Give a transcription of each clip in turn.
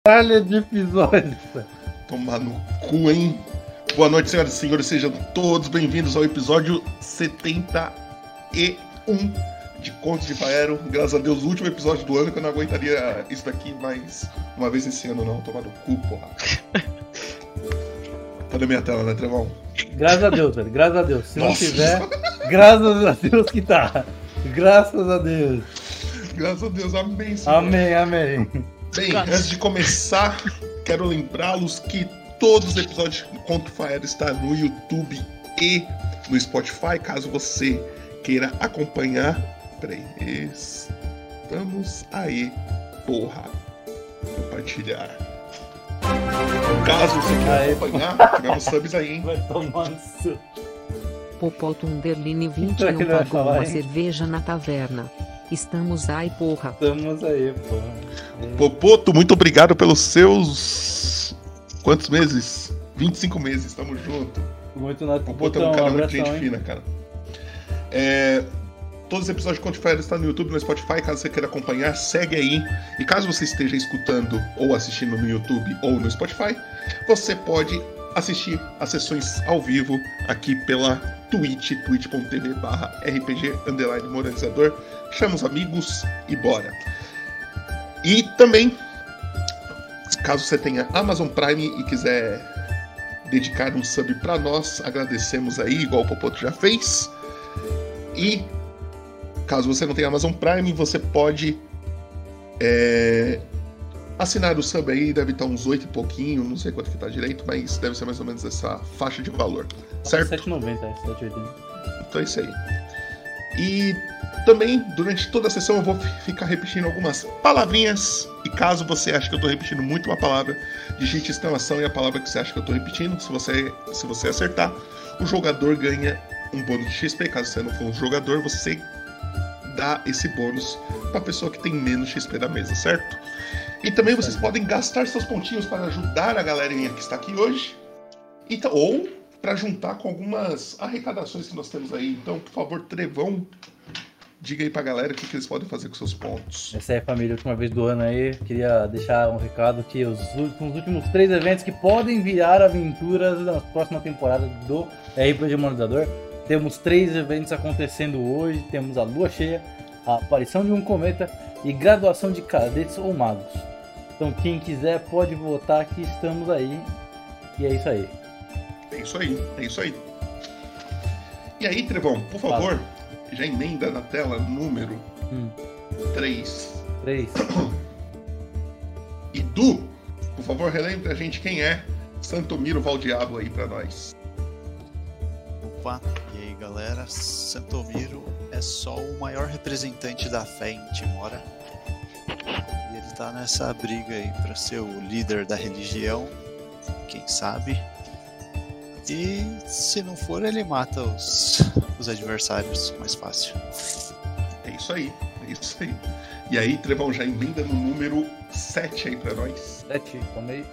Caralho de episódio. Tomar no cu, hein? Boa noite, senhoras e senhores. Sejam todos bem-vindos ao episódio 71 de Contos de Faero. Graças a Deus, o último episódio do ano, que eu não aguentaria isso daqui mais uma vez esse ano, não. Tomar no cu, porra. Tá na minha tela, né, Trevão? Graças a Deus, velho. Graças a Deus. Se não Nossa. tiver, graças a Deus que tá. Graças a Deus. Graças a Deus, amém, senhor. Amém, amém. Bem, antes de começar, quero lembrá-los que todos os episódios do Conto de Faero estão no YouTube e no Spotify, caso você queira acompanhar. Peraí, estamos aí, porra. Compartilhar. Caso você queira Aê, acompanhar, tivemos subs aí, hein? Vai tomar no seu. Popoto Underline Será 21 que ele vai pagou falar, uma hein? cerveja na taverna. Estamos aí, porra. Estamos aí, porra. Popoto, muito obrigado pelos seus... Quantos meses? 25 meses, tamo junto. Muito na Popoto é um cara muito gente fina, cara. Todos os episódios de Conto de Faero estão no YouTube e no Spotify. Caso você queira acompanhar, segue aí. E caso você esteja escutando ou assistindo no YouTube ou no Spotify, você pode assistir as sessões ao vivo aqui pela Twitch, twitch.tv/RPG_moralizador. Chama os amigos e bora. E também, caso você tenha Amazon Prime e quiser dedicar um sub pra nós, agradecemos aí, igual o Popoto já fez. E caso você não tenha Amazon Prime, você pode assinar o sub aí, deve estar uns 8 e pouquinho, não sei quanto que tá direito, mas deve ser mais ou menos essa faixa de valor, certo? 7,90, 7,80. Então é isso aí. E também, durante toda a sessão, eu vou ficar repetindo algumas palavrinhas. E caso você ache que eu tô repetindo muito uma palavra, digite exclamação e a palavra que você acha que eu tô repetindo. Se você acertar, o jogador ganha um bônus de XP. Caso você não for um jogador, você dá esse bônus pra pessoa que tem menos XP da mesa, certo? E também vocês podem gastar seus pontinhos para ajudar a galerinha que está aqui hoje. Ou para juntar com algumas arrecadações que nós temos aí. Então, por favor, Trevão, diga aí pra galera o que eles podem fazer com seus pontos. Essa é, família, a última vez do ano aí. Queria deixar um recado que os últimos 3 eventos que podem virar aventuras na próxima temporada do RPG Moralizador. Temos 3 eventos acontecendo hoje. Temos a lua cheia, a aparição de um cometa e graduação de cadetes ou magos. Então quem quiser pode votar que estamos aí. E é isso aí. É isso aí. E aí, Trevão, por favor, já emenda na tela número 3. 3. E Du, por favor, relembre a gente quem é Santomiro Valdiabo aí pra nós. Opa, e aí galera, Santomiro é só o maior representante da fé em Timora. E ele tá nessa briga aí pra ser o líder da religião, quem sabe. E se não for, ele mata os adversários mais fácil. É isso aí. E aí, Trevão, já emenda no número 7 aí pra nós. 7, tomei.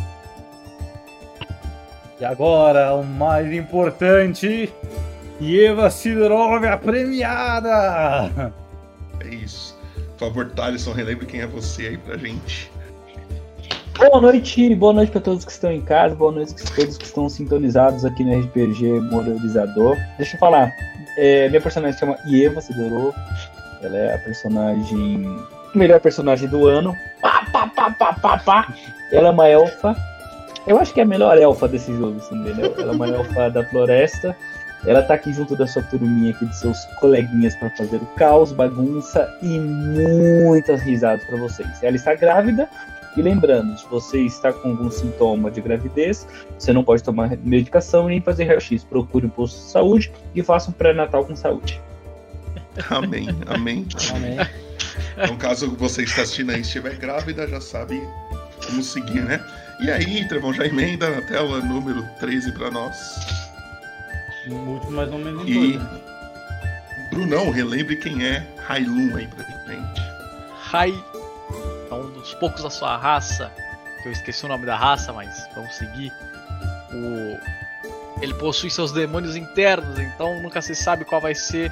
E agora, o mais importante, Eva Sidorov, a premiada! É isso. Por favor, Thaleson, relembre quem é você aí pra gente. Boa noite para todos que estão em casa, boa noite a todos que estão sintonizados aqui no RPG Moralizador. Deixa eu falar, minha personagem se chama Eva Sidorov, ela é a melhor personagem do ano. Ela é uma elfa, eu acho que é a melhor elfa desse jogo, assim, entendeu? Ela é uma elfa da floresta, ela tá aqui junto da sua turminha aqui, dos seus coleguinhas para fazer o caos, bagunça e muitas risadas para vocês. Ela está grávida. E lembrando, se você está com algum sintoma de gravidez, você não pode tomar medicação nem fazer raio-x. Procure um posto de saúde e faça um pré-natal com saúde. Amém. Então, caso você está assistindo aí e estiver grávida, já sabe como seguir, né? E aí, Trevão, já emenda na tela número 13 para nós. O último mais ou menos em E, dois, né? Brunão, relembre quem é Hailun aí pra gente. É um dos poucos da sua raça, que eu esqueci o nome da raça, mas vamos seguir. Ele possui seus demônios internos, então nunca se sabe qual vai ser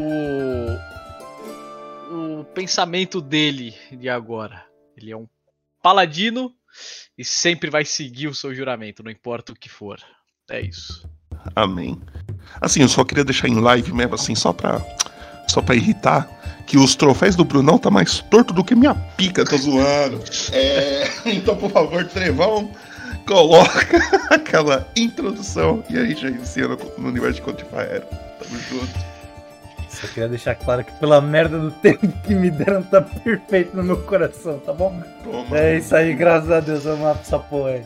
o pensamento dele de agora. Ele é um paladino e sempre vai seguir o seu juramento, não importa o que for. É isso. Amém. Assim, eu só queria deixar em live mesmo, assim, só pra irritar, que os troféus do Brunão tá mais torto do que minha pica, tô zoando. Então, por favor, Trevão, coloca aquela introdução e aí já inicia no universo de Codifier. Tamo junto. Só queria deixar claro que pela merda do tempo que me deram tá perfeito no meu coração, tá bom? Toma. É isso aí, graças a Deus, vamos lá pra essa porra aí.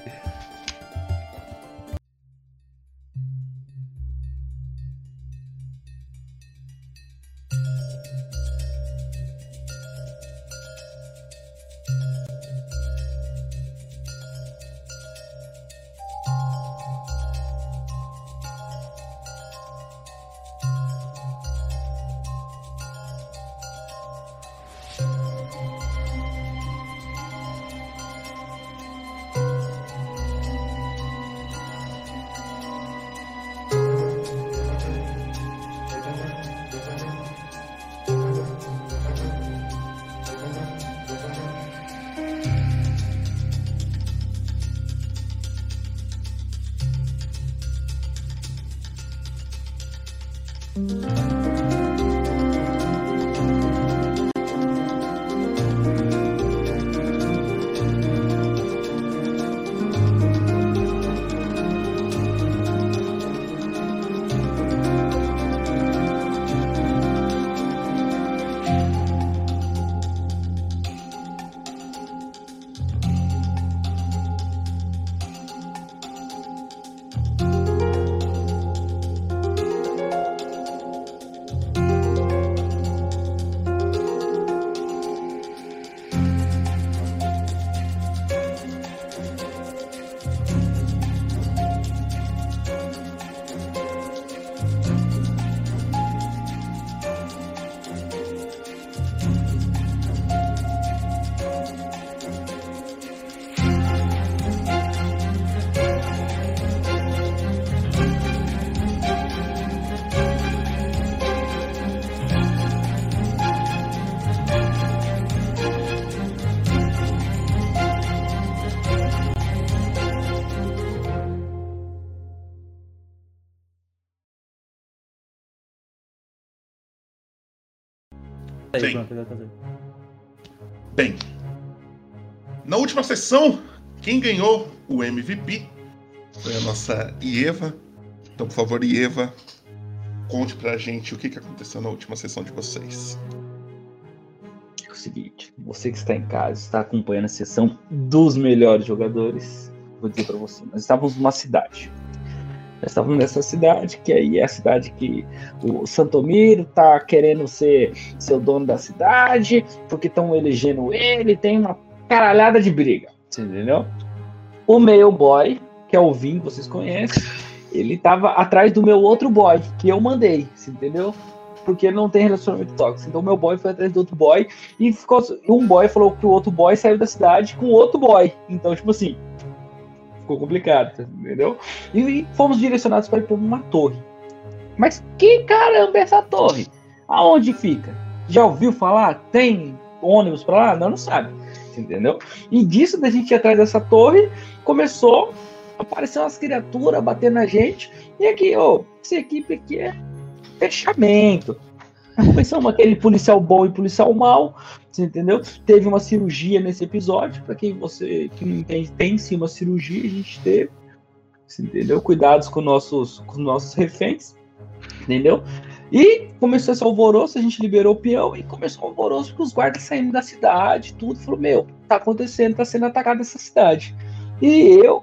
Sim. Bem, na última sessão, quem ganhou o MVP foi a nossa Ieva. Então, por favor, Ieva, conte pra gente o que aconteceu na última sessão de vocês. É o seguinte, você que está em casa, está acompanhando a sessão dos melhores jogadores, vou dizer pra você, nós estávamos numa cidade. Nós estávamos nessa cidade, que aí é a cidade que o Santomiro tá querendo ser o dono da cidade, porque estão elegendo ele, tem uma caralhada de briga, você entendeu? O meu boy, que é o Vim, vocês conhecem, ele tava atrás do meu outro boy, que eu mandei, você entendeu? Porque não tem relacionamento tóxico. Então meu boy foi atrás do outro boy, e um boy falou que o outro boy saiu da cidade com o outro boy. Então, tipo assim, ficou complicado, entendeu? E fomos direcionados para ir para uma torre. Mas que caramba é essa torre? Aonde fica? Já ouviu falar? Tem ônibus para lá? Não sabe, entendeu? E disso da gente ir atrás dessa torre, começou a aparecer umas criaturas batendo na gente. E aqui, essa equipe aqui é fechamento. Começamos aquele policial bom e policial mau, você entendeu? Teve uma cirurgia nesse episódio, para quem você que não entende, tem sim uma cirurgia, a gente teve, você entendeu? Cuidados com nossos reféns, entendeu? E começou esse alvoroço, a gente liberou o peão e começou o alvoroço porque os guardas saindo da cidade, tudo, falou, tá acontecendo, tá sendo atacada essa cidade. E eu,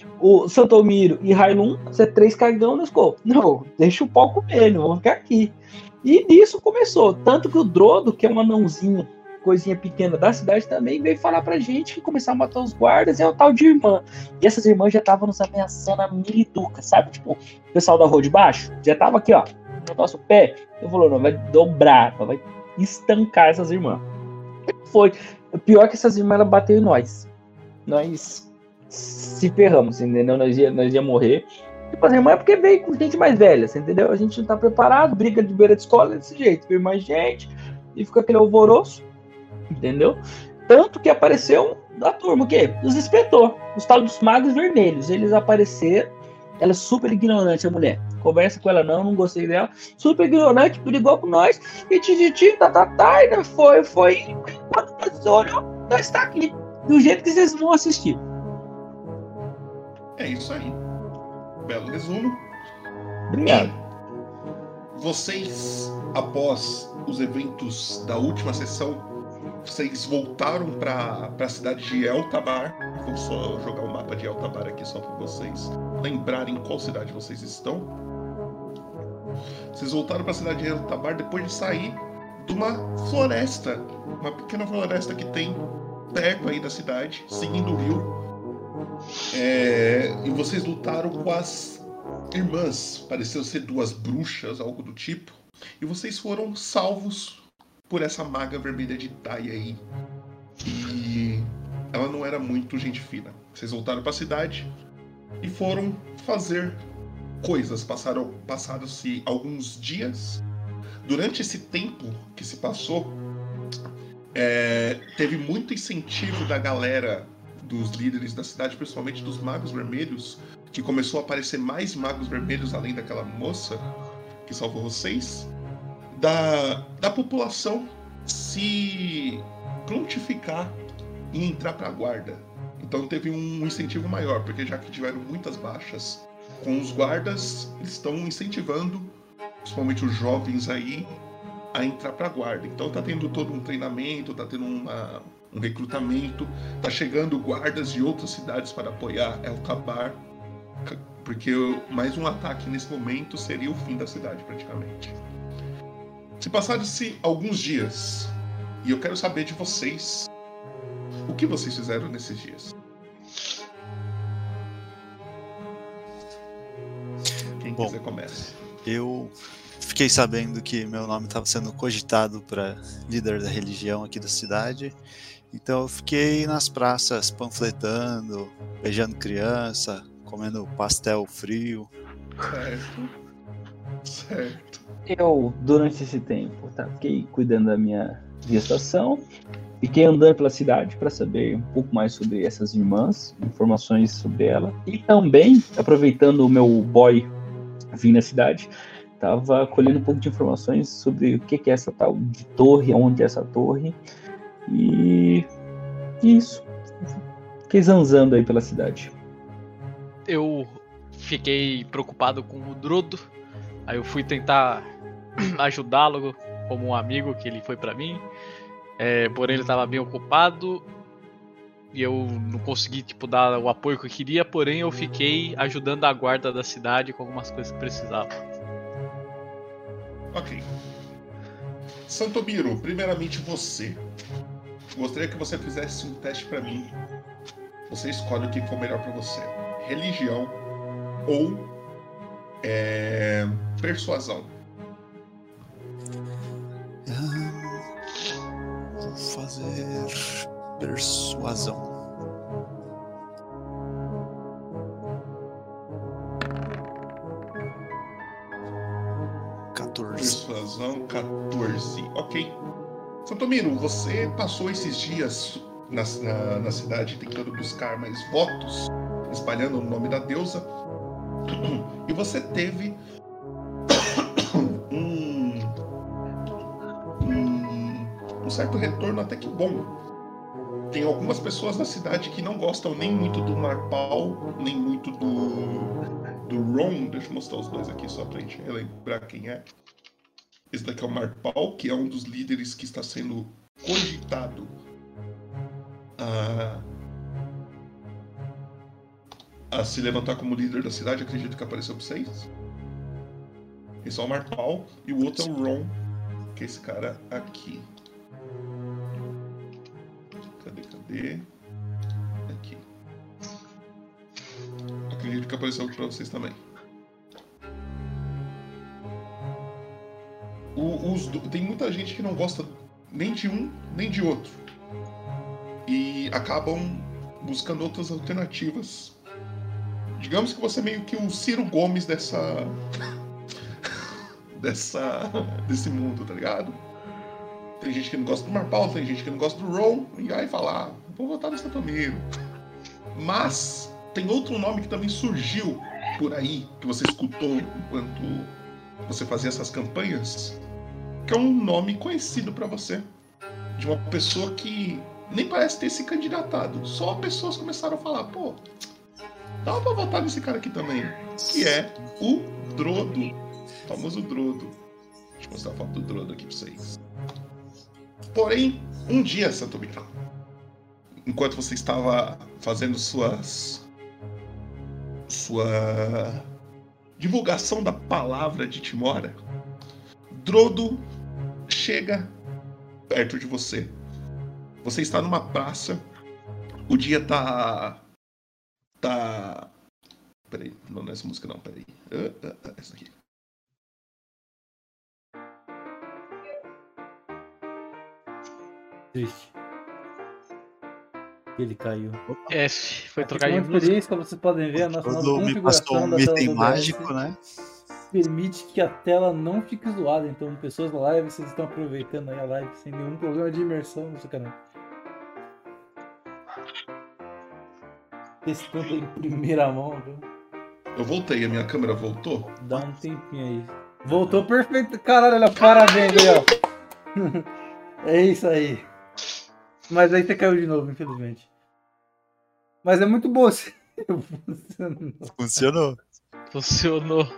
o Santomiro e Railun, você 3 cagão, nós ficou, não, deixa o pau comer, não vamos ficar aqui. E nisso começou, tanto que o Drodo, que é um anãozinho, coisinha pequena da cidade, também veio falar pra gente que começar a matar os guardas, é o tal de irmã. E essas irmãs já estavam nos ameaçando a milituca, sabe? Tipo, o pessoal da rua de baixo já tava aqui, ó, no nosso pé. Eu falou, não, vai dobrar, vai estancar essas irmãs. Foi. O pior é que essas irmãs, elas bateram em nós. Nós se ferramos, entendeu? Nós ia morrer. Tipo, as irmãs é porque veio com gente mais velha, você entendeu? A gente não tá preparado, briga de beira de escola desse jeito. Veio mais gente e fica aquele alvoroço, entendeu? Tanto que apareceu da turma, o quê? Os inspetor, os tal dos magos vermelhos. Eles apareceram, ela é super ignorante, a mulher. Conversa com ela não gostei dela. Super ignorante, brigou com nós. E e foi. Quando nós olhamos, nós tá aqui. Do jeito que vocês vão assistir. É isso aí. Belo resumo. Obrigado. E vocês, após os eventos da última sessão, vocês voltaram para a cidade de Eltabar. Vou só jogar o mapa de Eltabar aqui só para vocês lembrarem em qual cidade vocês estão. Vocês voltaram para a cidade de Eltabar depois de sair de uma floresta, uma pequena floresta que tem perto aí da cidade, seguindo o rio. E vocês lutaram com as irmãs, pareceu ser 2 bruxas, algo do tipo. E vocês foram salvos por essa maga vermelha de Taia aí. E ela não era muito gente fina. Vocês voltaram para a cidade e foram fazer coisas. Passaram-se alguns dias. Durante esse tempo que se passou, teve muito incentivo da galera, dos líderes da cidade, principalmente dos magos vermelhos, que começou a aparecer mais magos vermelhos além daquela moça que salvou vocês, da população se prontificar em entrar para a guarda. Então teve um incentivo maior, porque já que tiveram muitas baixas com os guardas, eles estão incentivando, principalmente os jovens aí, a entrar para a guarda. Então tá tendo todo um treinamento, tá tendo um recrutamento, tá chegando guardas de outras cidades para apoiar Eltabar, porque mais um ataque nesse momento seria o fim da cidade praticamente. Se passaram-se alguns dias, e eu quero saber de vocês, o que vocês fizeram nesses dias? Quem quiser começa. Eu fiquei sabendo que meu nome estava sendo cogitado para líder da religião aqui da cidade. Então eu fiquei nas praças panfletando, beijando criança, comendo pastel frio. Certo. Eu, durante esse tempo, fiquei cuidando da minha gestação, fiquei andando pela cidade para saber um pouco mais sobre essas irmãs, informações sobre ela. E também, aproveitando o meu boy vir na cidade, estava colhendo um pouco de informações sobre o que é essa tal de torre, onde é essa torre. E isso. Fiquei zanzando aí pela cidade. Eu fiquei preocupado com o Drodo. Aí eu fui tentar ajudá-lo como um amigo que ele foi pra mim. Porém ele estava bem ocupado e eu não consegui dar o apoio que eu queria. Porém eu fiquei ajudando a guarda da cidade com algumas coisas que precisava. Ok. Santomiro, primeiramente você. Gostaria que você fizesse um teste pra mim. Você escolhe o que for melhor pra você. Religião ou persuasão. Vou fazer persuasão. Persuasão 14. Ok. Santomiro, você passou esses dias na cidade tentando buscar mais votos, espalhando o nome da deusa, e você teve um certo retorno até que bom. Tem algumas pessoas na cidade que não gostam nem muito do Marpal, nem muito do Ron. Deixa eu mostrar os dois aqui só pra gente relembrar quem é. Esse daqui é o Marpal, que é um dos líderes que está sendo cogitado a se levantar como líder da cidade. Acredito que apareceu pra vocês. Esse é o Marpal e o outro é o Ron, que é esse cara aqui. Cadê? Aqui. Acredito que apareceu pra vocês também. Tem muita gente que não gosta nem de um nem de outro e acabam buscando outras alternativas. Digamos que você é meio que o Ciro Gomes desse mundo, tá ligado? Tem gente que não gosta do Marpal, tem gente que não gosta do Ron, e aí fala, vou votar no Santomiro. Mas tem outro nome que também surgiu por aí, que você escutou enquanto você fazia essas campanhas, que é um nome conhecido pra você. De uma pessoa que nem parece ter se candidatado. Só pessoas começaram a falar, pô, dá pra votar nesse cara aqui também. Que é o Drodo. O famoso Drodo. Deixa eu mostrar a foto do Drodo aqui pra vocês. Porém, um dia, Santomiro, enquanto você estava fazendo sua divulgação da palavra de Timora, Drodo chega perto de você. Você está numa praça. O dia tá... Peraí, não é essa música não, peraí. Essa aqui. Triste. Ele caiu. F, foi Aqui trocar tem de uma música. experiência que vocês podem ver a nossa nova Me passou configuração um da tela item do mágico, OBS. né? Permite que a tela não fique zoada. Então, pessoas da live, vocês estão aproveitando aí a live sem nenhum problema de imersão no seu canal. Testando em primeira mão, viu? Eu voltei, a minha câmera voltou. Dá um tempinho aí. Voltou perfeito. Caralho, olha, parabéns aí, ó. É isso aí. Mas aí você caiu de novo, infelizmente. Mas é muito bom. Funcionou. Funcionou.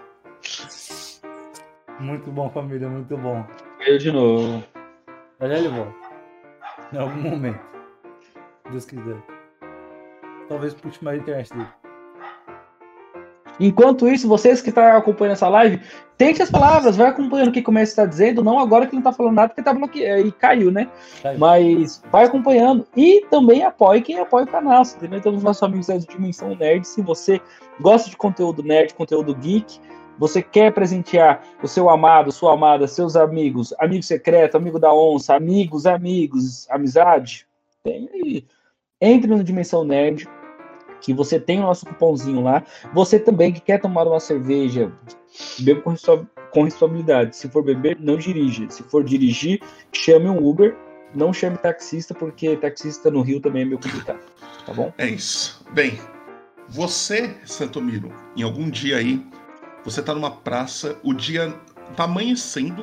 Muito bom, família, muito bom. Eu de novo. Já ele volta. Em algum momento. Se Deus quiser. Talvez puxe mais a internet dele. Enquanto isso, vocês que estão acompanhando essa live, tente as palavras, vai acompanhando o que o mestre está dizendo, não agora que não está falando nada, porque tá bloqueado e caiu, né? Caiu. Mas vai acompanhando e também apoie quem apoia o canal. Também temos nossos amigos da Dimensão Nerd. Se você gosta de conteúdo nerd, conteúdo geek, você quer presentear o seu amado, sua amada, seus amigos, amigo secreto, amigo da onça, amigos, amizade, tem aí. Entre no Dimensão Nerd, que você tem o nosso cupomzinho lá. Você também que quer tomar uma cerveja, beba com responsabilidade. Se for beber, não dirija. Se for dirigir, chame um Uber. Não chame taxista, porque taxista no Rio também é meio complicado. Tá bom? É isso. Bem, você, Santomiro, em algum dia aí, você tá numa praça, o dia tá amanhecendo,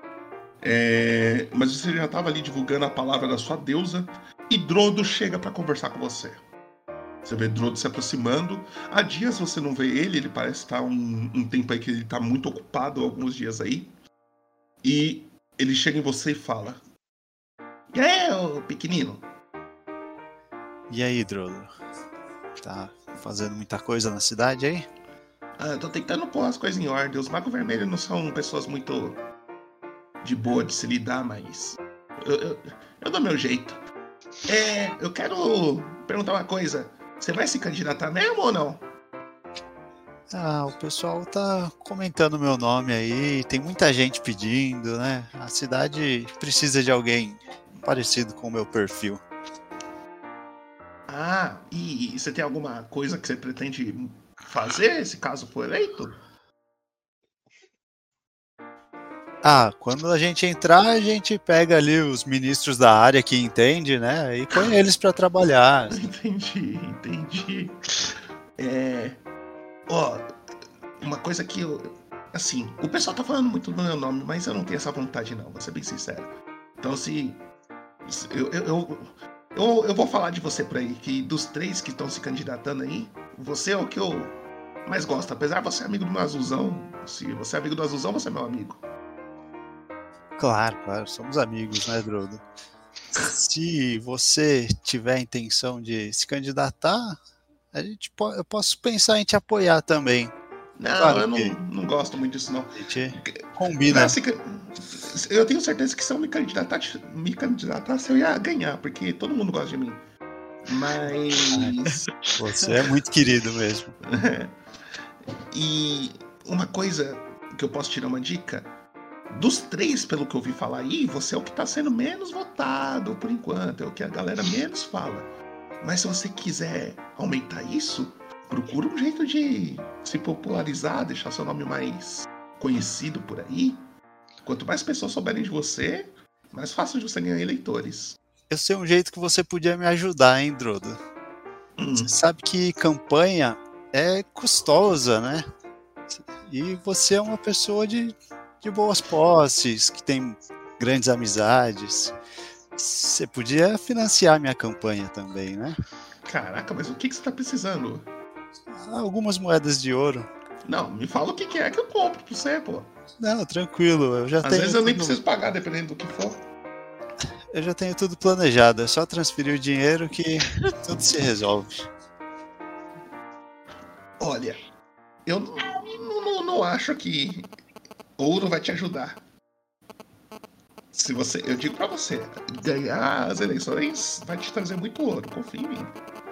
mas você já tava ali divulgando a palavra da sua deusa, e Drodo chega pra conversar com você. Você vê Drodo se aproximando. Há dias você não vê ele parece estar um tempo aí que ele tá muito ocupado, alguns dias aí. E ele chega em você e fala: "E aí, ô pequenino?" E aí, Drodo? Tá fazendo muita coisa na cidade aí? Eu tô tentando pôr as coisas em ordem. Os magos vermelhos não são pessoas muito de boa de se lidar, mas eu dou meu jeito. Eu quero perguntar uma coisa. Você vai se candidatar mesmo ou não? O pessoal tá comentando meu nome aí, tem muita gente pedindo, né? A cidade precisa de alguém parecido com o meu perfil. E você tem alguma coisa que você pretende fazer, se caso for eleito? Quando a gente entrar, a gente pega ali os ministros da área que entende, né? E põe eles pra trabalhar. Entendi. Uma coisa que assim, o pessoal tá falando muito do meu nome, mas eu não tenho essa vontade não, vou ser bem sincero. Então eu vou falar de você por aí, que dos 3 que estão se candidatando aí, você é o que eu mais gosto. Apesar de você ser amigo do meu Azulzão, se você é amigo do Azulzão, você é meu amigo. Claro, somos amigos, né, Drodo? Se você tiver a intenção de se candidatar, eu posso pensar em te apoiar também. Não, claro, eu não gosto muito disso, não. A gente combina. Eu tenho certeza que se eu me candidatasse, eu ia ganhar, porque todo mundo gosta de mim. Mas... Você é muito querido mesmo. E uma coisa que eu posso tirar uma dica... Dos 3, pelo que eu ouvi falar aí, você é o que tá sendo menos votado por enquanto, é o que a galera menos fala. Mas se você quiser aumentar isso, procura um jeito de se popularizar, deixar seu nome mais conhecido por aí. Quanto mais pessoas souberem de você, mais fácil de você ganhar eleitores. eu sei um jeito que você podia me ajudar, hein, Drodo? Você sabe que campanha é custosa, né? E você é uma pessoa de boas posses, que tem grandes amizades. Você podia financiar minha campanha também, né? Caraca, mas o que você tá precisando? Algumas moedas de ouro. Não, me fala o que é que eu compro pra você, pô. Não, tranquilo, eu já Às tenho vezes eu nem tudo- preciso pagar, dependendo do que for. Eu já tenho tudo planejado, é só transferir o dinheiro que tudo se resolve. Olha, eu não acho que ouro vai te ajudar. Se você, eu digo pra você, ganhar as eleições vai te trazer muito ouro, confia em mim.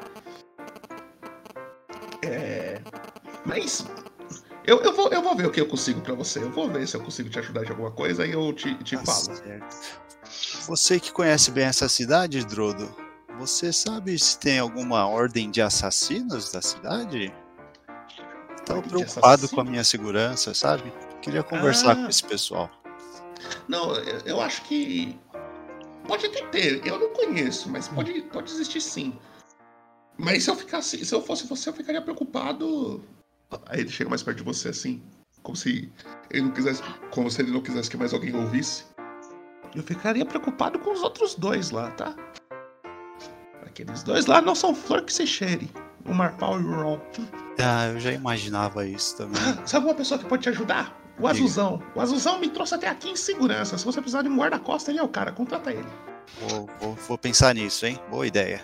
Mas eu vou ver o que eu consigo pra você. Eu vou ver se eu consigo te ajudar de alguma coisa e eu te Tá falo. certo. Você que conhece bem essa cidade, Drodo, você sabe se tem alguma ordem de assassinos da cidade? Tô Ordem de preocupado assassinos? com a minha segurança, sabe? Queria conversar com esse pessoal. Não, eu acho que pode até ter. Eu não conheço, mas pode existir sim. Mas se eu fosse você, eu ficaria preocupado. Aí ele chega mais perto de você assim, como se ele não quisesse que mais alguém ouvisse. Eu ficaria preocupado com os outros dois lá, tá? Aqueles dois lá não são flor que se cheire. O Marpal e o Ron. Ah, eu já imaginava isso também. Sabe uma pessoa que pode te ajudar? O Azulzão. O Azulzão me trouxe até aqui em segurança. Se você precisar de um guarda-costa, ele é o cara. Contrata ele. Vou pensar nisso, hein? Boa ideia.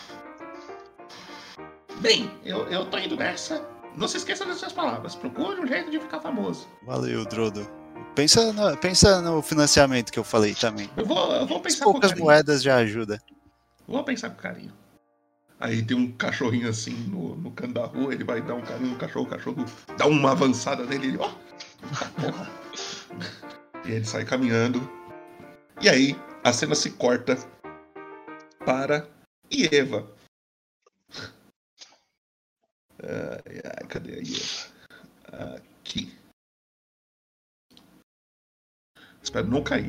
Bem, eu tô indo nessa. Não se esqueça das suas palavras. Procure um jeito de ficar famoso. Valeu, Drodo. Pensa no financiamento que eu falei também. Eu vou As pensar com poucas carinho. moedas já ajuda. Vou pensar com carinho. Aí tem um cachorrinho assim no canto da rua, ele vai dar um carinho no cachorro, o cachorro dá uma avançada nele, ele, ó, porra. E ele sai caminhando. E aí, a cena se corta para Ieva. Cadê a Ieva? Aqui. Espero não cair.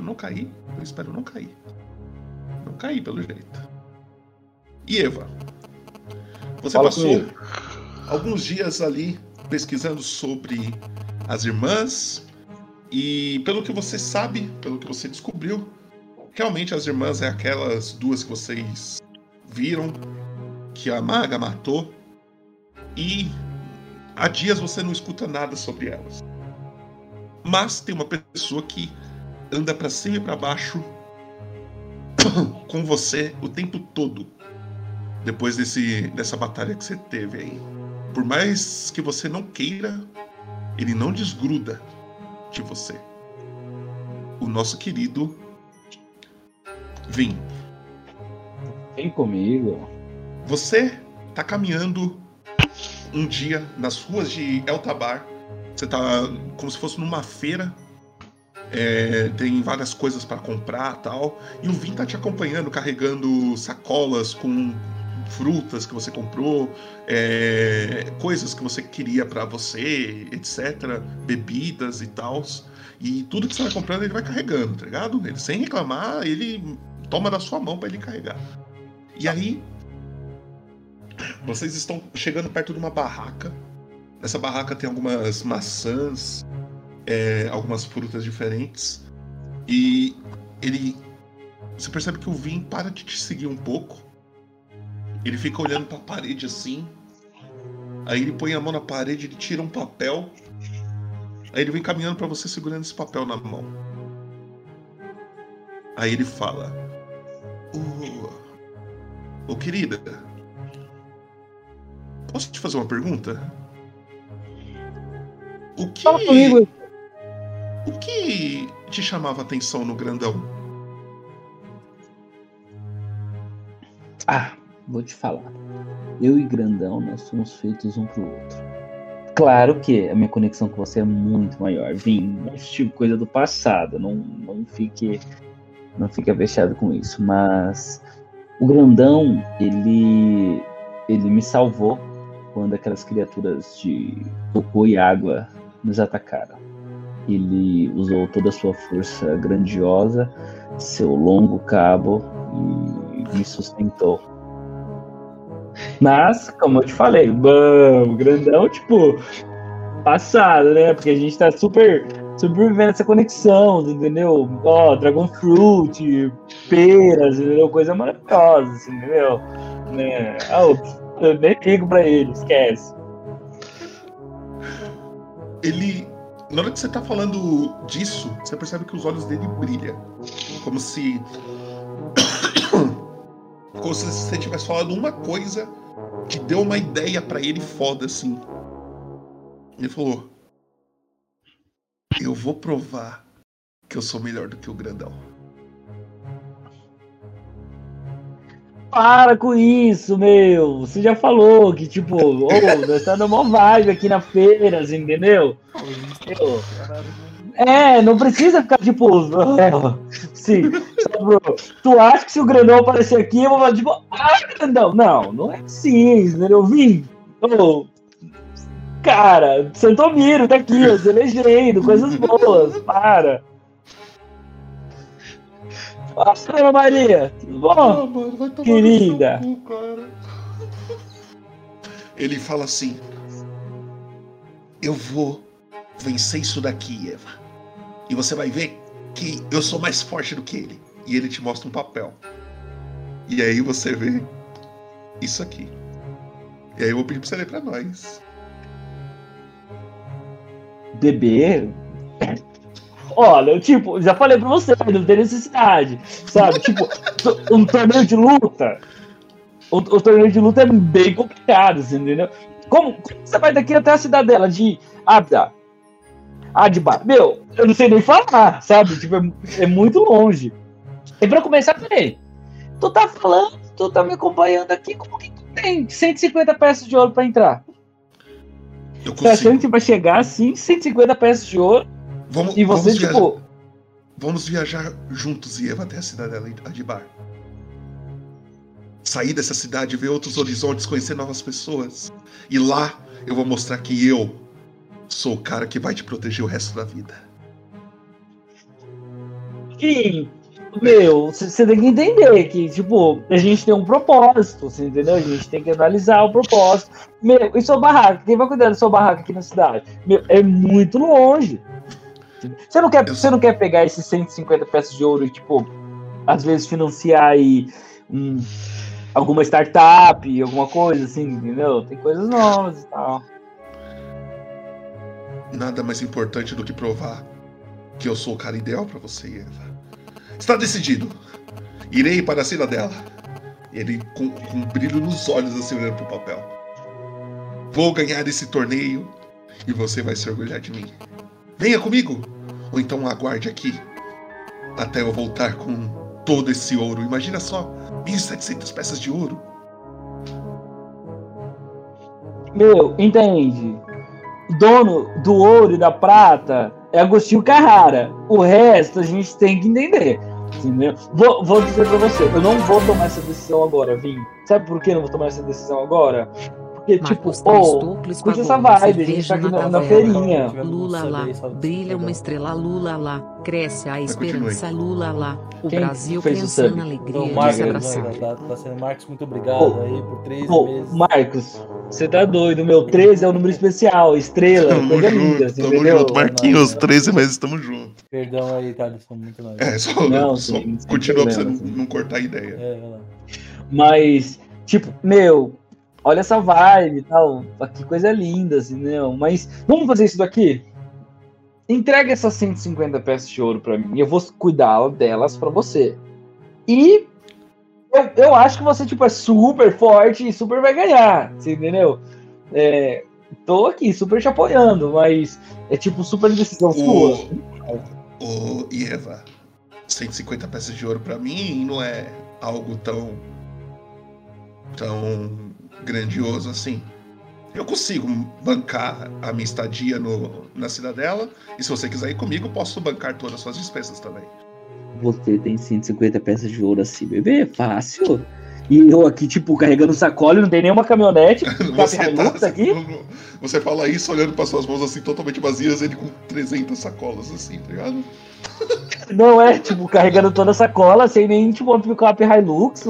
Não cair, pelo jeito. Ieva, você Fala passou comigo. alguns dias ali pesquisando sobre as irmãs e pelo que você sabe, pelo que você descobriu, realmente as irmãs é aquelas duas que vocês viram que a maga matou e há dias você não escuta nada sobre elas. Mas tem uma pessoa que anda pra cima e pra baixo com você o tempo todo. Depois dessa batalha que você teve aí. Por mais que você não queira, ele não desgruda de você. O nosso querido Vim. Vem comigo. Você tá caminhando um dia nas ruas de Eltabar. Você tá como se fosse numa feira. Tem várias coisas pra comprar e tal. E o Vim tá te acompanhando, carregando sacolas com frutas que você comprou, coisas que você queria pra você, etc. Bebidas e tal. E tudo que você vai comprando ele vai carregando, tá ligado? Ele, sem reclamar, ele toma da sua mão pra ele carregar. E aí, vocês estão chegando perto de uma barraca. Nessa barraca tem algumas maçãs, algumas frutas diferentes. E você percebe que o Vim para de te seguir um pouco. Ele fica olhando pra parede assim. Aí ele põe a mão na parede, ele tira um papel. Aí ele vem caminhando pra você segurando esse papel na mão. Aí ele fala: Ô querida, posso te fazer uma pergunta? Fala comigo. O que te chamava a atenção no grandão? Vou te falar. Eu e Grandão, nós somos feitos um pro outro. Claro que a minha conexão com você é muito maior. Vim, tipo coisa do passado. Não fique fechado com isso. Mas o Grandão, ele me salvou quando aquelas criaturas de cocô e água nos atacaram. Ele usou toda a sua força grandiosa, seu longo cabo, e me sustentou. Mas, como eu te falei, o grandão, tipo, passado, né? Porque a gente tá super vivendo essa conexão, entendeu? Ó, Dragon Fruit, peras, entendeu? Coisa maravilhosa, assim, entendeu? Né? Eu nem ligo pra ele, esquece. Ele, na hora que você tá falando disso, você percebe que os olhos dele brilham. Como se você tivesse falado uma coisa que deu uma ideia pra ele foda, assim. Ele falou: eu vou provar que eu sou melhor do que o grandão. Para com isso, meu! Você já falou que, tipo, nós tá numa vibe aqui na feira, assim, entendeu? Não precisa ficar, tipo, sim, tu acha que se o grandão aparecer aqui, eu vou falar, tipo, grandão! Não é assim, entendeu? Vim! Cara, Santomiro tá aqui, ó, elegendo, coisas boas, para! Ana Maria, tudo bom? Mano, vai tomar querida. no seu cu, cara. Ele fala assim: eu vou vencer isso daqui, Eva. E você vai ver que eu sou mais forte do que ele. E ele te mostra um papel. E aí você vê isso aqui. E aí eu vou pedir pra você ler pra nós. Bebê? Olha, eu, tipo, já falei pra você, não tem necessidade, sabe? Tipo, um torneio de luta, o torneio de luta é bem complicado, assim, entendeu? Como você vai daqui até a cidadela de Adibar? Meu, eu não sei nem falar, sabe? Tipo, é muito longe. E pra começar, peraí, tu tá falando, tu tá me acompanhando aqui, como que tu tem 150 peças de ouro pra entrar? Eu Tá achando que vai chegar assim, 150 peças de ouro? E você, vamos tipo... Vamos viajar juntos, Eva, até a cidadela de Adibar. Sair dessa cidade, ver outros horizontes, conhecer novas pessoas. E lá eu vou mostrar que eu sou o cara que vai te proteger o resto da vida. Sim, meu, você tem que entender que, tipo, a gente tem um propósito, você entendeu? A gente tem que analisar o propósito. Meu, e sua barraca? Quem vai cuidar da sua barraca aqui na cidade? Meu, é muito longe. Você não quer pegar esses 150 peças de ouro e, tipo, às vezes financiar aí alguma startup, alguma coisa assim, entendeu? Tem coisas novas e tal. Nada mais importante do que provar que eu sou o cara ideal pra você, Eva. Está decidido. Irei para a cidadela. Ele com um brilho nos olhos, assim, olhando pro papel. Vou ganhar esse torneio e você vai se orgulhar de mim. Venha comigo! Ou então aguarde aqui até eu voltar com todo esse ouro. Imagina só, 1.700 peças de ouro. Meu, entende? O dono do ouro e da prata é Agostinho Carrara. O resto a gente tem que entender. Entendeu? Vou dizer pra você, eu não vou tomar essa decisão agora, Vim. Sabe por que eu não vou tomar essa decisão agora? Porque, tipo, curte essa vibe, a gente tá aqui na feirinha. Lula lá, brilha uma estrela, Lula lá, cresce a esperança, Lula lá. O Brasil pensando na alegria de se abraçar. Tá sendo Marcos, muito obrigado aí por 3 meses. Marcos, você tá doido, meu 13 é o número especial, estrela, coisa linda, assim, tamo entendeu? junto, Marquinhos, 13 meses, tamo junto. Perdão aí, Thaleson, muito nóis. Só problema, continua pra você não cortar a ideia. Vai lá. Mas, tipo, meu, olha essa vibe e tal, que coisa linda, assim, não. Mas vamos fazer isso daqui? Entrega essas 150 peças de ouro pra mim, eu vou cuidar delas pra você. E eu acho que você, tipo, é super forte e super vai ganhar, você entendeu? Tô aqui super te apoiando, mas é tipo super decisão sua. E Eva, 150 peças de ouro pra mim não é algo tão grandioso assim. Eu consigo bancar a minha estadia na cidadela, e se você quiser ir comigo, posso bancar todas as suas despesas também. Você tem 150 peças de ouro assim, bebê? Fácil. E eu aqui, tipo, carregando sacola e não tem nenhuma caminhonete. Você fala isso olhando para suas mãos assim, totalmente vazias, ele com 300 sacolas assim, tá ligado? Não é, tipo, carregando toda a sacola, sem nem, tipo, um pick-up Hilux,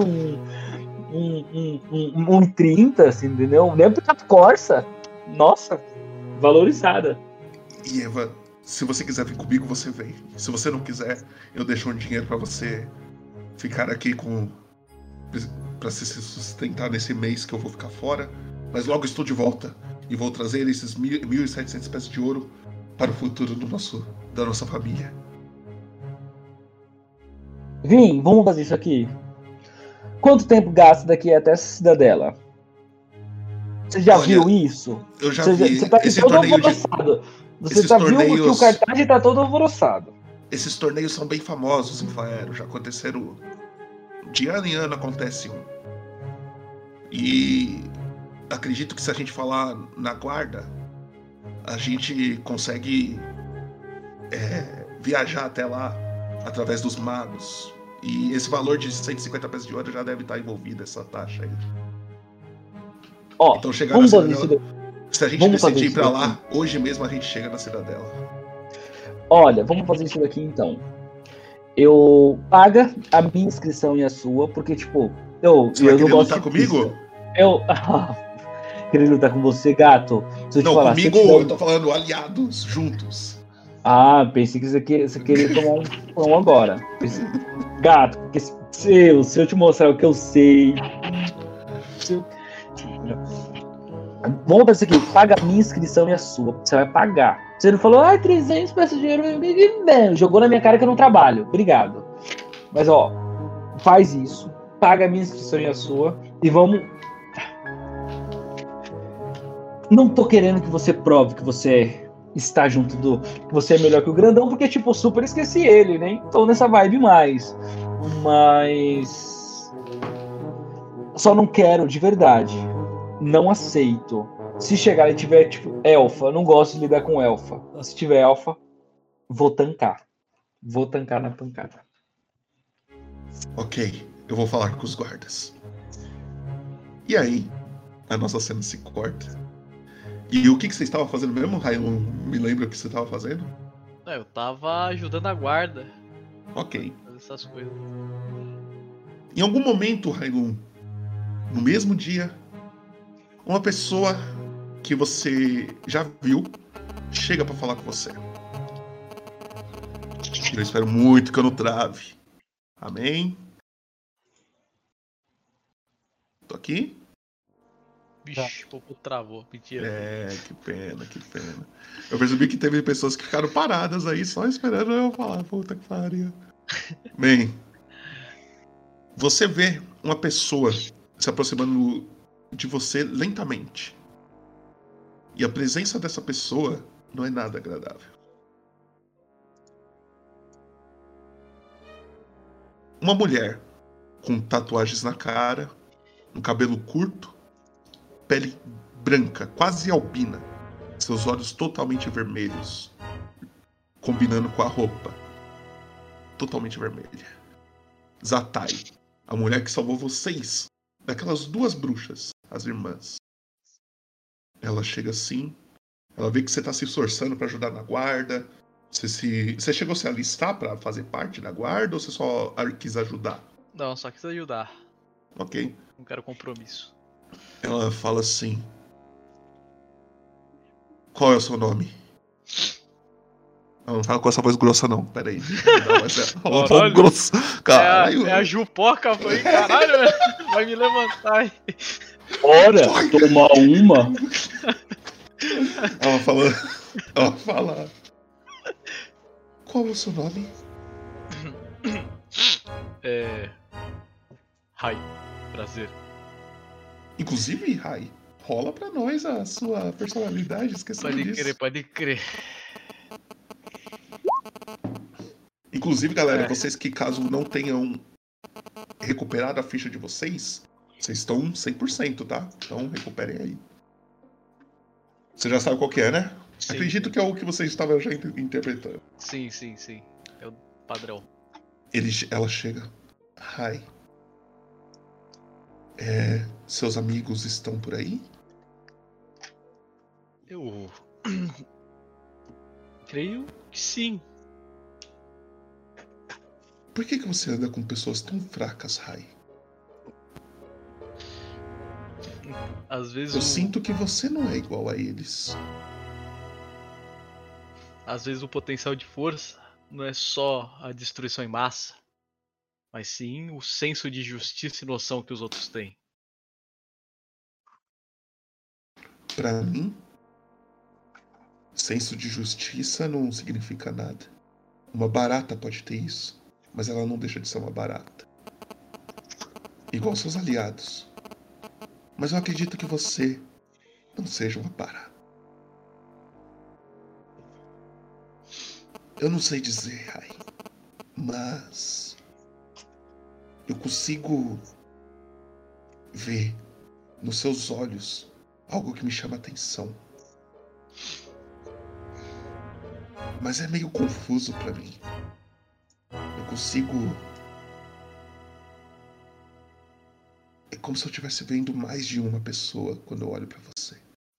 um 30, assim, entendeu? Nem um pick-up Corsa. Nossa, valorizada. E Eva, se você quiser vir comigo, você vem. Se você não quiser, eu deixo um dinheiro pra você ficar aqui pra se sustentar nesse mês que eu vou ficar fora. Mas logo estou de volta e vou trazer esses 1.700 peças de ouro para o futuro da nossa família. Vim, vamos fazer isso aqui. Quanto tempo gasta daqui até essa cidadela? Você já viu isso? Eu já vi. Você tá aqui todo alvoroçado. Você tá viu que o cartaz tá todo alvoroçado. Esses torneios são bem famosos em Faero. Já aconteceram. De ano em ano acontece um. E acredito que se a gente falar na guarda, a gente consegue viajar até lá através dos magos. E esse valor de 150 peças de ouro já deve estar envolvido, essa taxa aí. Ó, então chegar na cidadela, se a gente decidir ir pra lá, hoje mesmo a gente chega na cidadela. Olha, vamos fazer isso daqui então. Eu paga a minha inscrição e a sua, porque tipo, você vai querer lutar comigo? Querer lutar com você, gato? Não, falar, comigo eu tô falando aliados, juntos. Ah, pensei que você queria tomar um pão agora. Gato, porque se eu te mostrar o que eu sei. Vamos fazer isso aqui, paga a minha inscrição e a sua. Você vai pagar. Você não falou, 300 peças de dinheiro, jogou na minha cara que eu não trabalho. Obrigado. Mas ó, faz isso, paga a minha inscrição e a sua e vamos. Não tô querendo que você prove que você está junto que você é melhor que o grandão, porque tipo, eu super esqueci ele, né? Tô nessa vibe mais. Mas só não quero de verdade. Não aceito. Se chegar e tiver, tipo, elfa, eu não gosto de lidar com elfa. Se tiver elfa, vou tancar. Vou tancar na pancada. Ok, eu vou falar com os guardas. E aí, a nossa cena se corta. E o que você estava fazendo mesmo, Railun? Me lembra o que você estava fazendo? Eu tava ajudando a guarda. Ok. Fazer essas coisas. Em algum momento, Railun, no mesmo dia, uma pessoa que você já viu chega pra falar com você. Eu espero muito que eu não trave. Amém? Tô aqui? Vixe, o Popo travou, mentira. Que pena. Eu percebi que teve pessoas que ficaram paradas aí só esperando eu falar. Puta que pariu. Bem, você vê uma pessoa se aproximando de você lentamente. E a presença dessa pessoa não é nada agradável. Uma mulher com tatuagens na cara, um cabelo curto, pele branca, quase albina, seus olhos totalmente vermelhos, combinando com a roupa, totalmente vermelha. Zatai, a mulher que salvou vocês daquelas duas bruxas, as irmãs. Ela chega assim, ela vê que você tá se esforçando pra ajudar na guarda. Você chegou a se alistar pra fazer parte da guarda ou você só quis ajudar? Não, só quis ajudar. Ok. Não quero compromisso. Ela fala assim: qual é o seu nome? Ela não fala com essa voz grossa não, peraí. Não, mas ela um pouco grosso. Caralho. É a Jupoca, foi, caralho, velho. Vai me levantar aí. Ora, tomar uma. Ela fala. Qual é o seu nome? Rai, prazer. Inclusive, Rai, rola pra nós a sua personalidade, esqueci disso. Pode crer. Inclusive, galera, vocês que caso não tenham recuperado a ficha de vocês estão 100%, tá? Então recuperem aí. Você já sabe qual que é, né? Sim. Acredito que é o que você estava já interpretando. Sim. É o padrão. Ela chega. Ai. Seus amigos estão por aí? Eu creio que sim. Por que você anda com pessoas tão fracas, Rai? Às vezes Eu sinto que você não é igual a eles. Às vezes o potencial de força não é só a destruição em massa, mas sim o senso de justiça e noção que os outros têm. Pra mim, senso de justiça não significa nada. Uma barata pode ter isso, mas ela não deixa de ser uma barata. Igual seus aliados. Mas eu acredito que você não seja uma barata. Eu não sei dizer, Rai, mas eu consigo ver nos seus olhos algo que me chama atenção. Mas é meio confuso pra mim. Eu consigo... É como se eu estivesse vendo mais de uma pessoa quando eu olho pra você.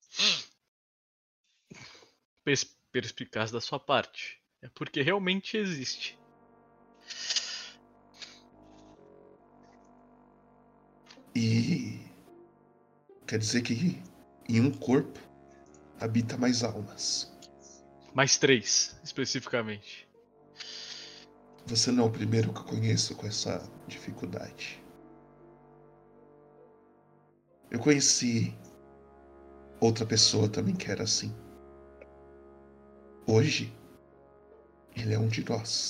Perspicaz da sua parte. É porque realmente existe. E quer dizer que em um corpo habita mais almas. Mais 3, especificamente. Você não é o primeiro que eu conheço com essa dificuldade. Eu conheci outra pessoa também que era assim. Hoje, ele é um de nós.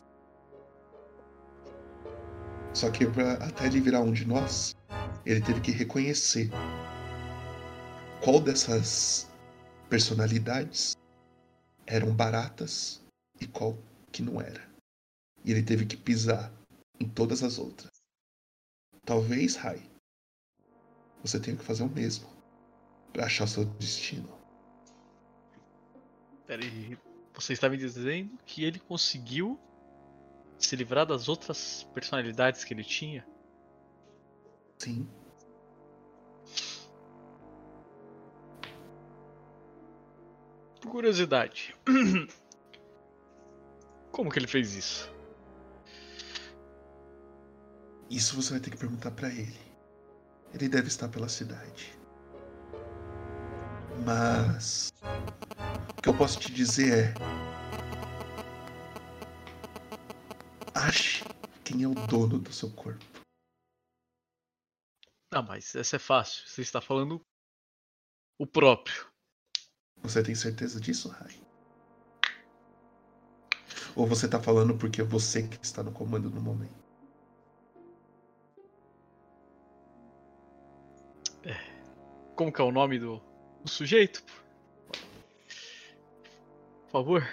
Só que até ele virar um de nós, ele teve que reconhecer qual dessas personalidades eram baratas e qual que não era. E ele teve que pisar em todas as outras. Talvez, Rai, você tenha que fazer o mesmo para achar o seu destino. Peraí, você está me dizendo que ele conseguiu se livrar das outras personalidades que ele tinha? Sim. Por curiosidade, como que ele fez isso? Isso você vai ter que perguntar para ele. Ele deve estar pela cidade. Mas o que eu posso te dizer é: ache quem é o dono do seu corpo. Ah, mas essa é fácil. Você está falando o próprio. Você tem certeza disso, Rai? Ou você tá falando porque é você que está no comando no momento? Como que é o nome do sujeito? Por favor.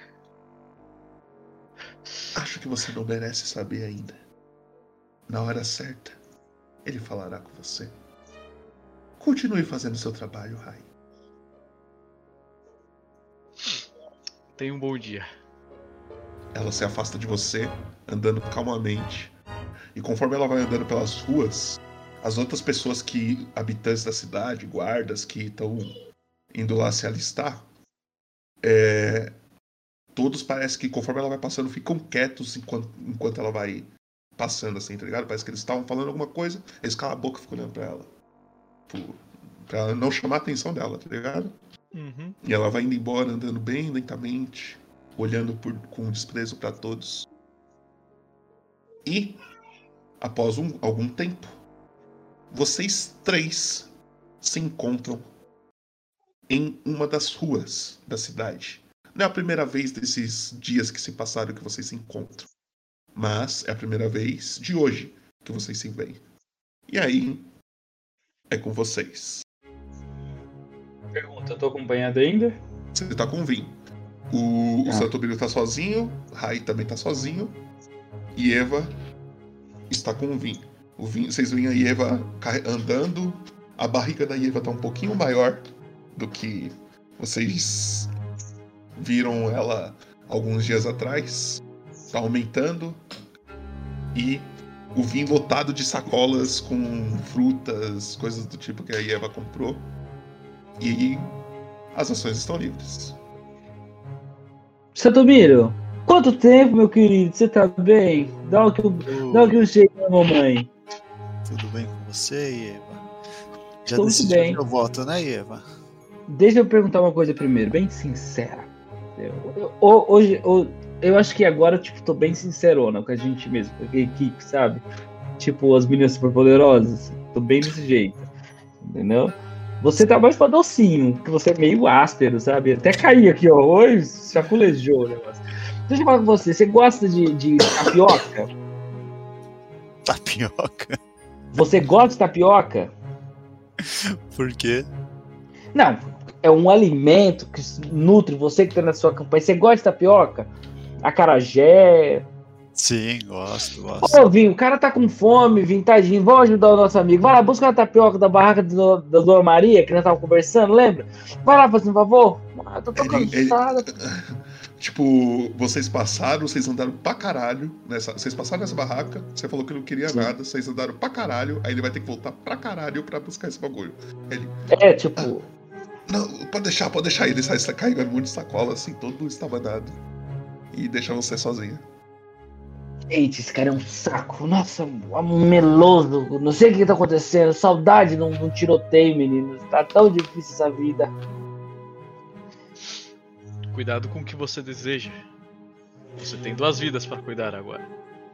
Acho que você não merece saber ainda. Na hora certa, ele falará com você. Continue fazendo seu trabalho, Rai. Tenha um bom dia. Ela se afasta de você, andando calmamente. E conforme ela vai andando pelas ruas, as outras pessoas habitantes da cidade, guardas que estão indo lá se alistar, todos parece que conforme ela vai passando ficam quietos enquanto ela vai passando assim, tá ligado? Parece que eles estavam falando alguma coisa, eles calam a boca e ficam olhando pra ela. Pra ela não chamar a atenção dela, tá ligado? Uhum. E ela vai indo embora, andando bem lentamente, olhando com desprezo pra todos. E, após algum tempo, vocês 3 se encontram em uma das ruas da cidade. Não é a primeira vez desses dias que se passaram que vocês se encontram, mas é a primeira vez de hoje que vocês se veem. E aí, é com vocês. Pergunta, eu tô acompanhado ainda? Você tá com o Vin. O Santomiro tá sozinho, Rai também tá sozinho, e Eva está com o Vin. Vocês veem a Eva andando, a barriga da Eva tá um pouquinho maior do que vocês viram ela alguns dias atrás. Tá aumentando. E o vinho lotado de sacolas com frutas, coisas do tipo que a Eva comprou. E as ações estão livres. Santomiro, quanto tempo, meu querido? Você tá bem? Dá o que eu chego na mamãe. Tudo bem com você, Eva? Já Tudo decidiu bem. que eu voto, né, Eva? Deixa eu perguntar uma coisa primeiro, bem sincera. Hoje, eu acho que agora, tipo, tô bem sincerona com a gente mesmo, com a equipe, sabe? Tipo, as meninas superpoderosas. Tô bem desse jeito, entendeu? Você tá mais pra docinho, porque você é meio áspero, sabe? Até caí aqui, ó. Oi, chaculejou o negócio. Deixa eu falar com você. Você gosta de tapioca? Tapioca? Você gosta de tapioca? Por quê? Não, é um alimento que nutre você que tá na sua campanha. Você gosta de tapioca? Acarajé? Sim, gosto. Ô, Vinho, o cara tá com fome, Vinho, tadinho. Vamos ajudar o nosso amigo. Vai lá, busca uma tapioca da barraca da Dona Maria, que nós tava conversando, lembra? Vai lá, fazendo um favor. Eu tô cansado. Tipo, vocês andaram pra caralho. Vocês passaram nessa barraca, você falou que não queria nada, vocês andaram pra caralho, aí ele vai ter que voltar pra caralho pra buscar esse bagulho. Ele, tipo... Não, pode deixar. Ele sai carregando um monte de sacola, assim, todo estabanado. E deixa você sozinha. Eita, esse cara é um saco. Nossa, meloso. Não sei o que tá acontecendo. Saudade num tiroteio, menino. Tá tão difícil essa vida. Cuidado com o que você deseja. Você tem 2 vidas pra cuidar agora.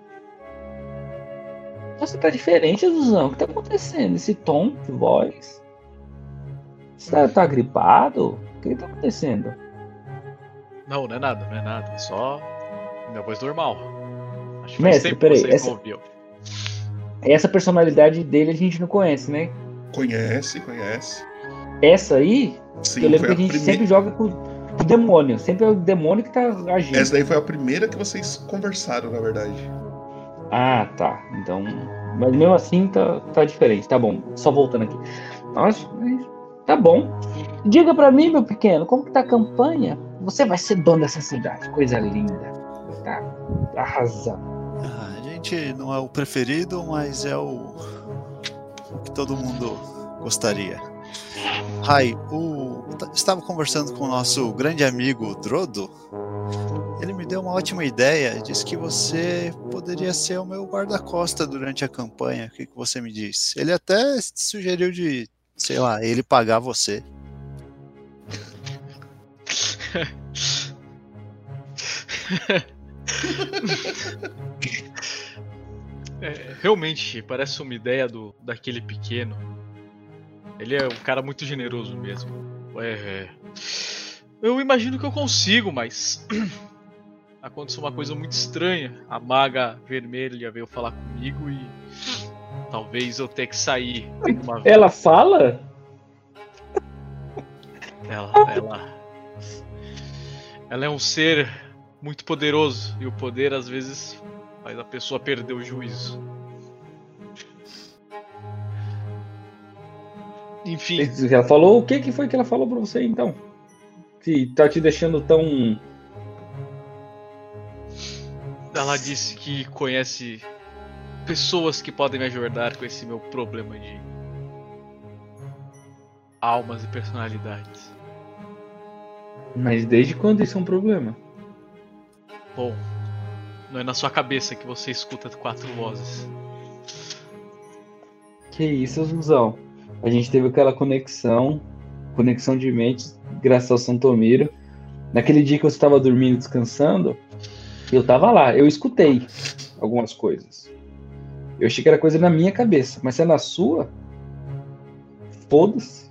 Você tá diferente, Azuzão. O que tá acontecendo? Esse tom de voz? Você tá gripado? O que tá acontecendo? Não é nada. É só minha voz normal. Acho que Mestre, peraí. Essa personalidade dele a gente não conhece, né? Conhece. Essa aí, sim, eu lembro que a gente sempre joga com o demônio. Sempre é o demônio que tá agindo. Essa daí foi a primeira que vocês conversaram, na verdade. Ah, tá. Então... Mas mesmo assim tá diferente. Tá bom. Só voltando aqui. Nossa, tá bom. Diga pra mim, meu pequeno, como que tá a campanha? Você vai ser dono dessa cidade. Coisa linda. Tá arrasando. A gente não é o preferido, mas é o que todo mundo gostaria. Rai, estava conversando com o nosso grande amigo Drodo. Ele me deu uma ótima ideia. Disse que você poderia ser o meu guarda-costa durante a campanha. O que você me diz? Ele até sugeriu de, sei lá, ele pagar você. Realmente parece uma ideia daquele pequeno. Ele é um cara muito generoso mesmo. Eu imagino que eu consigo, mas aconteceu uma coisa muito estranha. A maga vermelha veio falar comigo e talvez eu tenha que sair. Ela fala? Ela é um ser muito poderoso e o poder às vezes faz a pessoa perder o juízo. Enfim. Ela falou, o que foi que ela falou pra você então? Que tá te deixando tão... Ela disse que conhece pessoas que podem me ajudar com esse meu problema de almas e personalidades. Mas desde quando isso é um problema? Bom, não é na sua cabeça que você escuta 4 vozes. Que isso, Azuzão. A gente teve aquela conexão de mentes, graças ao Santomiro. Naquele dia que você estava dormindo, descansando, eu tava lá, eu escutei algumas coisas. Eu achei que era coisa na minha cabeça, mas se é na sua, foda-se.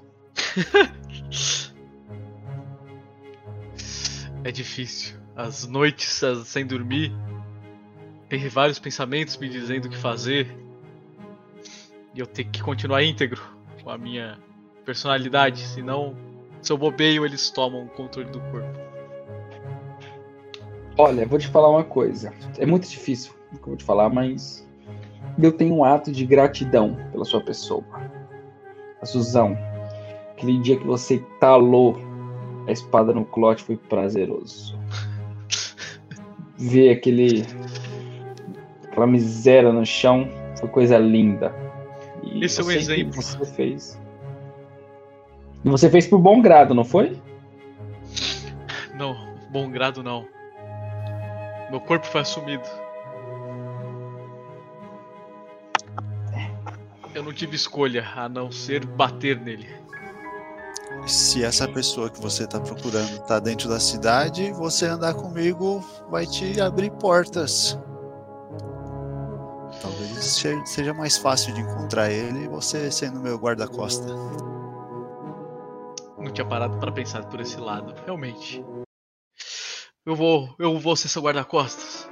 É difícil. As noites sem dormir, tem vários pensamentos me dizendo o que fazer. E eu tenho que continuar íntegro com a minha personalidade, senão, se eu bobeio, eles tomam o controle do corpo. Olha, vou te falar uma coisa. É muito difícil o que eu vou te falar, mas eu tenho um ato de gratidão pela sua pessoa. Suzão, aquele dia que você talou a espada no clote foi prazeroso. Ver aquele aquela miséria no chão foi coisa linda. E esse é um exemplo. Você fez. E você fez por bom grado, não foi? Não, bom grado não. Meu corpo foi assumido. Eu não tive escolha a não ser bater nele. Se essa pessoa que você tá procurando tá dentro da cidade, você andar comigo vai te abrir portas. Talvez seja mais fácil de encontrar ele, você sendo meu guarda-costa. Não tinha parado pra pensar por esse lado, realmente. Eu vou ser seu guarda-costas.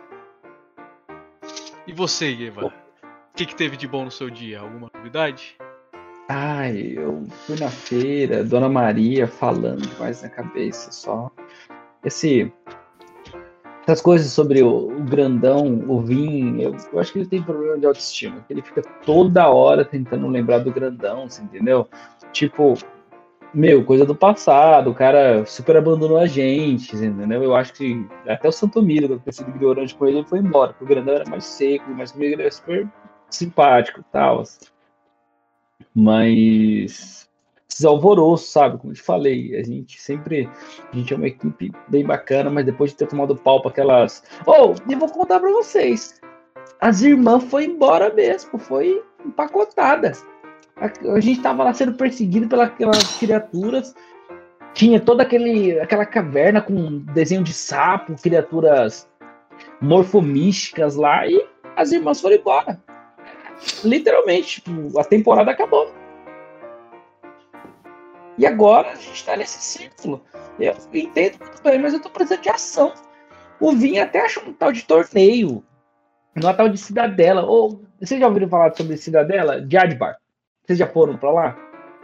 E você, Eva? O que teve de bom no seu dia? Alguma novidade? Ai, eu fui na feira, Dona Maria falando demais na cabeça, só. Essas coisas sobre o grandão, o Vin, eu acho que ele tem problema de autoestima. Ele fica toda hora tentando lembrar do grandão, você entendeu? Tipo, coisa do passado, o cara super abandonou a gente, entendeu? Eu acho que até o Santomiro, que ter sido ignorante com ele foi embora, porque o grandão era mais seco, mas comigo ele era super simpático e tal. Mas esses alvoroços, sabe? Como eu te falei, a gente é uma equipe bem bacana, mas depois de ter tomado pau pra aquelas... eu vou contar pra vocês. As irmãs foi embora mesmo, foi empacotada. A gente tava lá sendo perseguido pelas criaturas. Tinha toda aquela caverna com desenho de sapo, criaturas morfomísticas lá, e as irmãs foram embora. Literalmente, tipo, a temporada acabou. E agora a gente tá nesse círculo. Eu entendo muito bem, mas eu tô precisando de ação. O Vin até achou um tal de torneio, uma tal de Cidadela. Vocês já ouviram falar sobre Cidadela? De Adbar. Vocês já foram pra lá?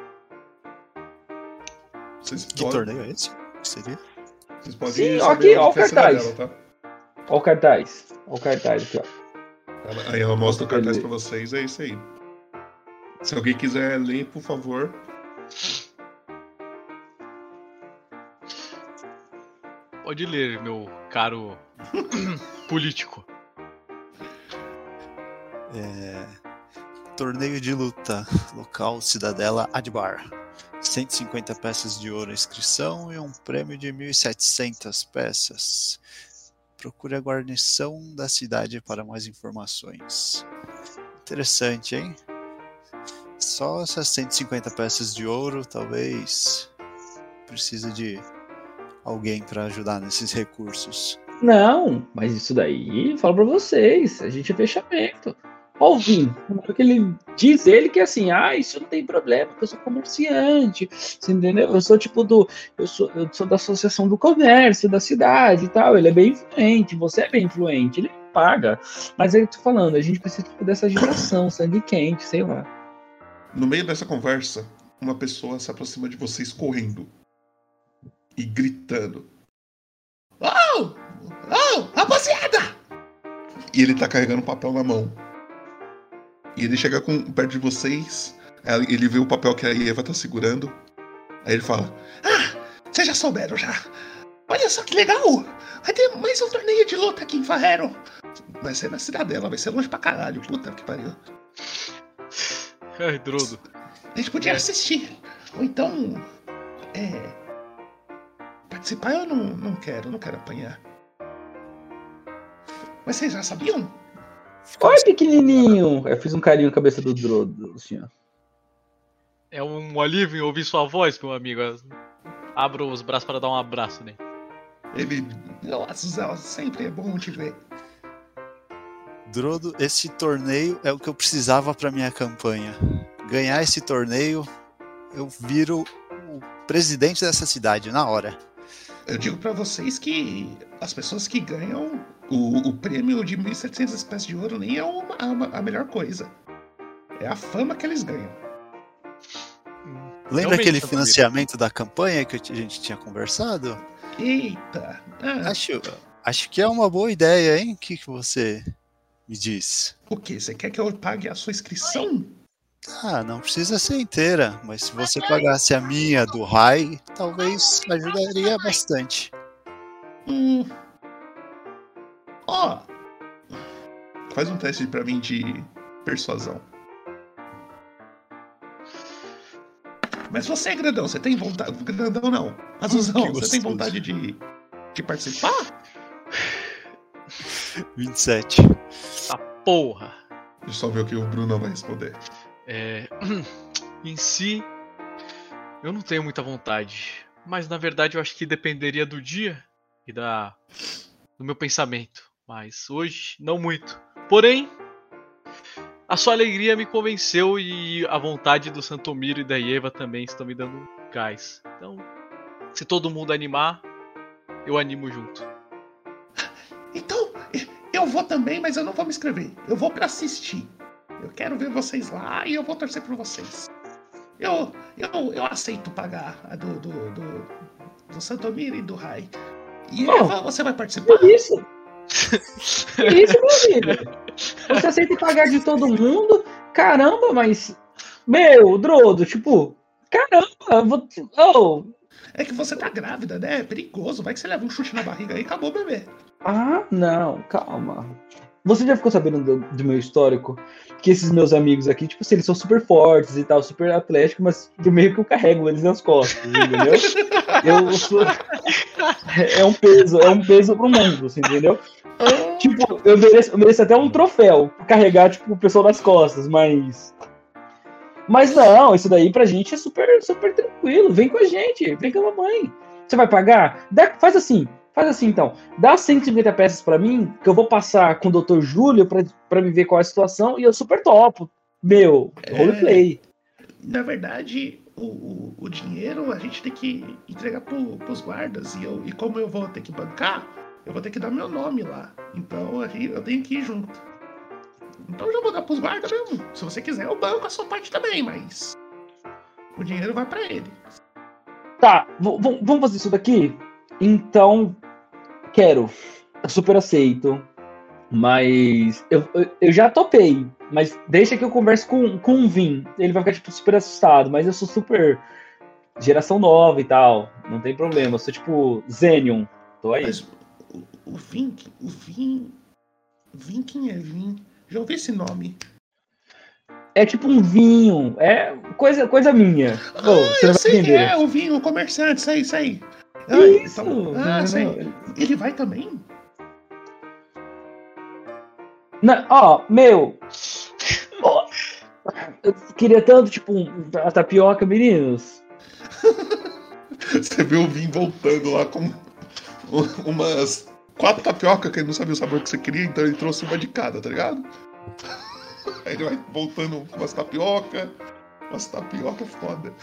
Que torneio é esse? Que seria? Vocês podem Sim, saber ó o onde que é a cartaz. Cidadela, tá? Ó o cartaz. Ó o cartaz aqui, ó. Aí ela mostra o cartaz pra vocês, é isso aí. Se alguém quiser ler, por favor. Pode ler, meu caro político. Torneio de luta, local Cidadela Adbar. 150 peças de ouro a inscrição e um prêmio de 1.700 peças. Procure a guarnição da cidade para mais informações. Interessante, hein? Só essas 150 peças de ouro, talvez precisa de alguém para ajudar nesses recursos. Não, mas isso daí, falo pra vocês, a gente é fechamento. Ó o Vin, porque ele diz que assim, isso não tem problema, porque eu sou comerciante, você entendeu? Eu sou tipo eu sou da associação do comércio da cidade e tal, ele é bem influente, você é bem influente, ele paga. Mas aí eu tô falando, a gente precisa dessa agitação, sangue quente, sei lá. No meio dessa conversa, uma pessoa se aproxima de vocês correndo e gritando. Rapaziada! E ele tá carregando um papel na mão. E ele chega perto de vocês, ele vê o papel que a Eva tá segurando. Aí ele fala: vocês já souberam já. Olha só que legal! Vai ter mais um torneio de luta aqui em Farrero. Vai ser na Cidadela, vai ser longe pra caralho. Puta que pariu. Ai, Drodo. A gente podia assistir. Ou então... participar eu não quero apanhar. Mas vocês já sabiam? Oi, pequenininho! Eu fiz um carinho na cabeça do Drodo, assim, ó. É um alívio em ouvir sua voz, meu amigo. Abro os braços para dar um abraço nele. Ele... Nossa, sempre é bom te ver. Drodo, esse torneio é o que eu precisava para minha campanha. Ganhar esse torneio, eu viro o presidente dessa cidade na hora. Eu digo pra vocês que as pessoas que ganham o prêmio de 1.700 peças de ouro nem é a melhor coisa. É a fama que eles ganham. Lembra aquele financiamento da campanha que a gente tinha conversado? Eita! Acho que é uma boa ideia, hein? O que você me diz? O quê? Você quer que eu pague a sua inscrição? Não precisa ser inteira, mas se você pagasse a minha do Rai, talvez ajudaria bastante. Faz um teste pra mim de persuasão. Mas você, grandão, você tem vontade... Grandão não. Azulzão, você tem vontade de participar? 27. Ah, porra. Deixa eu só ver o que o Bruno vai responder. Em si, eu não tenho muita vontade. Mas na verdade eu acho que dependeria do dia e do meu pensamento. Mas hoje, não muito. Porém, a sua alegria me convenceu e a vontade do Santomiro e da Ieva também estão me dando gás. Então, se todo mundo animar, eu animo junto. Então, eu vou também, mas eu não vou me inscrever. Eu vou pra assistir. Eu quero ver vocês lá e eu vou torcer por vocês. Eu aceito pagar a do Santomiro e do Rai. E Eva, você vai participar? Que isso? Que isso, meu amigo? Você aceita pagar de todo mundo? Caramba, mas... Meu, Drodo, tipo... Caramba, É que você tá grávida, né? É perigoso. Vai que você leva um chute na barriga aí e acabou o bebê. Ah, não, calma. Você já ficou sabendo do meu histórico? Que esses meus amigos aqui, tipo assim, eles são super fortes e tal, super atléticos, mas eu meio que eu carrego eles nas costas, entendeu? Eu sou... É um peso pro mundo, assim, entendeu? Tipo, eu mereço até um troféu pra carregar, tipo, o pessoal nas costas, mas não, isso daí pra gente é super, super tranquilo. Vem com a gente, vem com a mamãe. Você vai pagar? Faz assim então. Dá 150 peças pra mim, que eu vou passar com o Dr. Júlio pra me ver qual é a situação, e eu super topo. Meu, roleplay. Na verdade, o dinheiro a gente tem que entregar pros guardas, e como eu vou ter que bancar, eu vou ter que dar meu nome lá. Então eu tenho que ir junto. Então eu já vou dar pros guardas mesmo. Se você quiser, eu banco a sua parte também, mas o dinheiro vai pra ele. Tá, vamos fazer isso daqui? Então, quero. Eu super aceito. Mas eu já topei. Mas deixa que eu converse com o Vin. Ele vai ficar tipo super assustado. Mas eu sou super geração nova e tal. Não tem problema. Eu sou tipo Zenion. Tô aí. Mas o Vin, quem é Vin? Já ouvi esse nome. É tipo um vinho. É coisa minha. Você eu vai sei entender. que é o vinho, o comerciante, sei. Isso. Então, sei. Ele vai também? Meu. Eu queria tanto, tipo, a tapioca, meninos. Você viu o vinho voltando lá com umas 4 tapiocas que ele não sabia o sabor que você queria, então ele trouxe uma de cada, tá ligado? Aí ele vai voltando com umas tapioca foda.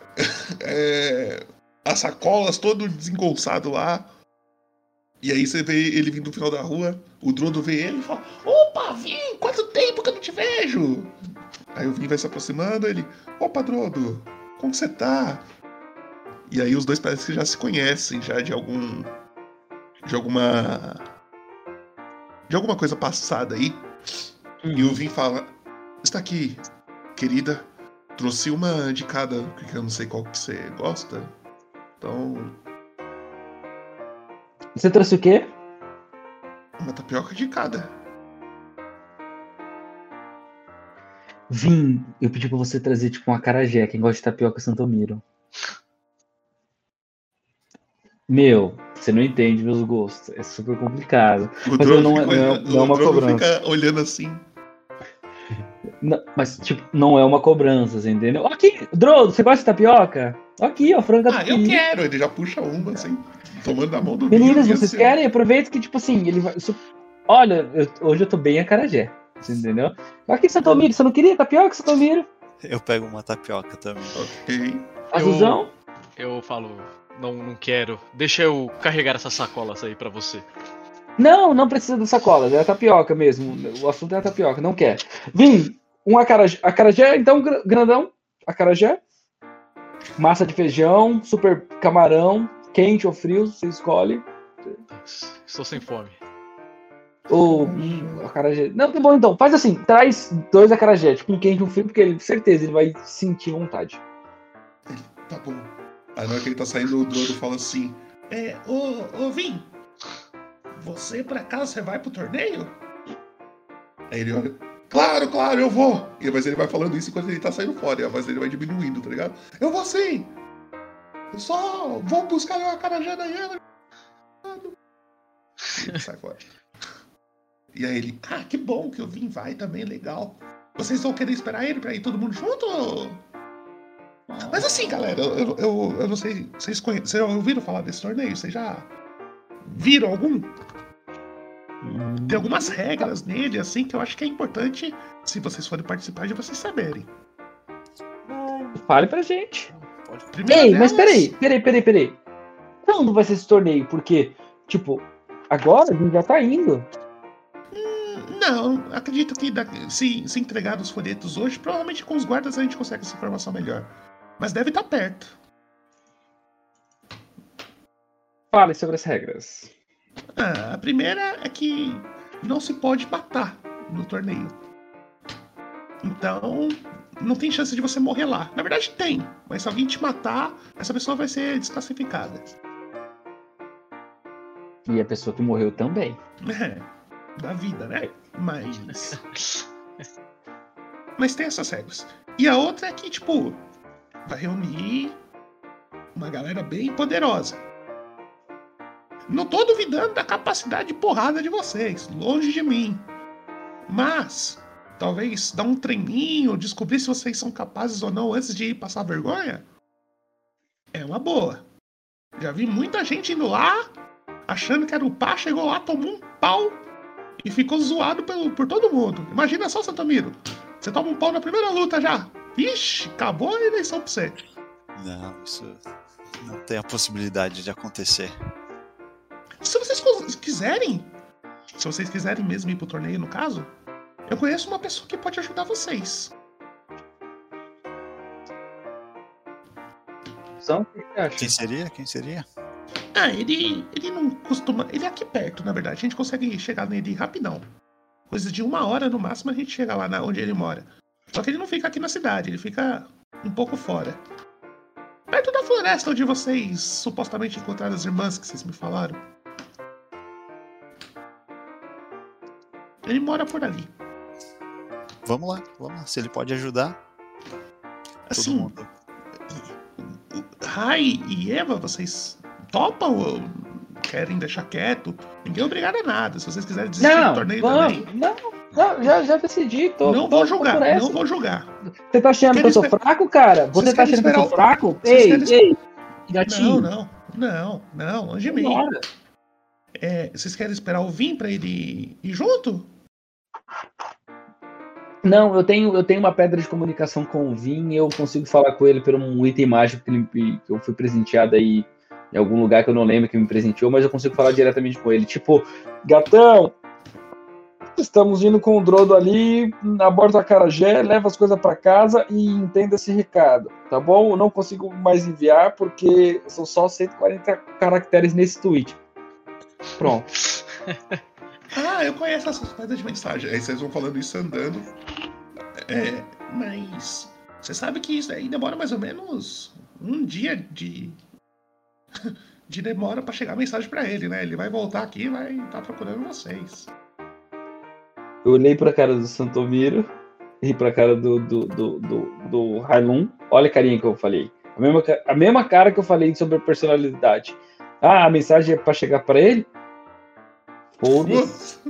As sacolas todo desengolçado lá. E aí você vê ele vindo no final da rua, o Drodo vê ele e fala: opa, Vim, quanto tempo que eu não te vejo? Aí o Vim vai se aproximando, ele: opa, Drodo, como você tá? E aí os dois parecem que já se conhecem, já de alguma coisa passada aí. E o Vin fala: está aqui, querida, trouxe uma de cada, que eu não sei qual que você gosta. Então... Você trouxe o quê? Uma tapioca de cada. Vim, eu pedi pra você trazer tipo uma acarajé, quem gosta de tapioca Santomiro. Meu, você não entende meus gostos, é super complicado. Mas não é uma cobrança. Fica olhando assim. Não, mas, tipo, não é uma cobrança, você entendeu? Aqui, Drodo, você gosta de tapioca? Aqui, ó, franga eu quero. Ele já puxa uma, assim, tomando na mão do Meninas, Vin, vocês assim. querem? Aproveita que, tipo assim, ele vai... Olha, hoje eu tô bem acarajé, você entendeu? Aqui, Santomiro, você não queria tapioca, Santomiro? Eu pego uma tapioca também. Ok. Azulzão? Eu falo, não quero. Deixa eu carregar essas sacolas aí pra você. Não precisa da sacola, é a tapioca mesmo. O assunto é a tapioca, não quer. Vim, um acarajé, então, grandão, acarajé. Massa de feijão, super camarão, quente ou frio, você escolhe. Estou sem fome. Ou acarajé. Não, tá bom então. Faz assim, traz 2 acarajé, tipo um quente e um frio, porque ele, certeza, ele vai sentir vontade. Tá bom. Aí na hora que ele tá saindo, o Drodo fala assim: ô Vin, você por acaso você vai pro torneio? Aí ele olha, claro, eu vou. Mas ele vai falando isso enquanto ele tá saindo fora, e a voz dele vai diminuindo, tá ligado? Eu vou sim! Eu só vou buscar uma acarajé da hiena. E ele sai fora. E aí ele, que bom que eu vim, vai também, legal. Vocês vão querer esperar ele pra ir todo mundo junto? Mas assim, galera, eu não sei, vocês ouviram falar desse torneio? Vocês já viram algum? Tem algumas regras nele, assim, que eu acho que é importante, se vocês forem participar, de vocês saberem. Fale pra gente. Primeira mas delas- peraí. Quando vai ser esse torneio? Porque, tipo, agora a gente já tá indo. Não, acredito que se entregar os folhetos hoje, provavelmente com os guardas a gente consegue essa informação melhor. Mas deve estar perto. Fale sobre as regras. A primeira é que não se pode matar no torneio. Então, não tem chance de você morrer lá. Na verdade tem, mas se alguém te matar, essa pessoa vai ser desclassificada. E a pessoa que morreu também. Da vida, né? Mas tem essas regras. E a outra é que, tipo, vai reunir uma galera bem poderosa. Não tô duvidando da capacidade de porrada de vocês, longe de mim. Mas, talvez dar um treininho, descobrir se vocês são capazes ou não antes de ir passar vergonha, é uma boa. Já vi muita gente indo lá, achando que era o pá, chegou lá, tomou um pau e ficou zoado por todo mundo. Imagina só, Santomiro. Você toma um pau na primeira luta já. Ixi, acabou a eleição pra você. Não, isso não tem a possibilidade de acontecer. Se vocês quiserem mesmo ir pro torneio, no caso, eu conheço uma pessoa que pode ajudar vocês. O que você acha? Quem seria? Ele não costuma... Ele é aqui perto, na verdade. A gente consegue chegar nele rapidão. Coisa de 1 hora, no máximo, a gente chega lá onde ele mora. Só que ele não fica aqui na cidade, ele fica um pouco fora. Perto da floresta onde vocês supostamente encontraram as irmãs que vocês me falaram. Ele mora por ali. Vamos lá. Se ele pode ajudar. Assim, todo mundo. Rai e Eva, vocês topam ou querem deixar quieto? Ninguém é obrigado a nada. Se vocês quiserem desistir do torneio também. Já decidi. Não vou julgar. Você tá achando que eu sou fraco, cara? Você tá achando que eu sou fraco? Ei, gatinho. Não, longe de mim. Vocês querem esperar o Vim pra ele ir junto? Não, eu tenho uma pedra de comunicação com o Vim e eu consigo falar com ele por um item mágico que eu fui presenteado aí em algum lugar que eu não lembro que me presenteou, mas eu consigo falar diretamente com ele. Tipo, gatão, estamos indo com o Drodo ali, aborda a acarajé, leva as coisas pra casa e entenda esse recado, tá bom? Eu não consigo mais enviar porque são só 140 caracteres nesse tweet. Pronto. Eu conheço essas pedras de mensagem. Aí vocês vão falando isso andando. Mas você sabe que isso aí demora mais ou menos um dia de demora pra chegar a mensagem pra ele, né? Ele vai voltar aqui e vai estar procurando vocês. Eu olhei pra cara do Santomiro e pra cara do Railun. Olha a carinha que eu falei. A mesma cara que eu falei sobre a personalidade. A mensagem é pra chegar pra ele? Foda-se.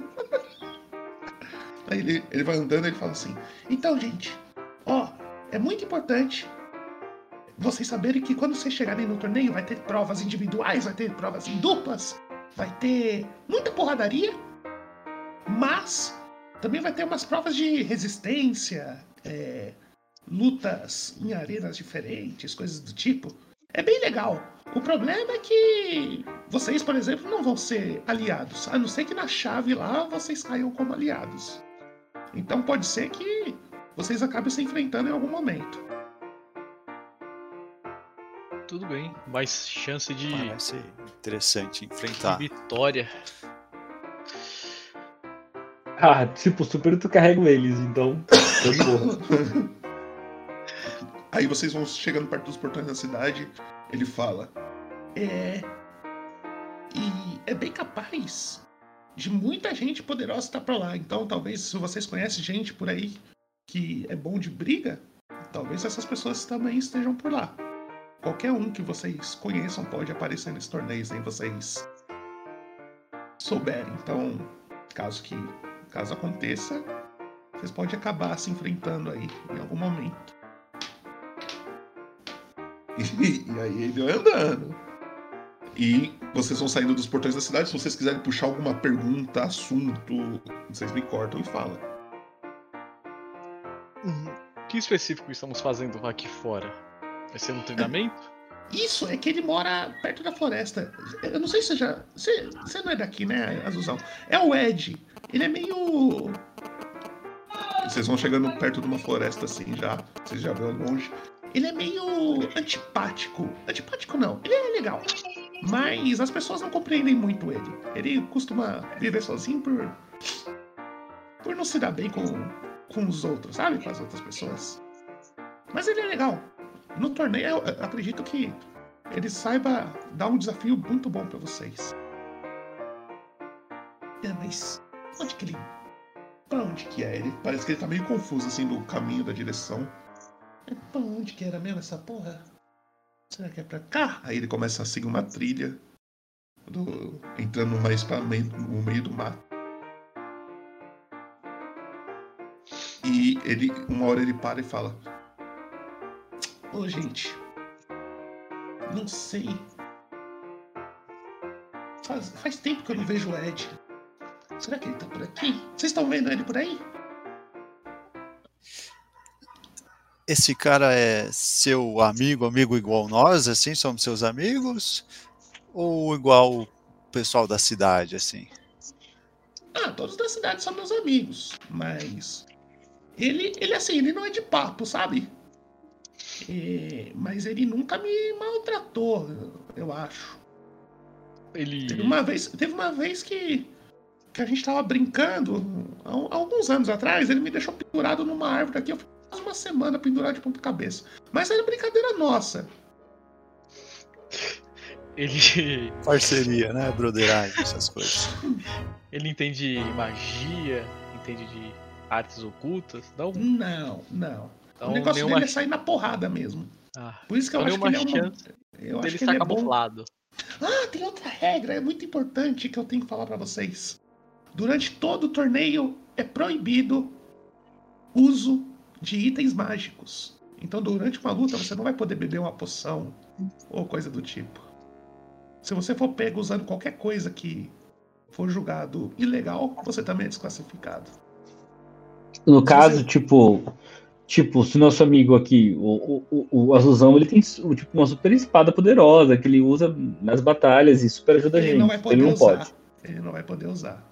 Aí ele vai andando e ele fala assim: então, gente, é muito importante vocês saberem que quando vocês chegarem no torneio vai ter provas individuais, vai ter provas em duplas, vai ter muita porradaria, mas também vai ter umas provas de resistência, lutas em arenas diferentes, coisas do tipo. É bem legal. O problema é que vocês, por exemplo, não vão ser aliados, a não ser que na chave lá vocês caiam como aliados. Então pode ser que vocês acabem se enfrentando em algum momento. Tudo bem, mais chance de Vai ser interessante enfrentar. vitória. Super tu carrega eles, então. Aí vocês vão chegando perto dos portões da cidade, ele fala: e é bem capaz de muita gente poderosa estar pra lá. Então, talvez, se vocês conhecem gente por aí que é bom de briga, talvez essas pessoas também estejam por lá. Qualquer um que vocês conheçam pode aparecer nesse torneio sem vocês souberem. Então, caso aconteça, vocês podem acabar se enfrentando aí em algum momento. E aí ele vai andando. E vocês vão saindo dos portões da cidade. Se vocês quiserem puxar alguma pergunta, assunto, vocês me cortam e falam. Que específico estamos fazendo aqui fora? Vai ser um treinamento? Isso, é que ele mora perto da floresta. Eu não sei se você não é daqui, né, Azuzão? É o Ed. Ele é meio... Vocês vão chegando perto de uma floresta assim já. Vocês já vão longe. Ele é meio antipático. Antipático não, ele é legal. Mas as pessoas não compreendem muito ele. Ele costuma viver sozinho por não se dar bem com os outros, sabe? Com as outras pessoas. Mas ele é legal. No torneio, eu acredito que ele saiba dar um desafio muito bom pra vocês. Mas onde que ele... Pra onde que é? Ele parece que ele tá meio confuso, assim, no caminho da direção. Pra onde que era mesmo essa porra? Será que é pra cá? Aí ele começa a seguir uma trilha, entrando mais no meio do mato. E uma hora ele para e fala: ô, gente, não sei. Faz tempo que eu não vejo o Ed. Será que ele tá por aqui? Vocês estão vendo ele por aí? Esse cara é seu amigo igual nós, assim? Somos seus amigos? Ou igual o pessoal da cidade, assim? Todos da cidade são meus amigos. Mas ele assim, ele não é de papo, sabe? Mas ele nunca me maltratou, eu acho. Teve uma vez que a gente tava brincando, há alguns anos atrás, ele me deixou pendurado numa árvore aqui. Eu fiquei quase uma semana pendurado de ponta cabeça. Mas era brincadeira nossa. Ele... Parceria, né? Broderagem, essas coisas. Ele entende magia, entende de artes ocultas? Não. Então, o negócio dele nenhuma... é sair na porrada mesmo. Por isso que eu acho que ele é eu acho que ele é camuflado. Tem outra regra, é muito importante que eu tenho que falar pra vocês. Durante todo o torneio é proibido uso de itens mágicos. Então, durante uma luta, você não vai poder beber uma poção ou coisa do tipo. Se você for pego usando qualquer coisa que for julgado ilegal, você também é desclassificado. No caso, se nosso amigo aqui, o Azulzão, ele tem tipo uma super espada poderosa que ele usa nas batalhas e super ajuda a gente. Ele não pode. Ele não vai poder usar.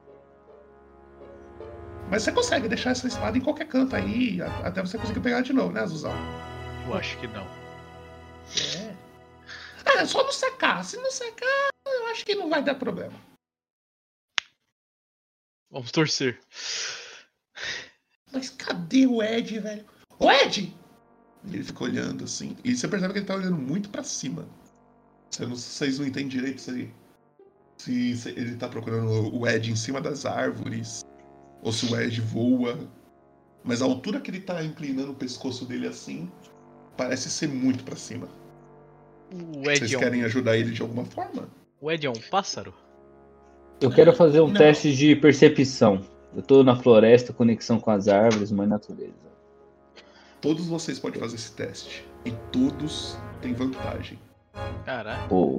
Mas você consegue deixar essa espada em qualquer canto aí, até você conseguir pegar de novo, né, Azulzão? Eu acho que não. É só não secar. Se não secar, eu acho que não vai dar problema. Vamos torcer. Mas cadê o Ed, velho? Ô, Ed! Ele fica olhando assim. E você percebe que ele tá olhando muito pra cima. Vocês não entendem direito se ele tá procurando o Ed em cima das árvores. Ou se o Ed voa. Mas a altura que ele tá inclinando o pescoço dele assim parece ser muito pra cima. Vocês querem ajudar ele de alguma forma? O Ed é um pássaro? Eu quero fazer um teste de percepção. Eu tô na floresta, conexão com as árvores, mãe natureza. Todos vocês podem fazer esse teste. E todos têm vantagem. Caraca. Pô.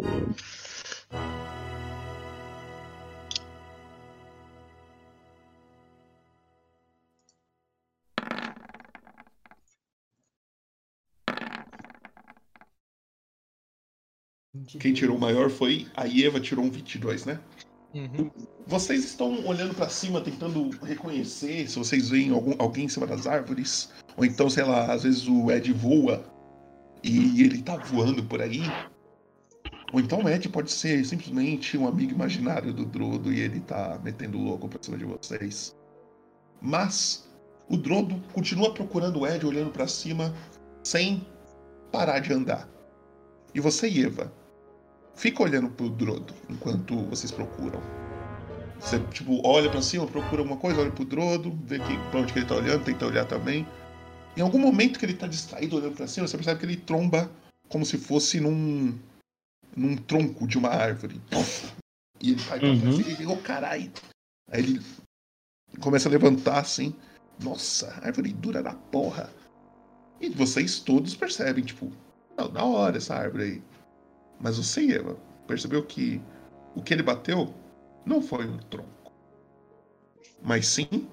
Quem tirou o maior foi a Eva, tirou um 22, né? Uhum. Vocês estão olhando pra cima, tentando reconhecer se vocês veem alguém em cima das árvores. Ou então, sei lá, às vezes o Ed voa e ele tá voando por aí. Ou então o Ed pode ser simplesmente um amigo imaginário do Drodo e ele tá metendo louco pra cima de vocês. Mas o Drodo continua procurando o Ed, olhando pra cima, sem parar de andar. E você, Eva, fica olhando pro Drodo enquanto vocês procuram. Você, tipo, olha pra cima, procura alguma coisa, olha pro Drodo, vê pra onde que ele tá olhando, tenta olhar também. Em algum momento que ele tá distraído olhando pra cima, você percebe que ele tromba como se fosse num tronco de uma árvore. E ele cai pra trás e ele, oh, caralho. Aí ele começa a levantar assim. Nossa, árvore dura da porra. E vocês todos percebem, tipo, não, da hora essa árvore aí. Mas você, Eva, percebeu que o que ele bateu não foi um tronco, mas sim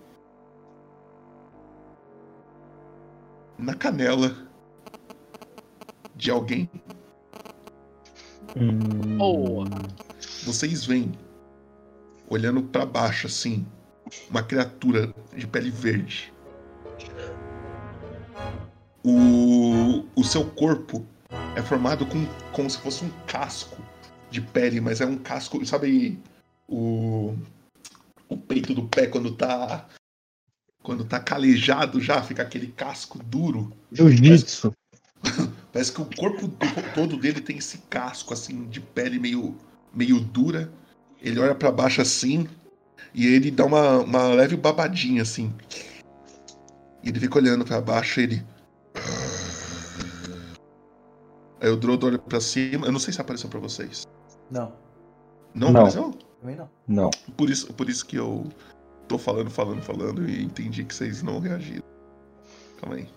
na canela de alguém. Boa. Vocês veem, olhando pra baixo assim, uma criatura de pele verde. O seu corpo é formado como se fosse um casco de pele, mas é um casco, sabe o peito do pé quando tá calejado já, fica aquele casco duro. Jiu-jitsu. Parece que o corpo todo dele tem esse casco assim de pele meio dura. Ele olha pra baixo assim e ele dá uma leve babadinha assim. E ele fica olhando pra baixo e ele... Aí o Drodo olha pra cima. Eu não sei se apareceu pra vocês. Não. Não apareceu? Também não. Não. Por isso que eu tô falando e entendi que vocês não reagiram. Calma aí.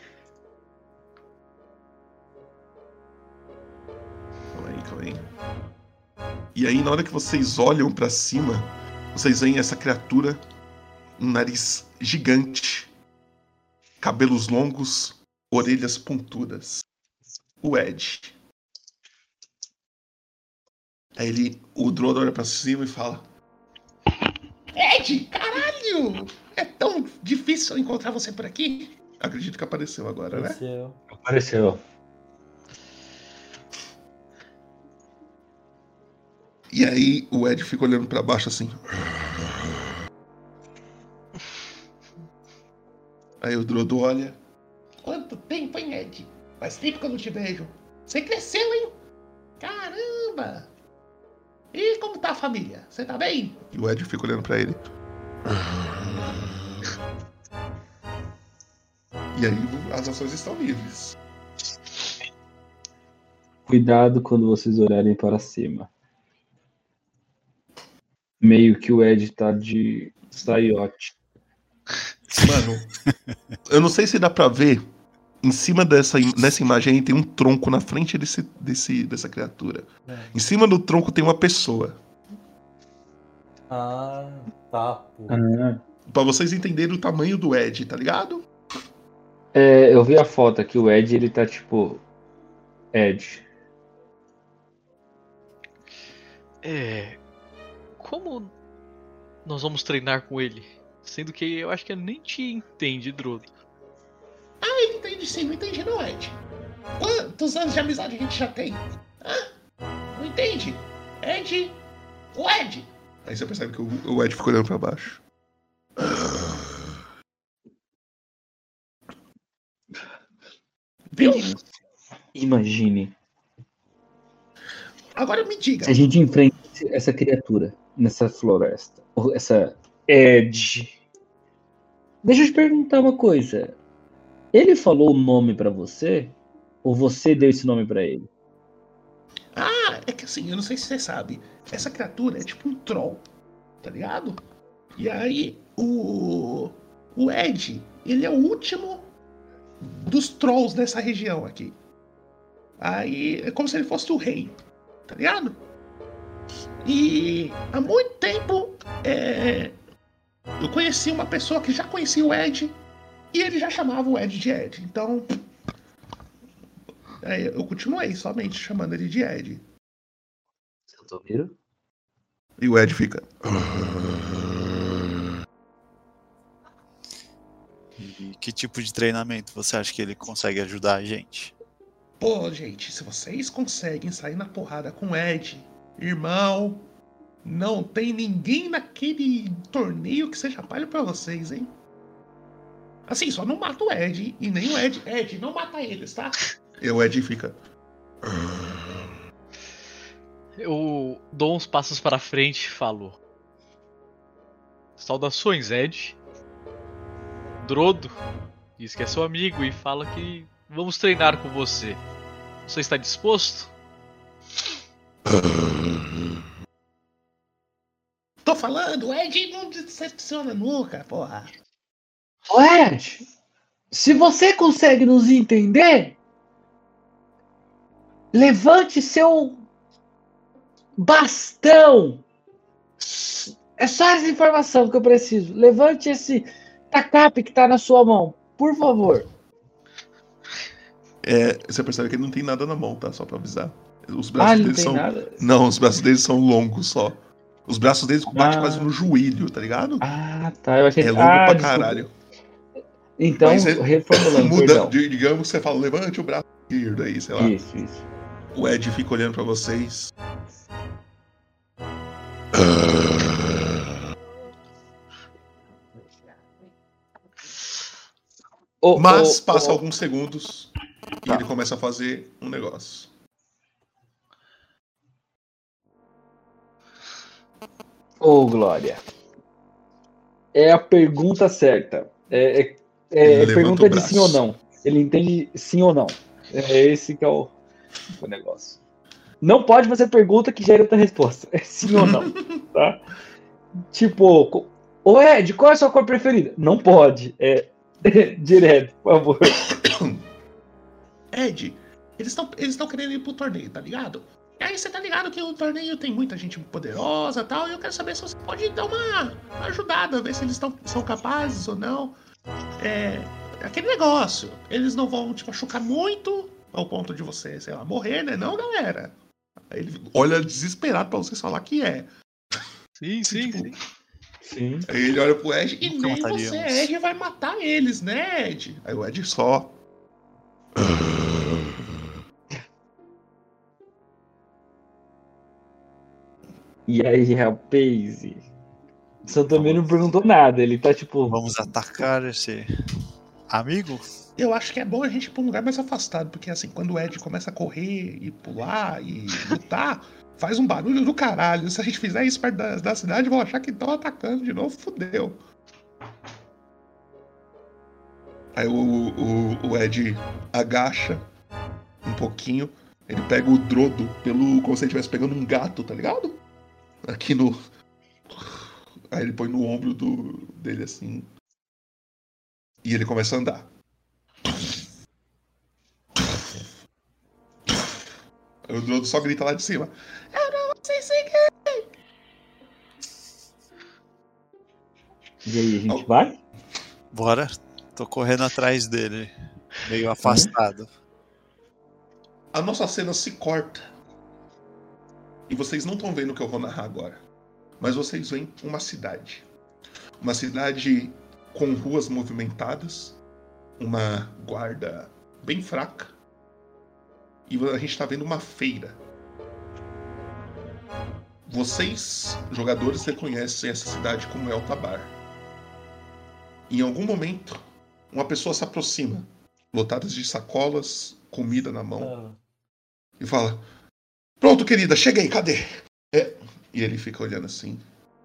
Calma aí. E aí, na hora que vocês olham pra cima, vocês veem essa criatura, um nariz gigante, cabelos longos, orelhas pontudas. O Ed. Aí o Drodo olha pra cima e fala: Ed, caralho! É tão difícil encontrar você por aqui? Acredito que apareceu agora, né? Apareceu. E aí o Ed fica olhando pra baixo assim. Aí o Drodo olha. Quanto tempo, hein, Ed? Faz tempo que eu não te vejo. Você cresceu, hein? Caramba! E como tá a família? Você tá bem? E o Ed fica olhando pra ele. E aí as ações estão livres. Cuidado quando vocês olharem para cima. Meio que o Ed tá de saiote. Mano, eu não sei se dá pra ver. Em cima nessa imagem aí tem um tronco na frente dessa criatura. Em cima do tronco tem uma pessoa. Ah, tá, pô. Pra vocês entenderem o tamanho do Ed, tá ligado? É, eu vi a foto aqui, o Ed, ele tá tipo... Ed. Como nós vamos treinar com ele? Sendo que eu acho que ele nem te entende, Drodo. Ah, ele entende sim, não entende não, Ed. Quantos anos de amizade a gente já tem? Não entende? Ed, o Ed. Aí você percebe que o Ed fica olhando pra baixo. Viu? Imagine. Agora me diga. Se a gente enfrenta essa criatura nessa floresta, ou essa Ed. Deixa eu te perguntar uma coisa. Ele falou o nome pra você? Ou você deu esse nome pra ele? Ah, é que assim, eu não sei se você sabe. Essa criatura é tipo um troll, tá ligado? E aí, o Ed, ele é o último dos trolls dessa região aqui. Aí, é como se ele fosse o rei, tá ligado? E há muito tempo, eu conheci uma pessoa que já conhecia o Ed, e ele já chamava o Ed de Ed. Então, eu continuei somente chamando ele de Ed. Santomiro? E o Ed fica... E que tipo de treinamento você acha que ele consegue ajudar a gente? Pô, gente, se vocês conseguem sair na porrada com o Ed, irmão, não tem ninguém naquele torneio que seja palho pra vocês, hein? Assim, só não mata o Ed e nem o Ed. Ed, não mata eles, tá? E o Ed fica... Eu dou uns passos para frente e falo: Saudações, Ed. Drodo diz que é seu amigo e fala que vamos treinar com você. Você está disposto? Tô falando, o Ed não decepciona nunca, porra. Ô Ed, se você consegue nos entender, levante seu bastão. É só essa informação que eu preciso. Levante esse tacape que tá na sua mão, por favor. Você percebe que ele não tem nada na mão, tá? Só pra avisar. Os braços não dele tem são. Nada? Não, os braços dele são longos só. Os braços dele batem quase no joelho, tá ligado? Ah, tá. Eu achei É longo pra caralho. Então, reformulando, muda, digamos que você fala, levante o braço esquerdo aí, sei lá. Isso. O Ed fica olhando pra vocês. Mas passa alguns segundos e ele começa a fazer um negócio. Glória. É a pergunta certa. É pergunta de sim ou não. Ele entende sim ou não. É esse que é o negócio. Não pode fazer pergunta que gere outra resposta. É sim ou não. Tá? Tipo, ô Ed, qual é a sua cor preferida? Não pode. Direto, por favor. Ed, eles estão querendo ir pro torneio, tá ligado? E aí você tá ligado que o torneio tem muita gente poderosa e tal, e eu quero saber se você pode dar uma ajudada, ver se eles são capazes ou não. Aquele negócio, eles não vão te machucar muito ao ponto de você, sei lá, morrer, né? Não, galera. Aí ele olha desesperado pra vocês falar que é. Sim. Aí ele olha pro Ed e nem você, Ed, vai matar eles, né, Ed? Aí o Ed só... E aí, rapaz? Santomiro não perguntou nada, ele tá tipo... Vamos atacar esse amigo? Eu acho que é bom a gente ir pra um lugar mais afastado, porque assim, quando o Ed começa a correr e pular e lutar, faz um barulho do caralho. Se a gente fizer isso perto da cidade, vão achar que estão atacando de novo, fudeu. Aí o Ed agacha um pouquinho, ele pega o Drodo como se ele estivesse pegando um gato, tá ligado? Aqui no... Aí ele põe no ombro dele assim. E ele começa a andar. Aí o Drodo só grita lá de cima: eu não vou sem seguir! E aí, a gente vai? Bora. Tô correndo atrás dele. Meio afastado. A nossa cena se corta. E vocês não estão vendo o que eu vou narrar agora. Mas vocês veem uma cidade. Uma cidade com ruas movimentadas. Uma guarda bem fraca. E a gente está vendo uma feira. Vocês, jogadores, reconhecem essa cidade como Eltabar. Em algum momento, uma pessoa se aproxima, lotadas de sacolas, comida na mão, e fala: pronto, querida, cheguei, cadê? E ele fica olhando assim.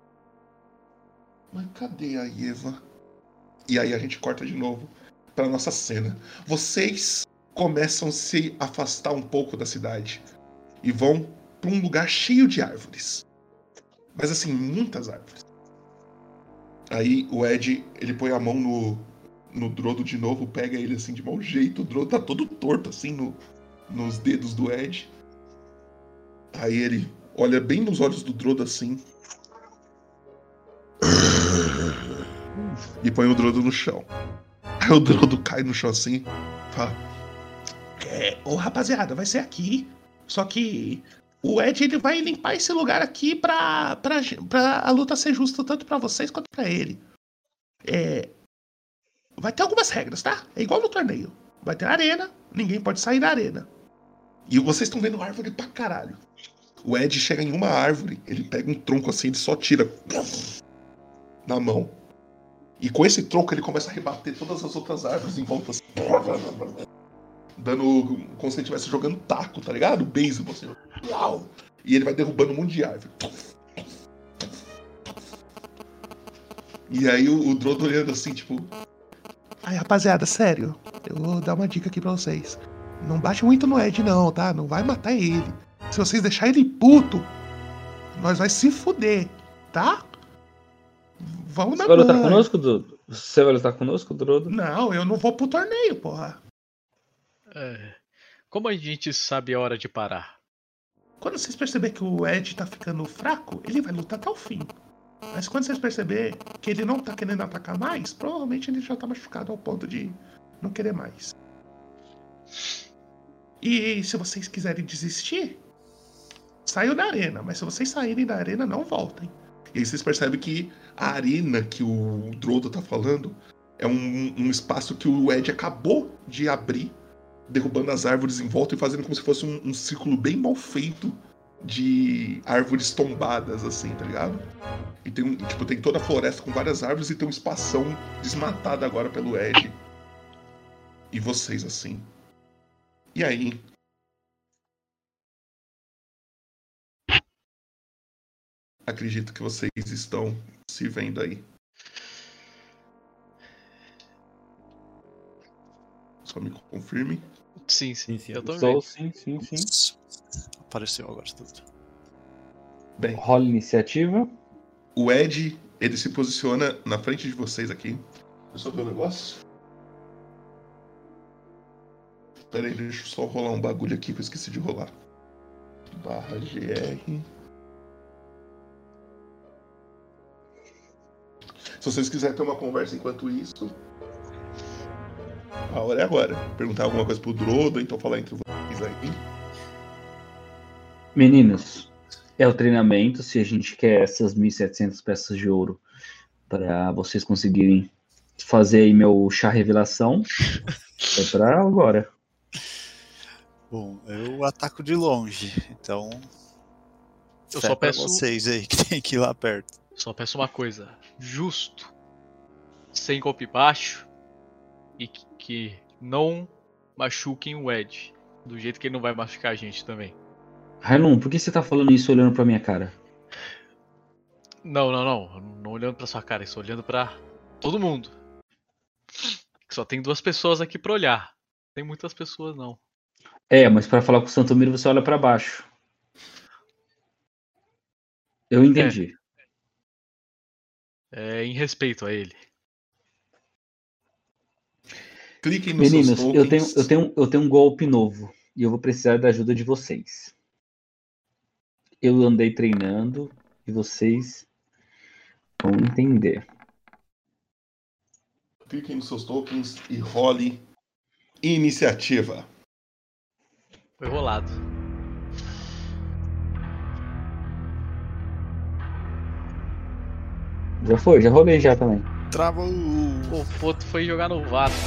Mas cadê a Eva? E aí a gente corta de novo para nossa cena. Vocês começam a se afastar um pouco da cidade e vão para um lugar cheio de árvores. Mas assim, muitas árvores. Aí o Ed, ele põe a mão no Drodo de novo, pega ele assim de mau jeito. O Drodo tá todo torto assim nos dedos do Ed. Aí ele olha bem nos olhos do Drodo assim e põe o Drodo no chão. Aí o Drodo cai no chão assim, fala: ô rapaziada, vai ser aqui. Só que o Ed, ele vai limpar esse lugar aqui pra a luta ser justa tanto pra vocês quanto pra ele. Vai ter algumas regras, tá? É igual no torneio. Vai ter arena, ninguém pode sair da arena. E vocês estão vendo árvore pra caralho. O Ed chega em uma árvore, ele pega um tronco assim, ele só tira na mão. E com esse tronco ele começa a rebater todas as outras árvores em volta assim. Dando como se ele estivesse jogando taco, tá ligado? Beisebol, assim. E ele vai derrubando um monte de árvore. E aí o Drodo olhando assim, tipo... Ai, rapaziada, sério. Eu vou dar uma dica aqui pra vocês. Não bate muito no Ed não, tá? Não vai matar ele. Se vocês deixarem ele puto, nós vai se fuder, tá? Vamos na Você vai lutar conosco, Drodo? Você vai lutar conosco, Drodo? Não, eu não vou pro torneio, porra. Como a gente sabe a hora de parar? Quando vocês perceberem que o Ed tá ficando fraco, ele vai lutar até o fim. Mas quando vocês perceberem que ele não tá querendo atacar mais, provavelmente ele já tá machucado ao ponto de não querer mais. E se vocês quiserem desistir, saiam da arena. Mas se vocês saírem da arena, não voltem. E aí vocês percebem que a arena que o Drodo tá falando é um espaço que o Ed acabou de abrir, derrubando as árvores em volta e fazendo como se fosse um círculo bem mal feito de árvores tombadas, assim, tá ligado? E tem toda a floresta com várias árvores e tem um espação desmatado agora pelo Ed. E vocês, assim. E aí? Acredito que vocês estão se vendo aí. Só me confirme. Sim. Eu tô Sou, vendo. sim. Apareceu agora tudo. Bem, Rola iniciativa. o Ed, ele se posiciona na frente de vocês aqui. Deixa eu só ver um negócio. Pera aí, deixa eu só rolar um bagulho aqui que eu esqueci de rolar. /GR. Se vocês quiserem ter uma conversa enquanto isso, a hora é agora. Perguntar alguma coisa pro Drodo, então falar entre vocês aí. Meninos, é o treinamento. Se a gente quer essas 1.700 peças de ouro para vocês conseguirem fazer aí meu chá revelação, é pra agora. Bom, eu ataco de longe, então... Eu só peço... vocês aí que tem que ir lá perto. Só peço uma coisa. Justo. Sem golpe baixo. E que não machuquem o Ed. Do jeito que ele não vai machucar a gente também. Railun, por que você tá falando isso olhando pra minha cara? Não. Não olhando pra sua cara. Estou olhando pra todo mundo. Só tem 2 pessoas aqui pra olhar. Não tem muitas pessoas, não. Mas pra falar com o Santomiro você olha pra baixo. Eu entendi. Em respeito a ele. Cliquem nos Meninos, seus tokens. eu tenho um golpe novo. E eu vou precisar da ajuda de vocês. Eu andei treinando e vocês vão entender. Cliquem nos seus tokens e role iniciativa. Foi rolado. Já rolei já também. Travou! O Poto foi jogar no Vasco.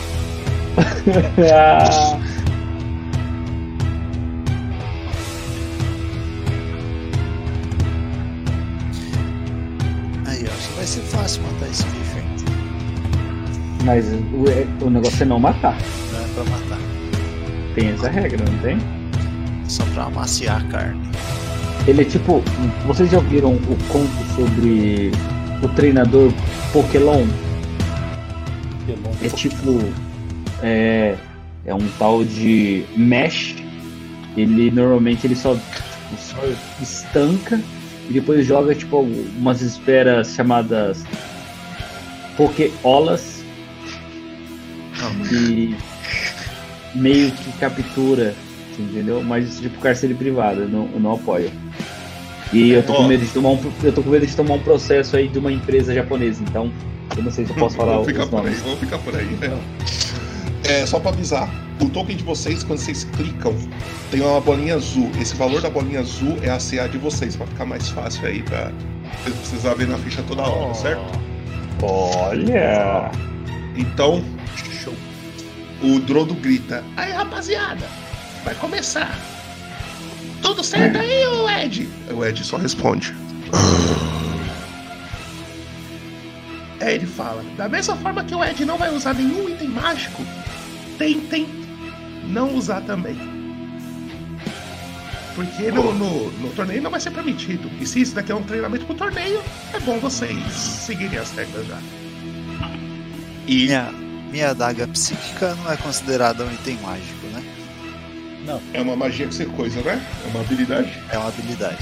Aí, ó, acho que vai ser fácil matar esse bicho, hein? Mas o negócio é não matar. Não é pra matar. Tem essa regra, não tem? Só pra amaciar a carne. Ele é tipo... Vocês já ouviram o conto sobre o treinador Pokémon? É tipo... É um tal de Mesh. Ele normalmente só estanca e depois joga tipo umas esferas chamadas Pokéolas e meio que captura, entendeu? Mas isso tipo cárcere privado, eu não apoio. E eu tô com medo de tomar um processo aí de uma empresa japonesa, então eu não sei se eu posso falar os nomes. Vamos ficar por aí, né? Só pra avisar, o token de vocês, quando vocês clicam, tem uma bolinha azul. Esse valor da bolinha azul é a CA de vocês, pra ficar mais fácil aí, pra vocês precisar ver na ficha toda hora, certo? Olha! Então, show. O Drodo grita: aí, rapaziada, vai começar. Tudo certo aí, o Ed? O Ed só responde. Ele fala: da mesma forma que o Ed não vai usar nenhum item mágico, tentem não usar também. Porque no torneio não vai ser permitido. E se isso daqui é um treinamento pro torneio, é bom vocês seguirem as regras já. E minha adaga psíquica não é considerada um item mágico, né? Não. É uma magia que você coisa, né? É uma habilidade. É uma habilidade.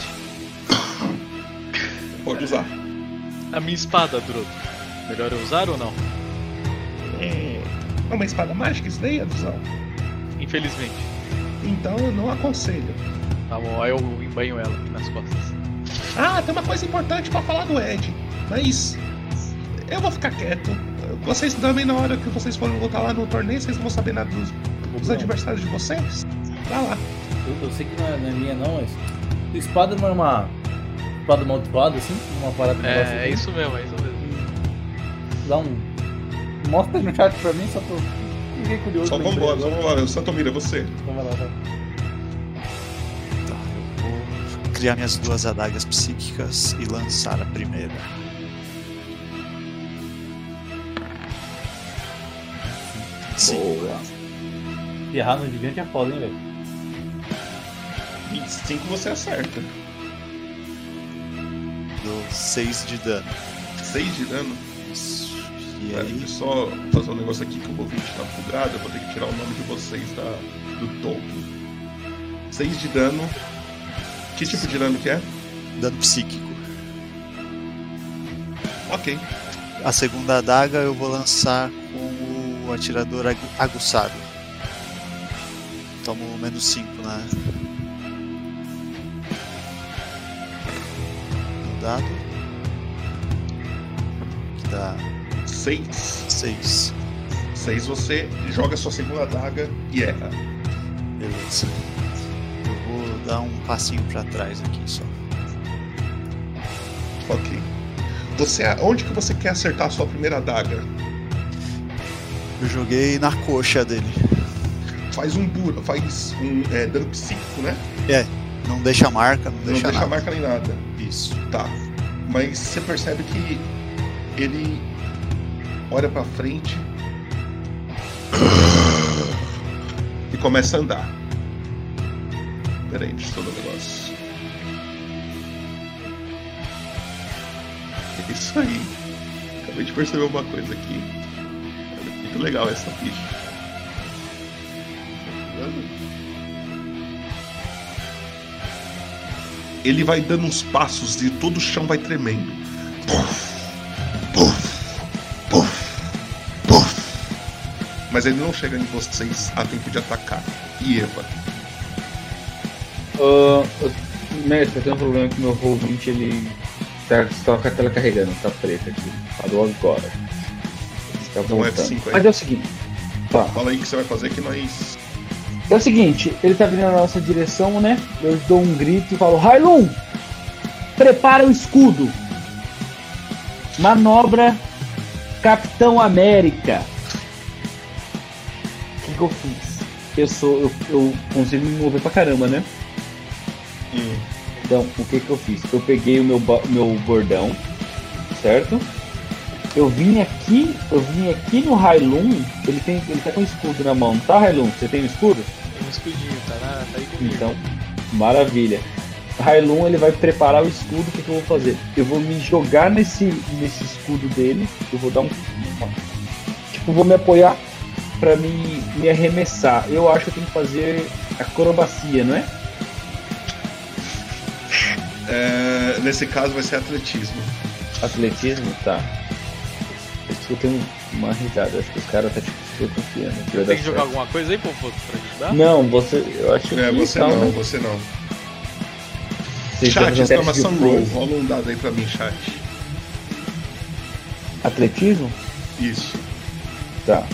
Pode usar. A minha espada, Drodo. Melhor eu usar ou não? É uma espada mágica isso daí, Aduzão? Infelizmente. Então eu não aconselho. Tá bom, aí eu embanho ela aqui nas costas. Ah, tem uma coisa importante pra falar do Ed. Mas eu vou ficar quieto. Vocês também, na hora que vocês forem lutar lá no torneio, vocês não vão saber nada dos adversários de vocês? Vai lá. Eu sei que não é minha não, mas a espada não é uma espada amaldiçoada, assim? Uma parada de negócio É assim? isso mesmo, é isso mesmo. Dá um... Mostra no chat pra mim, só pra... Fiquei curioso. Só vambora, vamos lá. Santomira, você. Vamos lá, vai. Tá, eu vou criar minhas 2 adagas psíquicas e lançar a primeira. Boa. Se errar no gigante é foda, hein, velho? 25 você acerta. Dou 6 de dano. 6 de dano? Isso. E Pera, aí, deixa eu só fazer um negócio aqui que o ouvinte tá bugado. Eu vou ter que tirar o nome de vocês do Tolkien. 6 de dano. Que tipo de dano que é? dano psíquico. Ok. A segunda adaga eu vou lançar com o atirador aguçado. Tomo menos 5 no dado. Que dá 6. 6. 6 você joga sua segunda adaga e erra. Beleza. Eu vou dar um passinho pra trás aqui só. Ok. Onde que você quer acertar a sua primeira adaga? Eu joguei na coxa dele. Faz um dano psíquico, né? Não deixa marca, não Não deixa deixa nada. marca nem nada. Isso. Tá. Mas você percebe que ele olha pra frente e começa a andar. Peraí, deixa eu ver um negócio. É isso aí. Acabei de perceber uma coisa aqui. É muito legal essa ficha. Ele vai dando uns passos e todo o chão vai tremendo. Puf, puf, puf, puf. Mas ele não chega em vocês a tempo de atacar. E Eva? Mestre, tem um problema que meu Roll20 ele tá só com a tela carregando, tá preta aqui. Parou agora. Tá Então voltando. F5 aí. Mas é o seguinte. Tá. Fala aí o que você vai fazer que nós. É o seguinte, ele tá vindo na nossa direção, né? Eu dou um grito e falo: Railun! Prepara o escudo! Manobra Capitão América! O que eu fiz? Eu consigo me mover pra caramba, né? Então, o que eu fiz? Eu peguei o meu bordão, certo? Eu vim aqui no Railun, ele tá com o escudo na mão, tá, Railun? Você tem o escudo? Tem um escudinho, tá aí comigo. Então, maravilha. Railun, ele vai preparar o escudo, o que eu vou fazer? Eu vou me jogar nesse escudo dele, eu vou dar vou me apoiar pra me arremessar. Eu acho que eu tenho que fazer acrobacia, não é? Nesse caso vai ser atletismo. Atletismo? Tá. Eu escutei uma risada, acho que os caras tá tipo confiando. Tem que jogar alguma coisa aí, Popoto, pra ajudar? Não, eu acho que você tá, não, né? você não. Você Chat, exclamação roll. roll. Rola um dado aí pra mim, chat. Atletismo? Isso. Tá.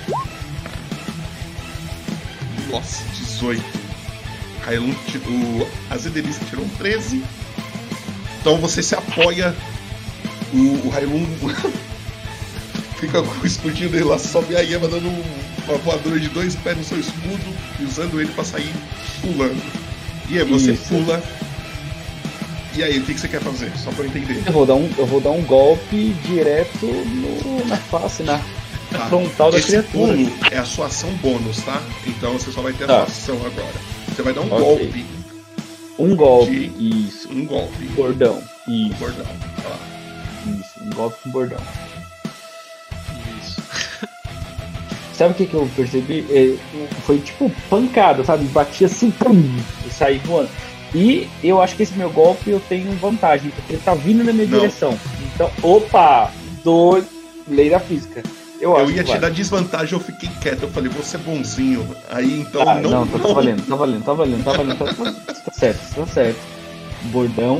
Nossa, 18. Railun, a Zedelista tirou um 13. Então você se apoia. O Railun fica com o escudinho dele lá, sobe a Eva dando uma voadora de 2 pés no seu escudo e usando ele pra sair pulando. E aí você Isso. pula. E aí, o que você quer fazer? Só pra eu entender. Eu vou dar um golpe direto na face, na frontal da Esse criatura. pulo é a sua ação bônus, tá? Então você só vai ter a Tá. sua ação agora. Você vai dar um Ok. golpe Um golpe, isso. Um golpe. Bordão, isso. Bordão, tá lá. Isso, um golpe com bordão. Isso. Sabe o que eu percebi? Foi tipo pancada, sabe? Batia assim, pum, e saí voando. E eu acho que esse meu golpe eu tenho vantagem, porque ele tá vindo na minha direção. Então, opa! Lei da física. Eu ia te dar desvantagem, eu fiquei quieto. Eu falei, você é bonzinho. Aí então não. Tá valendo. Tá certo. Bordão.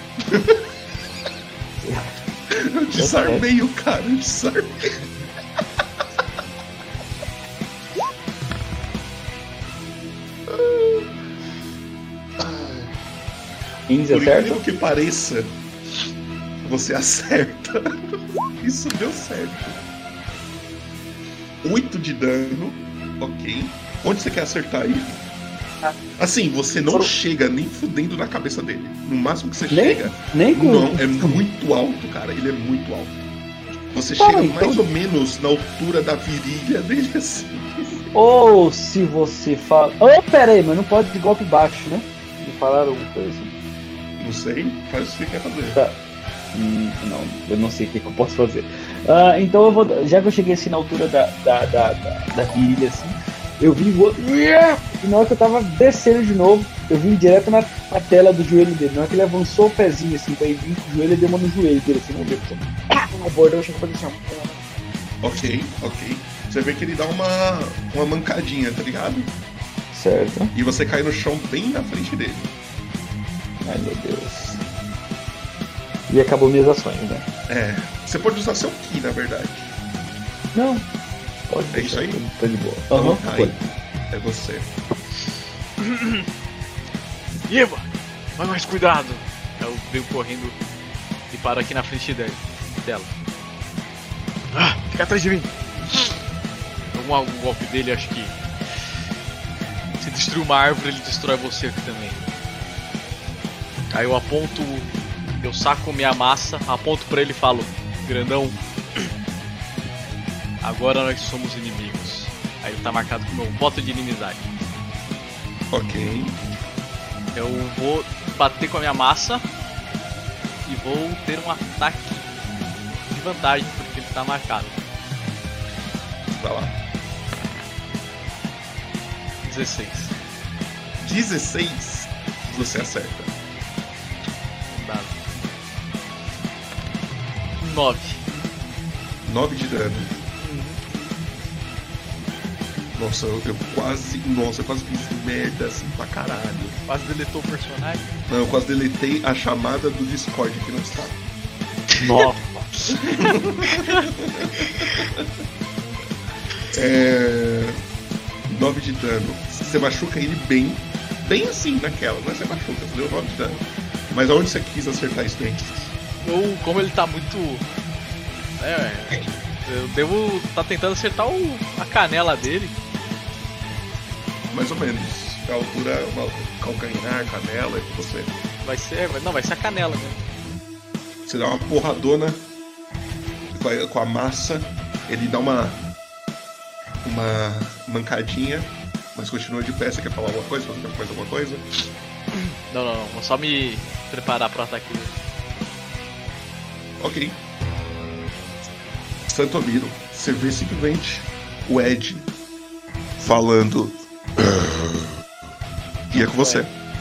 Eu desarmei o cara, eu desarmei. Por incrível que pareça, você acerta. Isso deu certo. 8 de dano, ok. Onde você quer acertar aí? Assim, você não chega nem fudendo na cabeça dele. No máximo que você chega. Nem com... Não, é muito alto, cara. Ele é muito alto. Você chega mais ou menos na altura da virilha dele, assim. Ou se você fala. Pera aí, mas não pode de golpe baixo, né? Me falaram alguma coisa assim? Não sei, faz o que você quer fazer. Tá. Não, eu não sei o que eu posso fazer. Então eu vou. Já que eu cheguei assim na altura da virilha, assim, eu vim e na hora que eu tava descendo de novo, eu vim direto na tela do joelho dele. Na hora que ele avançou o pezinho assim, daí vim com o joelho e deu uma no joelho dele, assim, vamos ver. O bordão chegou pra deixar. Ok. Você vê que ele dá uma mancadinha, tá ligado? Certo. E você cai no chão bem na frente dele. Ai meu Deus. E acabou minhas ações, né? Você pode usar seu Ki, na verdade. Não. Pode. É isso aí? Tá de boa. Então, aí, é você. Eva, vai mais cuidado. Eu venho correndo e paro aqui na frente dela. Fica atrás de mim. Um golpe dele, acho que se destruir uma árvore, ele destrói você aqui também. Aí eu aponto, eu saco minha massa, aponto pra ele e falo: grandão, agora nós somos inimigos. Aí ele tá marcado com o meu voto de inimizade. Ok. Eu vou bater com a minha massa e vou ter um ataque de vantagem porque ele tá marcado. Vai lá. 16. 16? Você acerta. Dado. 9. 9 de dano. Nossa, eu quase fiz merda assim pra caralho. Quase deletou o personagem? Não, eu quase deletei a chamada do Discord que não está. Nossa. 9 de dano. Você machuca ele bem assim naquela, não é? Você machuca, você deu 9 de dano. Mas aonde você quis acertar isso bem? Como ele tá muito. Eu devo tá tentando acertar a canela dele. Mais ou menos. A altura, calcanhar, canela, que você. Vai ser a canela mesmo. Você dá uma porradona com a massa, ele dá uma mancadinha, mas continua de pé. Você quer falar alguma coisa? Você quer mais alguma coisa? Não. Vou só me preparar pro ataque. Ok. Santomiro, você vê simplesmente o Ed falando. E é com você.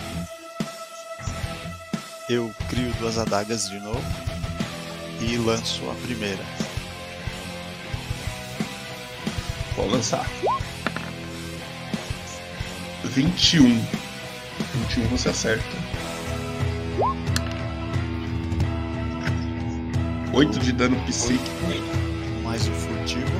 Eu crio 2 adagas de novo e lanço a primeira. Vou lançar. 21 você acerta. 8 de dano psíquico. Mais um furtivo.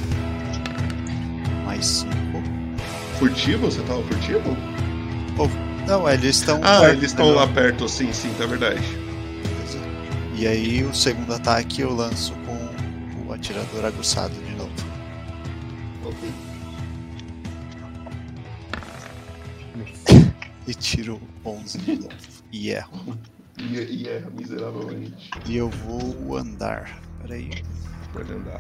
Mais 5. Furtivo? Você tava furtivo? Não, eles estão. Eles estão lá perto, sim, tá verdade. Beleza. E aí o segundo ataque eu lanço com o atirador aguçado de novo. Ok. E tiro 11 de novo. E erro. E erra miseravelmente. E eu vou andar. Peraí. Pode andar.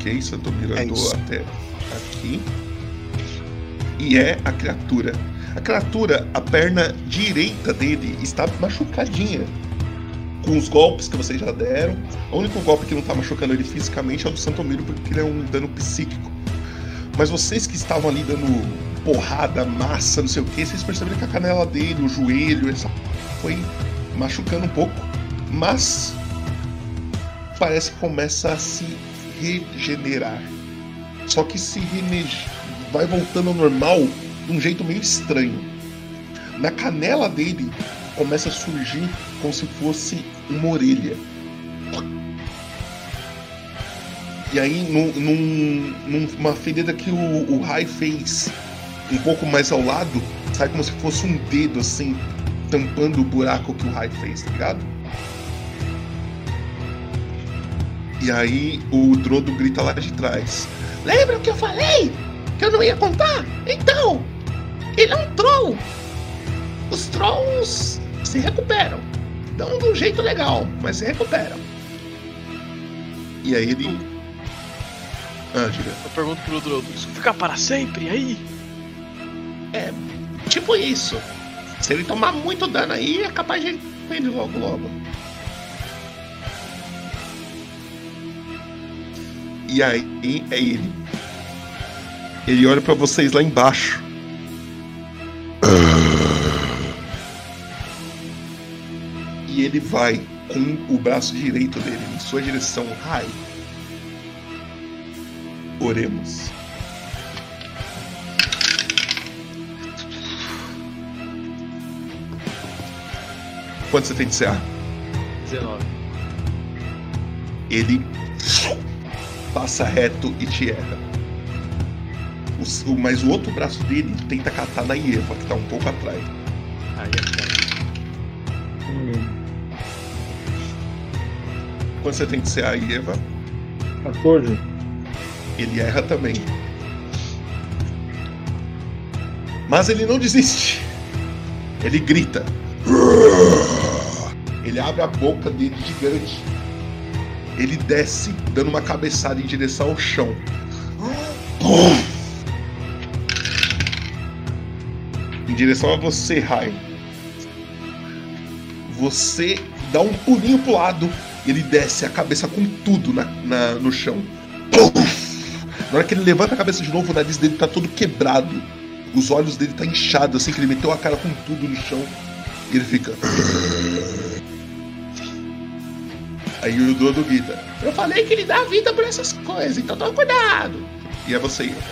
Ok, Santomiro andou até aqui. E é a criatura. A criatura, a perna direita dele está machucadinha. Com os golpes que vocês já deram. O único golpe que não está machucando ele fisicamente é o do Santomiro, porque ele é um dano psíquico. Mas vocês que estavam ali dando porrada, massa, não sei o que, vocês perceberam que a canela dele, o joelho, essa foi machucando um pouco. Mas parece que começa a se regenerar. Só que vai voltando ao normal de um jeito meio estranho. Na canela dele começa a surgir como se fosse uma orelha. E aí, numa ferida que o Rai fez um pouco mais ao lado, sai como se fosse um dedo assim, tampando o buraco que o Rai fez, tá ligado? E aí o Drodo grita lá de trás: lembra o que eu falei? Que eu não ia contar? Então, ele é um troll. Os trolls se recuperam. Não de um jeito legal, mas se recuperam. E aí ele... diga. Eu pergunto pro Drodo: isso fica para sempre aí? É, tipo isso. Se ele tomar muito dano aí, é capaz de ele logo logo. E aí é ele. Ele olha pra vocês lá embaixo. E ele vai com o braço direito dele em sua direção. Rai. Oremos. Quanto você tem de CA? 19. Ele passa reto e te erra. Mas o outro braço dele tenta catar na Ieva, que tá um pouco atrás. Aí é Quanto você tem de CA, Ieva? 14. Ele erra também. Mas ele não desiste. Ele grita. Ele abre a boca dele gigante. Ele desce, dando uma cabeçada em direção ao chão. Em direção a você, Rai. Você dá um pulinho pro lado. Ele desce a cabeça com tudo no chão. Na hora que ele levanta a cabeça de novo, o nariz dele tá todo quebrado. Os olhos dele tá inchado, assim, que ele meteu a cara com tudo no chão. E ele fica... Aí o Drodo grita: eu falei que ele dá vida por essas coisas, então toma cuidado. E é você, Ieva.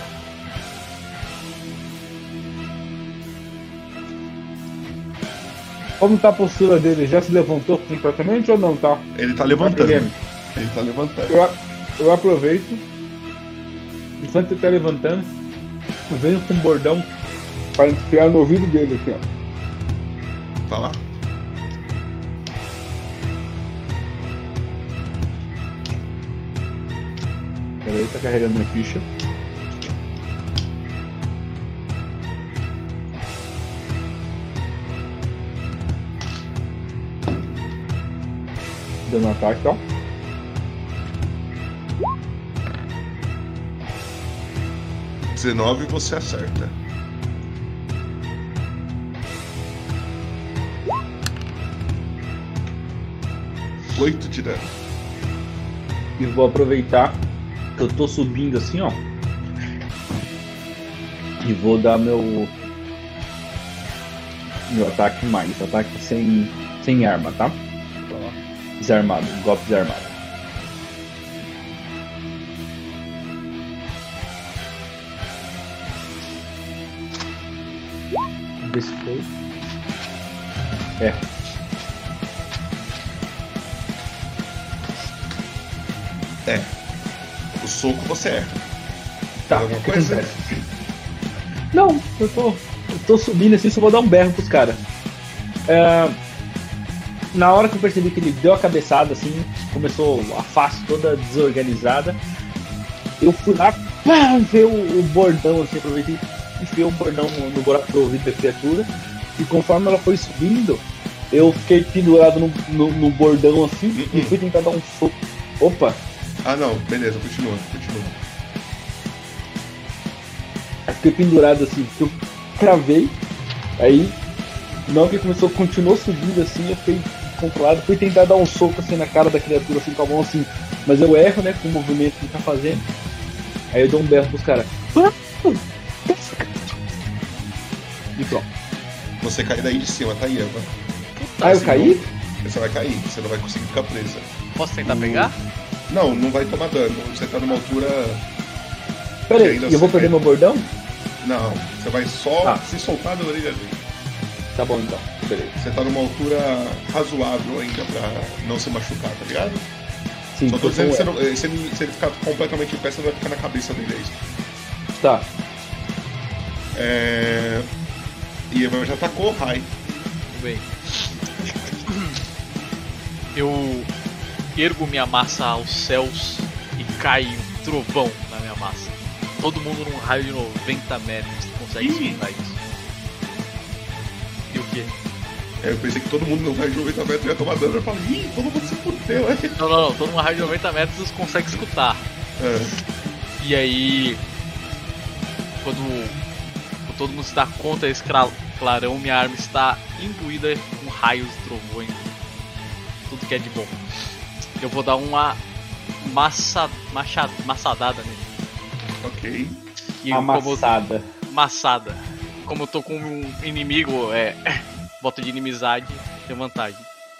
Como tá a postura dele? Já se levantou completamente ou não, tá? Ele tá levantando. Ele tá levantando. Eu aproveito. Enquanto ele tá levantando, eu venho com um bordão para enfiar no ouvido dele aqui, ó. Tá lá. Peraí, tá carregando minha ficha. Dando um ataque, ó. (19) você acerta. (8) de dano. E vou aproveitar que eu tô subindo assim, ó. E vou dar meu ataque mais. Ataque sem arma, tá? Desarmado, golpe desarmado. Vamos ver se foi. O soco você erra. Tá, alguma coisa? Não, eu tô subindo assim, só vou dar um berro pros caras. Na hora que eu percebi que ele deu a cabeçada assim, começou a face toda desorganizada, eu fui lá, enfiei o bordão assim, aproveitei, enfiei o bordão no buraco do ouvido da criatura, e conforme ela foi subindo, eu fiquei pendurado no bordão assim, e fui tentar dar um soco. Opa! Ah, não, beleza, continua. Aí fiquei pendurado assim, porque eu cravei, aí na hora que começou, continuou subindo assim, eu fiquei controlado, fui tentar dar um soco assim na cara da criatura assim com a mão assim, mas eu erro, né, com o movimento que ele tá fazendo. Aí eu dou um berro pros caras. E pronto. Você cai daí de cima, tá, Eva? Eu caí? Você vai cair, você não vai conseguir ficar presa. Posso tentar pegar? Não vai tomar dano. Você tá numa altura. Pera aí, eu vou perder meu bordão? Não, você vai só se soltar da orelha dele. Tá bom então, beleza. Você tá numa altura razoável ainda pra não se machucar, tá ligado? Sim, só tô dizendo que se ele ficar completamente em pé, você vai ficar na cabeça dele, é isso. Tá. E Eva já atacou o Rai. Tudo bem. Eu ergo minha massa aos céus e cai um trovão na minha massa. Todo mundo num raio de 90 metros consegue escutar isso. E o quê? Eu pensei que todo mundo no raio de 90 metros ia tomar dano. Eu falei, ih, todo mundo se fudeu. Não, todo mundo no raio de 90 metros consegue escutar. E aí, quando todo mundo se dá conta desse clarão, minha arma está imbuída com raios e trovões. Tudo que é de bom. Eu vou dar uma maçadada nele. Ok. E maçada. Como eu tô com um inimigo, voto de inimizade, tem vantagem.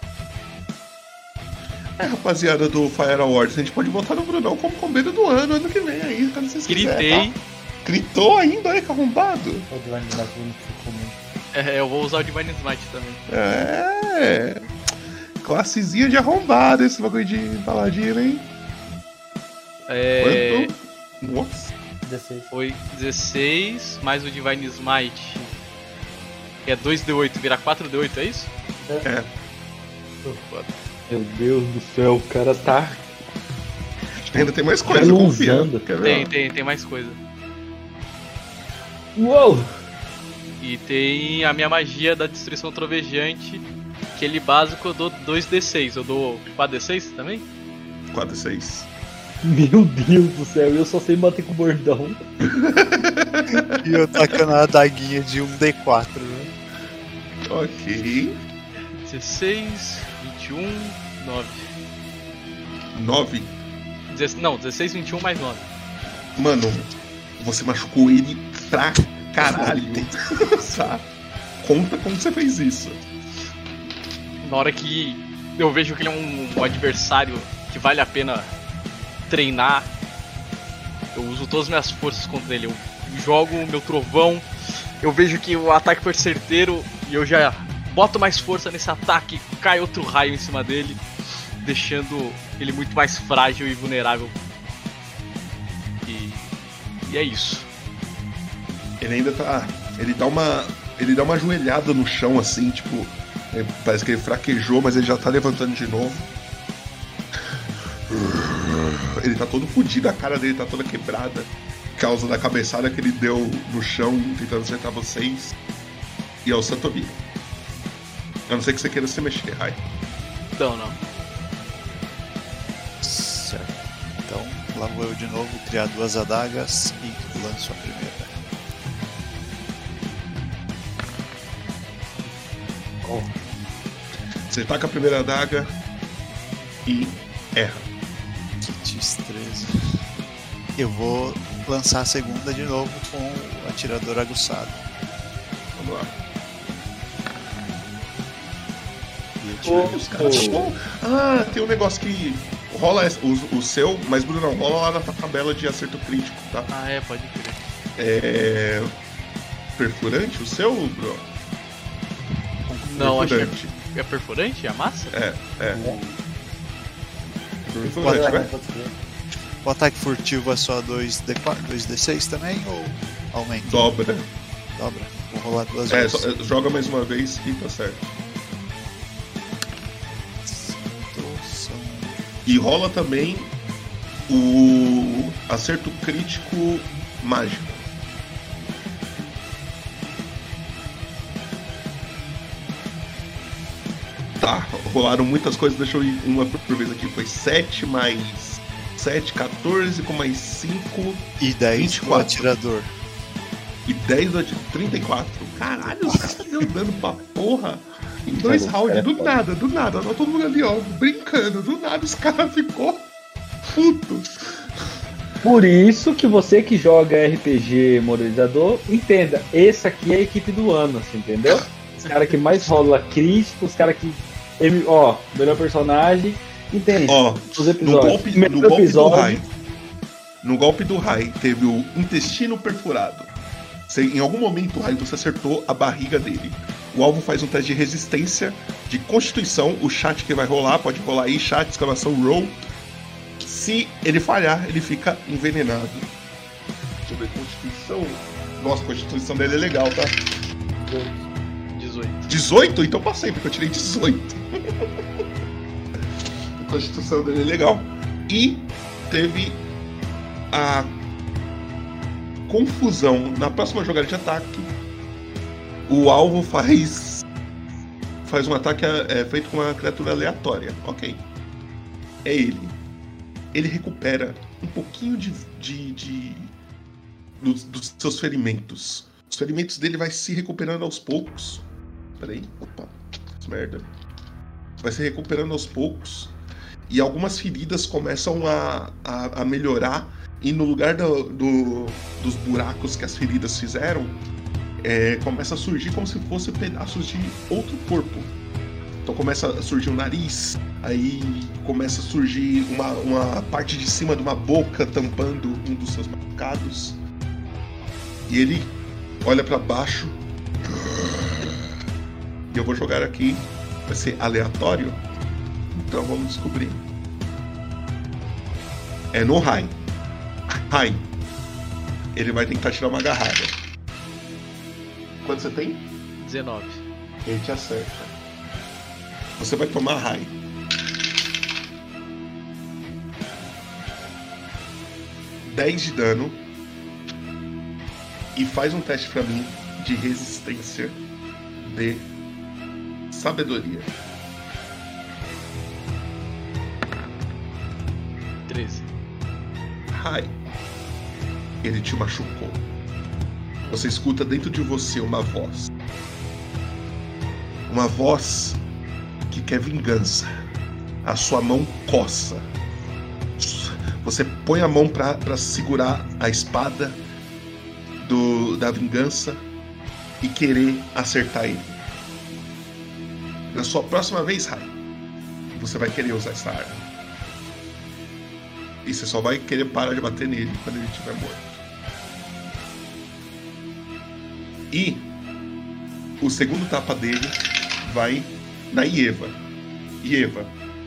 Rapaziada do Fire Awards, a gente pode botar no Brunão como combeiro do ano que vem aí, quando vocês quiserem. Tá? Gritou ainda, olha que arrombado. O Divine Smite não ficou muito. Eu vou usar o Divine Smite também. Classezinha de arrombado esse bagulho de paladino, hein? Quanto? Nossa. 16. Foi 16, mais o Divine Smite. Que é 2d8, vira 4d8, é isso? É. Meu Deus do céu, o cara tá. Ainda tem mais coisa, usando. Tem mais coisa. Uou! E tem a minha magia da destruição trovejante. Aquele básico eu dou 2d6. Eu dou 4d6 também? 4d6. Meu Deus do céu, eu só sei bater com o bordão. E eu tacando a adaguinha de 1d4, né? Ok. 16, 21, 9. 9? Não, 16, 21 mais 9. Mano, você machucou ele pra caralho. Tá? Conta como você fez isso. Na hora que eu vejo que ele é um adversário que vale a pena treinar, eu uso todas as minhas forças contra ele. Eu jogo o meu trovão, eu vejo que o ataque foi certeiro e eu já boto mais força nesse ataque, cai outro raio em cima dele, deixando ele muito mais frágil e vulnerável. E é isso. Ele ainda tá. Ele dá uma ajoelhada no chão assim, tipo. Parece que ele fraquejou, mas ele já tá levantando de novo. Ele tá todo fodido, a cara dele tá toda quebrada. Por causa da cabeçada que ele deu no chão, tentando acertar vocês. E é o Santomiro. A não ser que você queira se mexer, Rai. Não. Certo. Então, lá vou eu de novo criar 2 adagas e lanço a primeira. Você taca a primeira adaga e erra. Que destreza. Eu vou lançar a segunda de novo com o atirador aguçado. Vamos lá. Os caras. Tem um negócio que rola o seu, mas Bruno, não rola lá na tabela de acerto crítico, tá? Pode crer. Perfurante o seu, Bruno? Não, acho que é perfurante a massa? É. Perfurante, né? O ataque furtivo é só 2d6 também ou aumenta? Dobra. Vou rolar 2 vezes. Joga mais uma vez e tá certo. E rola também o acerto crítico mágico. Tá, rolaram muitas coisas, deixa eu ir uma por vez aqui. Foi 7 mais 7, 14 com mais 5. E 10 com o atirador. E 10 do atirador. 34. Caralho, os caras deu dano pra porra. Em 2 rounds, do nada. Tá todo mundo ali, ó, brincando. Do nada os caras ficou puto. Por isso que você que joga RPG moralizador, entenda, esse aqui é a equipe do ano, assim, entendeu? Os caras que mais rola crítico, os caras que. Ó, melhor personagem, entende? Ó, os episódios. No golpe do Rai, teve o intestino perfurado. Em algum momento, o Rai, você acertou a barriga dele. O alvo faz um teste de resistência, de constituição. O chat que vai rolar, pode rolar aí, chat, exclamação, roll. Se ele falhar, ele fica envenenado. Deixa eu ver, constituição. Nossa, a constituição dele é legal, tá? 18. 18? Então passei, porque eu tirei 18. A constituição dele é legal. E teve a confusão. Na próxima jogada de ataque, o alvo faz um ataque feito com uma criatura aleatória. Ok. É ele. Ele recupera um pouquinho dos seus ferimentos. Os ferimentos dele vai se recuperando aos poucos. Peraí. Opa. Merda. Vai se recuperando aos poucos. E algumas feridas começam a melhorar. E no lugar dos buracos que as feridas fizeram, começa a surgir como se fossem pedaços de outro corpo. Então começa a surgir um nariz, aí começa a surgir uma parte de cima de uma boca tampando um dos seus machucados. E ele olha pra baixo. E eu vou jogar aqui. Vai ser aleatório. Então vamos descobrir. É no Rai. Rai. Ele vai tentar tirar uma agarrada. Quanto você tem? 19. Ele te acerta. Você vai tomar Rai. $10 de dano. E faz um teste pra mim de resistência de sabedoria. 13. Rai. Ele te machucou. Você escuta dentro de você uma voz. Uma voz que quer vingança. A sua mão coça. Você põe a mão pra segurar a espada da vingança e querer acertar ele. Na sua próxima vez, Rai, você vai querer usar essa arma. E você só vai querer parar de bater nele quando ele estiver morto. E o segundo tapa dele vai na Ieva. Ieva.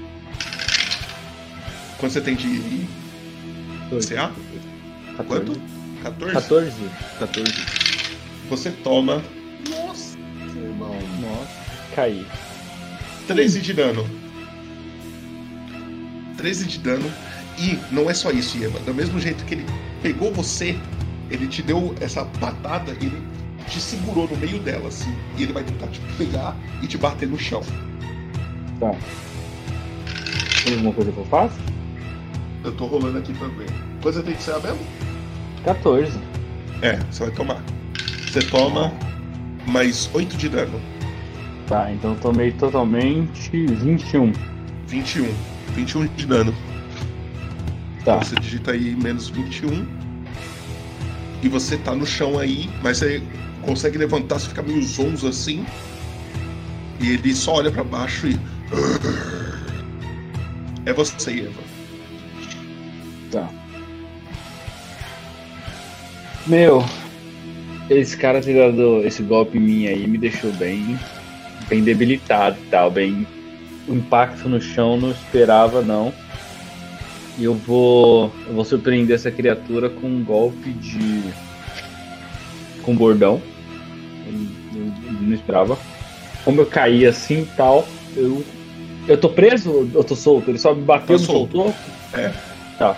Quanto você tem de CA? 14. Quanto? 14? 14. Você toma... Nossa, irmão. Nossa, caí. 13 de dano. 13 de dano. E não é só isso, Ieva. Do mesmo jeito que ele pegou você, ele te deu essa patada, ele te segurou no meio dela, assim. E ele vai tentar te pegar e te bater no chão. Tá. Tem alguma coisa que eu faço? Eu tô rolando aqui pra ver. Coisa tem que ser a mesmo? 14. Você vai tomar. Você toma mais 8 de dano. Tá, então eu tomei totalmente 21. 21 de dano. Tá. Você digita aí menos 21. E você tá no chão aí, mas você consegue levantar, você fica meio zonzo assim. E ele só olha pra baixo e... É você, Eva. Tá. Meu, esse cara ter dado esse golpe em mim aí me deixou bem debilitado e tal, bem... O impacto no chão não esperava, não. E eu vou surpreender essa criatura com um golpe com bordão. Eu não esperava. Como eu caí assim e tal, eu tô preso ou eu tô solto? Ele só me bateu e me soltou? Tá.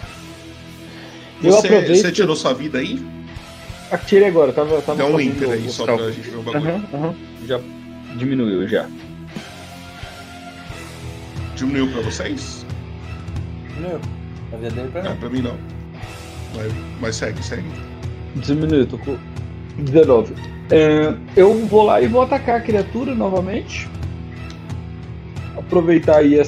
Você tirou sua vida aí? Tirei agora, tava dá um enter aí, só pra gente ver o bagulho. Já diminuiu, já. Diminuiu pra vocês? Diminuiu. Fazia dele pra mim. Pra mim não. Mas segue. 19. 19. Eu vou lá e vou atacar a criatura novamente. Aproveitar aí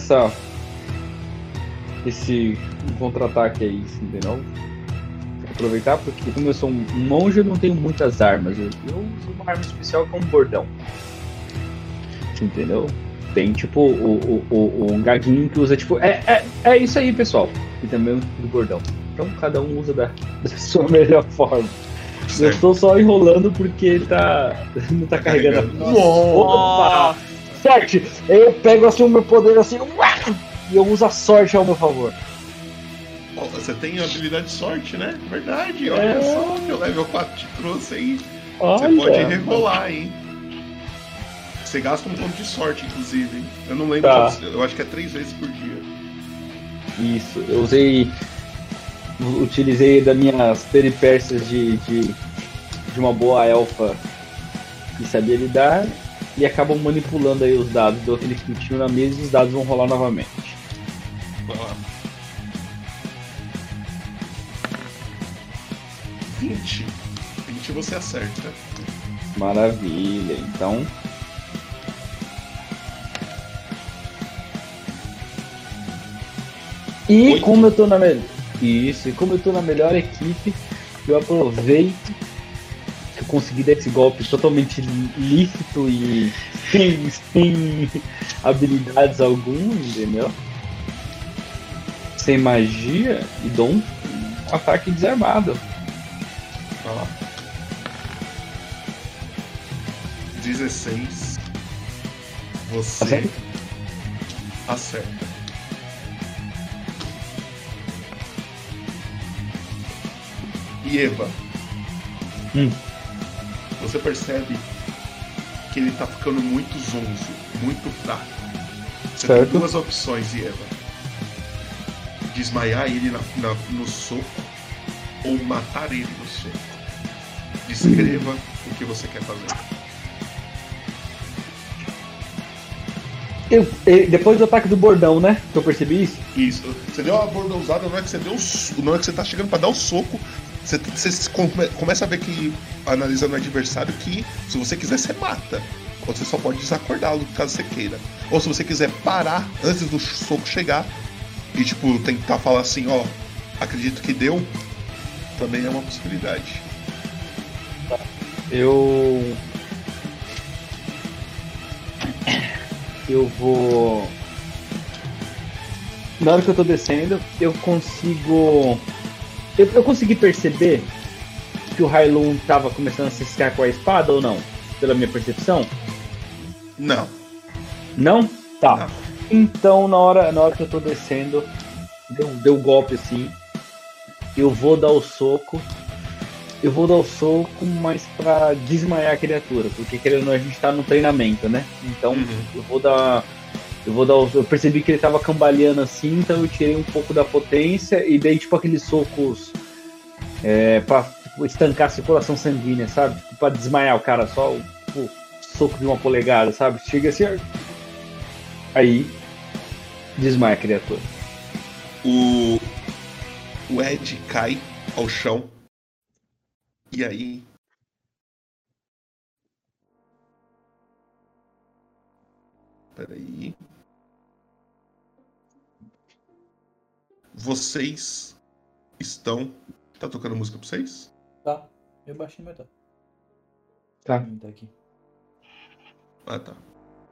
esse contra-ataque aí, entendeu? Aproveitar, porque como eu sou um monge, eu não tenho muitas armas. Eu uso uma arma especial que é um bordão. Entendeu? Tem tipo um gaguinho que usa tipo. É isso aí, pessoal. E também um tipo de bordão. Então cada um usa da sua melhor forma. Certo. Eu estou só enrolando porque ele não tá carregando. Opa! Sorte! Eu pego assim o meu poder assim e eu uso a sorte ao meu favor. Você tem a habilidade de sorte, né? Verdade, olha só que o level 4 te trouxe aí. Você pode rerolar, hein? Você gasta um ponto de sorte, inclusive, hein? Eu não lembro, eu acho que é 3 vezes por dia. Isso, eu utilizei das minhas peripécias de uma boa elfa que sabia lidar e acabam manipulando aí os dados, deu aquele cliquinho na mesa e os dados vão rolar novamente. Vai lá. 20 você acerta. Maravilha, então. E 8. Como eu tô na melhor equipe, eu aproveito que eu consegui dar esse golpe totalmente lícito e sem habilidades alguma, entendeu? Sem magia, e dou um ataque desarmado. 16. Você acerta. E Eva, você percebe que ele tá ficando muito zonzo, muito fraco. Você tem 2 opções, Eva: desmaiar ele no soco ou matar ele no soco. Descreva o que você quer fazer. Depois do ataque do bordão, né? Que eu percebi isso? Isso. Você deu uma bordãozada, não é que você tá chegando pra dar o soco. Você começa a ver que, analisando o adversário, que se você quiser, você mata. Ou você só pode desacordá-lo, caso você queira. Ou se você quiser parar antes do soco chegar e, tipo, tentar falar assim, ó, acredito que deu, também é uma possibilidade. Eu vou... Na hora que eu tô descendo, eu consegui perceber que o Railun tava começando a se ciscar com a espada ou não? Pela minha percepção? Não. Não? Tá. Não. Então, na hora que eu tô descendo, deu um golpe assim, eu vou dar o soco, mas pra desmaiar a criatura, porque querendo ou não, a gente tá no treinamento, né? Então, eu percebi que ele tava cambaleando assim, então eu tirei um pouco da potência e dei tipo aqueles socos pra tipo, estancar a circulação sanguínea, sabe? Tipo, pra desmaiar o cara, só o soco de 1 polegada, sabe? Chega assim, aí desmaia a criatura. O Ed cai ao chão. E aí? Peraí. Vocês estão... Tá tocando música pra vocês? Tá. Eu baixei, mas tá. Tá. Tá aqui. Ah, tá.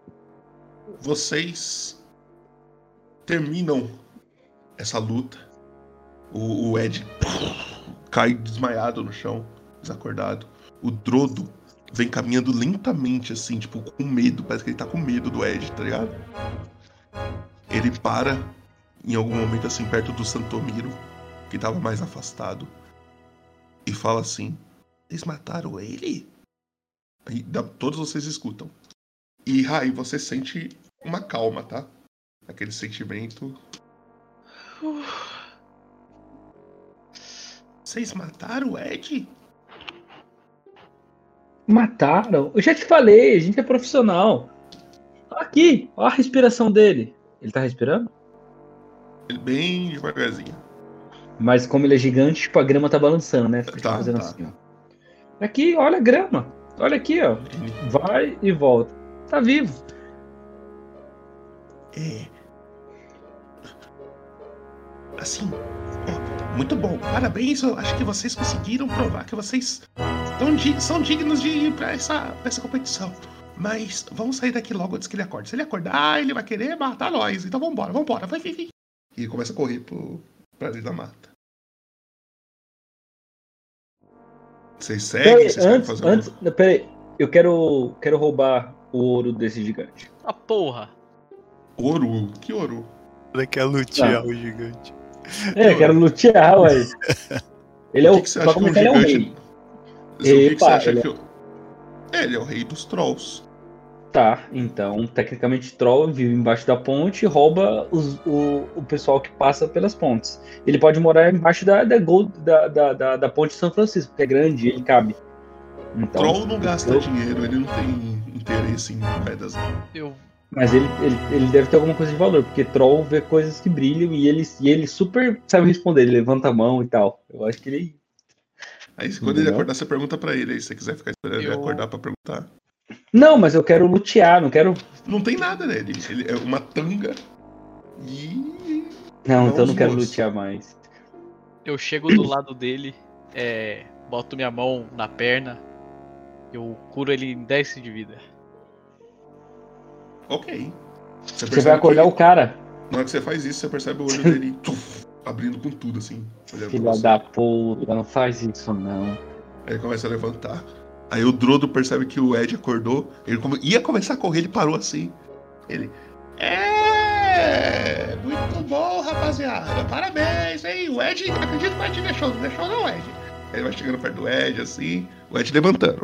Vocês terminam essa luta. O Ed cai desmaiado no chão, desacordado. O Drodo vem caminhando lentamente, assim, tipo, com medo. Parece que ele tá com medo do Ed, tá ligado? Ele para em algum momento, assim, perto do Santomiro, que tava mais afastado, e fala assim: "Eles mataram ele?" Aí, todos vocês escutam. E Rai, você sente uma calma, tá? Aquele sentimento. Vocês mataram o Ed? Mataram? Eu já te falei, a gente é profissional. Aqui, olha a respiração dele. Ele tá respirando? Ele bem devagarzinho. Mas como ele é gigante, tipo, a grama tá balançando, né? Fica Tá, fazendo tá. assim, ó. Aqui, olha a grama. Olha aqui, ó. Vai e volta. Tá vivo. Assim, muito bom. Parabéns, eu acho que vocês conseguiram provar que vocês são dignos de ir pra essa competição. Mas vamos sair daqui logo antes que ele acorde. Se ele acordar, ele vai querer matar nós. Então vambora. Vai. E começa a correr pra dentro da mata. Vocês seguem? Vocês querem fazer Peraí, eu quero roubar o ouro desse gigante. Ah, porra! Ouro? Que ouro? Ela quer lutear o gigante. Eu quero lutear, ué. Ele é o. que você acha que um ele é o gigante... rei. O que você acha que... Ele é o rei dos trolls. Tá, então, tecnicamente, Troll vive embaixo da ponte e rouba o pessoal que passa pelas pontes. Ele pode morar embaixo da ponte de São Francisco, que é grande, ele cabe. Então, Troll não gasta dinheiro, ele não tem interesse em moedas. Mas ele deve ter alguma coisa de valor, porque Troll vê coisas que brilham e ele super sabe responder, ele levanta a mão e tal. Eu acho que ele... Aí quando ele acordar, você pergunta pra ele. Aí se você quiser ficar esperando ele acordar pra perguntar. Não, mas eu quero lutear, não quero... Não tem nada nele. Ele é uma tanga e... Não, então eu não quero lutear mais. Eu chego do lado dele, boto minha mão na perna, eu curo ele em 10 de vida. Ok. Você vai acordar o cara. Na hora que você faz isso, você percebe o olho dele abrindo com tudo, assim. Filha da puta, não faz isso não. Aí ele começa a levantar. Aí o Drodo percebe que o Ed acordou. Ele ia começar a correr, ele parou assim. Ele... Muito bom, rapaziada. Parabéns, hein? O Ed... Acredito que o Ed deixou. Não deixou não, Ed. Ele vai chegando perto do Ed, assim. O Ed levantando.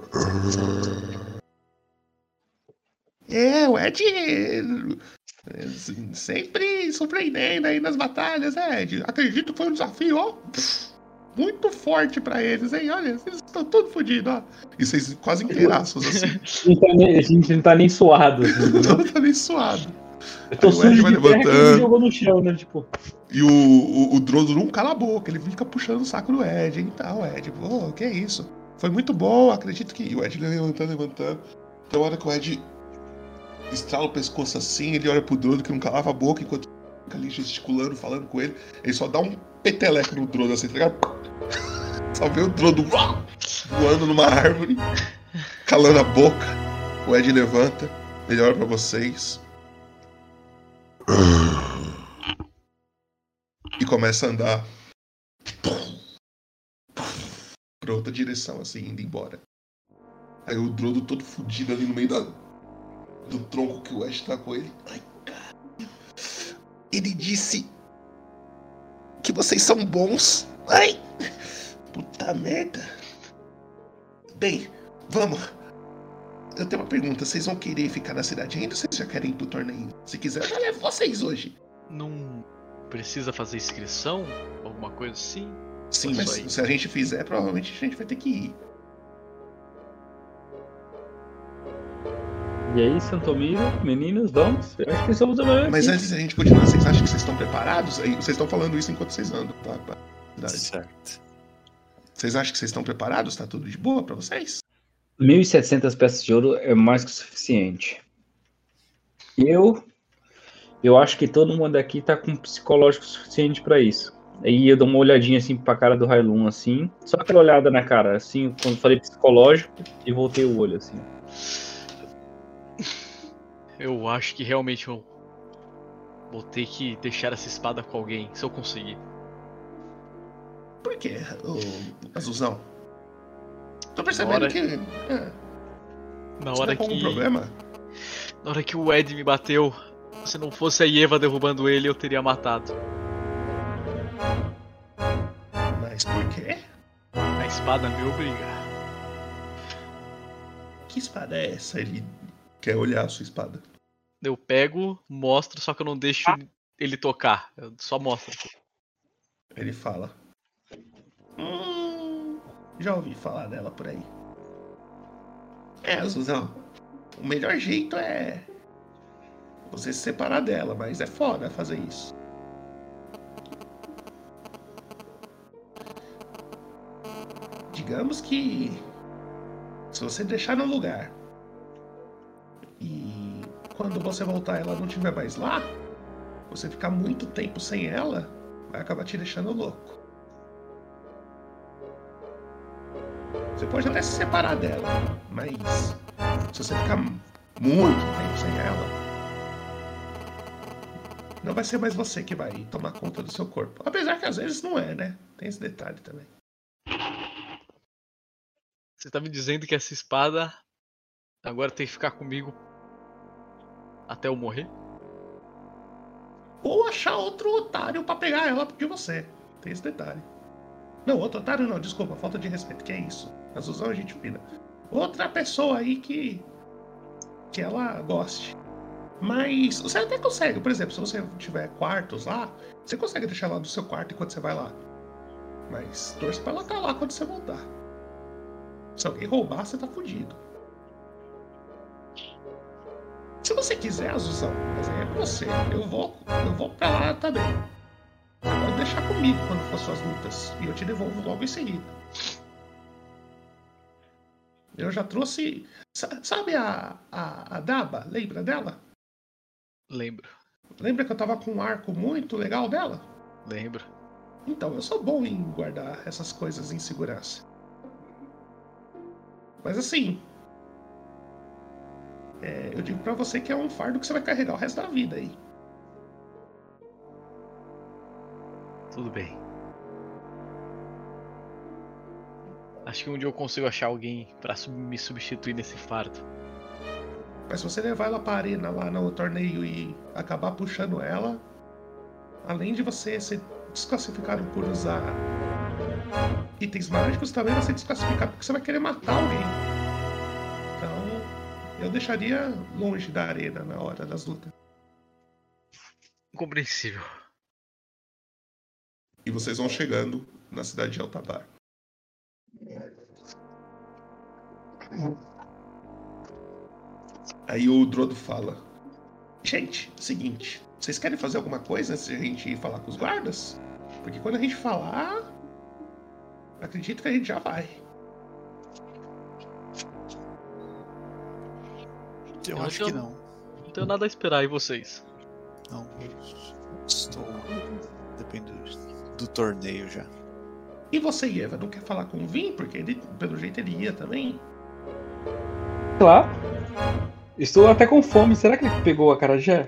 O Ed... Sempre surpreendendo aí nas batalhas, Ed. Acredito que foi um desafio, ó. Muito forte pra eles, hein? Olha, eles estão todos fodidos, ó. E vocês quase inteiraços, assim. A gente não tá nem suado. Assim, não tá nem suado. Eu tô sujo vai levantando. Jogou no chão, né? Tipo... E o Drodo não cala a boca, ele fica puxando o saco do Ed, hein? Então, Ed, que é isso? Foi muito bom, acredito que... E o Ed levantando. Então, a hora que o Ed estrala o pescoço assim, ele olha pro Drodo que não calava a boca, enquanto fica ali gesticulando, falando com ele. Ele só dá um peteleco no Drodo, assim, tá ligado? Só vê o Drodo voando numa árvore, calando a boca. O Ed levanta, ele olha pra vocês e começa a andar pra outra direção, assim, indo embora. Aí o Drodo todo fudido ali no meio do tronco que o Ed tá com ele. Ai, cara. Ele disse que vocês são bons. Ai, puta merda. Bem, vamos. Eu tenho uma pergunta. Vocês vão querer ficar na cidade ainda ou vocês já querem ir pro torneio? Se quiser, eu levo vocês hoje. Não precisa fazer inscrição? Alguma coisa assim? Sim, mas se a gente fizer, provavelmente a gente vai ter que ir. E aí, Santomiro, meninos, vamos? Eu acho que somos a melhor. Mas antes da gente continuar, vocês acham que vocês estão preparados? Vocês estão falando isso enquanto vocês andam, tá? Certo. Vocês acham que vocês estão preparados? Tá tudo de boa pra vocês? 1.700 peças de ouro é mais que o suficiente. Eu acho que todo mundo aqui tá com psicológico suficiente pra isso. Aí eu dou uma olhadinha assim pra cara do Railun, assim. Só aquela olhada na cara, assim, quando falei psicológico, e voltei o olho, assim. Eu acho que realmente eu vou ter que deixar essa espada com alguém, se eu conseguir. Por quê, Azulzão? Tô percebendo que... Na hora que... algum problema? Na hora que o Ed me bateu, se não fosse a Eva derrubando ele, eu teria matado. Mas por quê? A espada me obriga. Que espada é essa? Ele quer olhar a sua espada. Eu pego, mostro, só que eu não deixo ele tocar. Eu só mostro. Ele fala. Já ouvi falar dela por aí. Azulzão. O melhor jeito é você se separar dela, mas é foda fazer isso. Digamos que se você deixar no lugar e quando você voltar ela não estiver mais lá, você ficar muito tempo sem ela, vai acabar te deixando louco. Você pode até se separar dela, mas se você ficar muito tempo sem ela, não vai ser mais você que vai tomar conta do seu corpo. Apesar que às vezes não é, né? Tem esse detalhe também. Você tá me dizendo que essa espada agora tem que ficar comigo até eu morrer? Ou achar outro otário pra pegar ela de você. Tem esse detalhe. Não, outro otário não, desculpa, falta de respeito, que é isso. Azulzão é gente fina. Outra pessoa aí que ela goste. Mas você até consegue, por exemplo, se você tiver quartos lá, você consegue deixar ela no seu quarto enquanto você vai lá. Mas torce pra ela estar lá quando você voltar. Se alguém roubar, você tá fudido. Se você quiser, Azulzão, mas aí é com você. Eu vou pra lá também. Você pode deixar comigo quando for suas lutas. E eu te devolvo logo em seguida. Eu já trouxe... Sabe a Daba? Lembra dela? Lembro. Lembra que eu tava com um arco muito legal dela? Lembro. Então, eu sou bom em guardar essas coisas em segurança. Mas assim... eu digo pra você que é um fardo que você vai carregar o resto da vida aí. Tudo bem. Acho que um dia eu consigo achar alguém pra me substituir nesse fardo. Mas se você levar ela pra arena lá no torneio e acabar puxando ela, além de você ser desclassificado por usar itens mágicos, também vai ser desclassificado porque você vai querer matar alguém. Então, eu deixaria longe da arena na hora das lutas. Compreensível. E vocês vão chegando na cidade de Altabar. Aí o Drodo fala: gente, seguinte, vocês querem fazer alguma coisa antes de a gente ir falar com os guardas? Porque quando a gente falar, acredito que a gente já vai. Eu acho que não. Não tenho nada a esperar, e vocês? Não. Estou... Depende do torneio já. E você, Eva, não quer falar com o Vin? Porque ele, pelo jeito, ele ia também. Claro. Estou até com fome. Será que ele pegou a acarajé?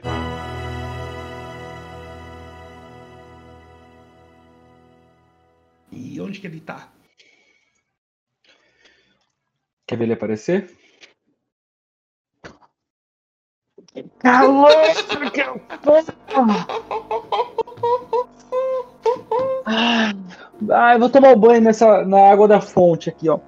E onde que ele tá? Quer ver ele aparecer? Calor que eu eu vou tomar um banho na água da fonte aqui, ó.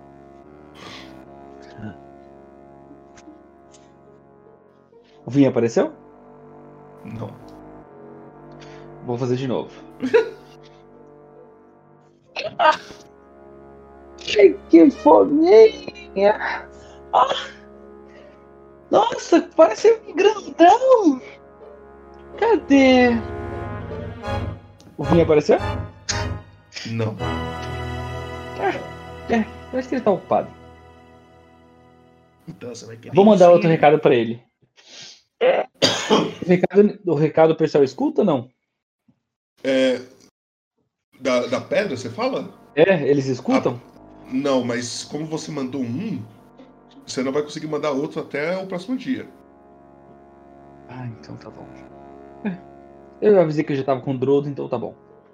O Vinho apareceu? Não. Vou fazer de novo. Que fominha! Nossa, parece um grandão! Cadê? O Vinho apareceu? Não. Acho que ele tá ocupado. Então você vai querer. Vou mandar outro recado pra ele. O recado o pessoal escuta ou não? Da pedra, você fala? Eles escutam? Não, mas como você mandou um, você não vai conseguir mandar outro até o próximo dia. Então tá bom. Eu avisei que eu já tava com o Drodo, então tá bom.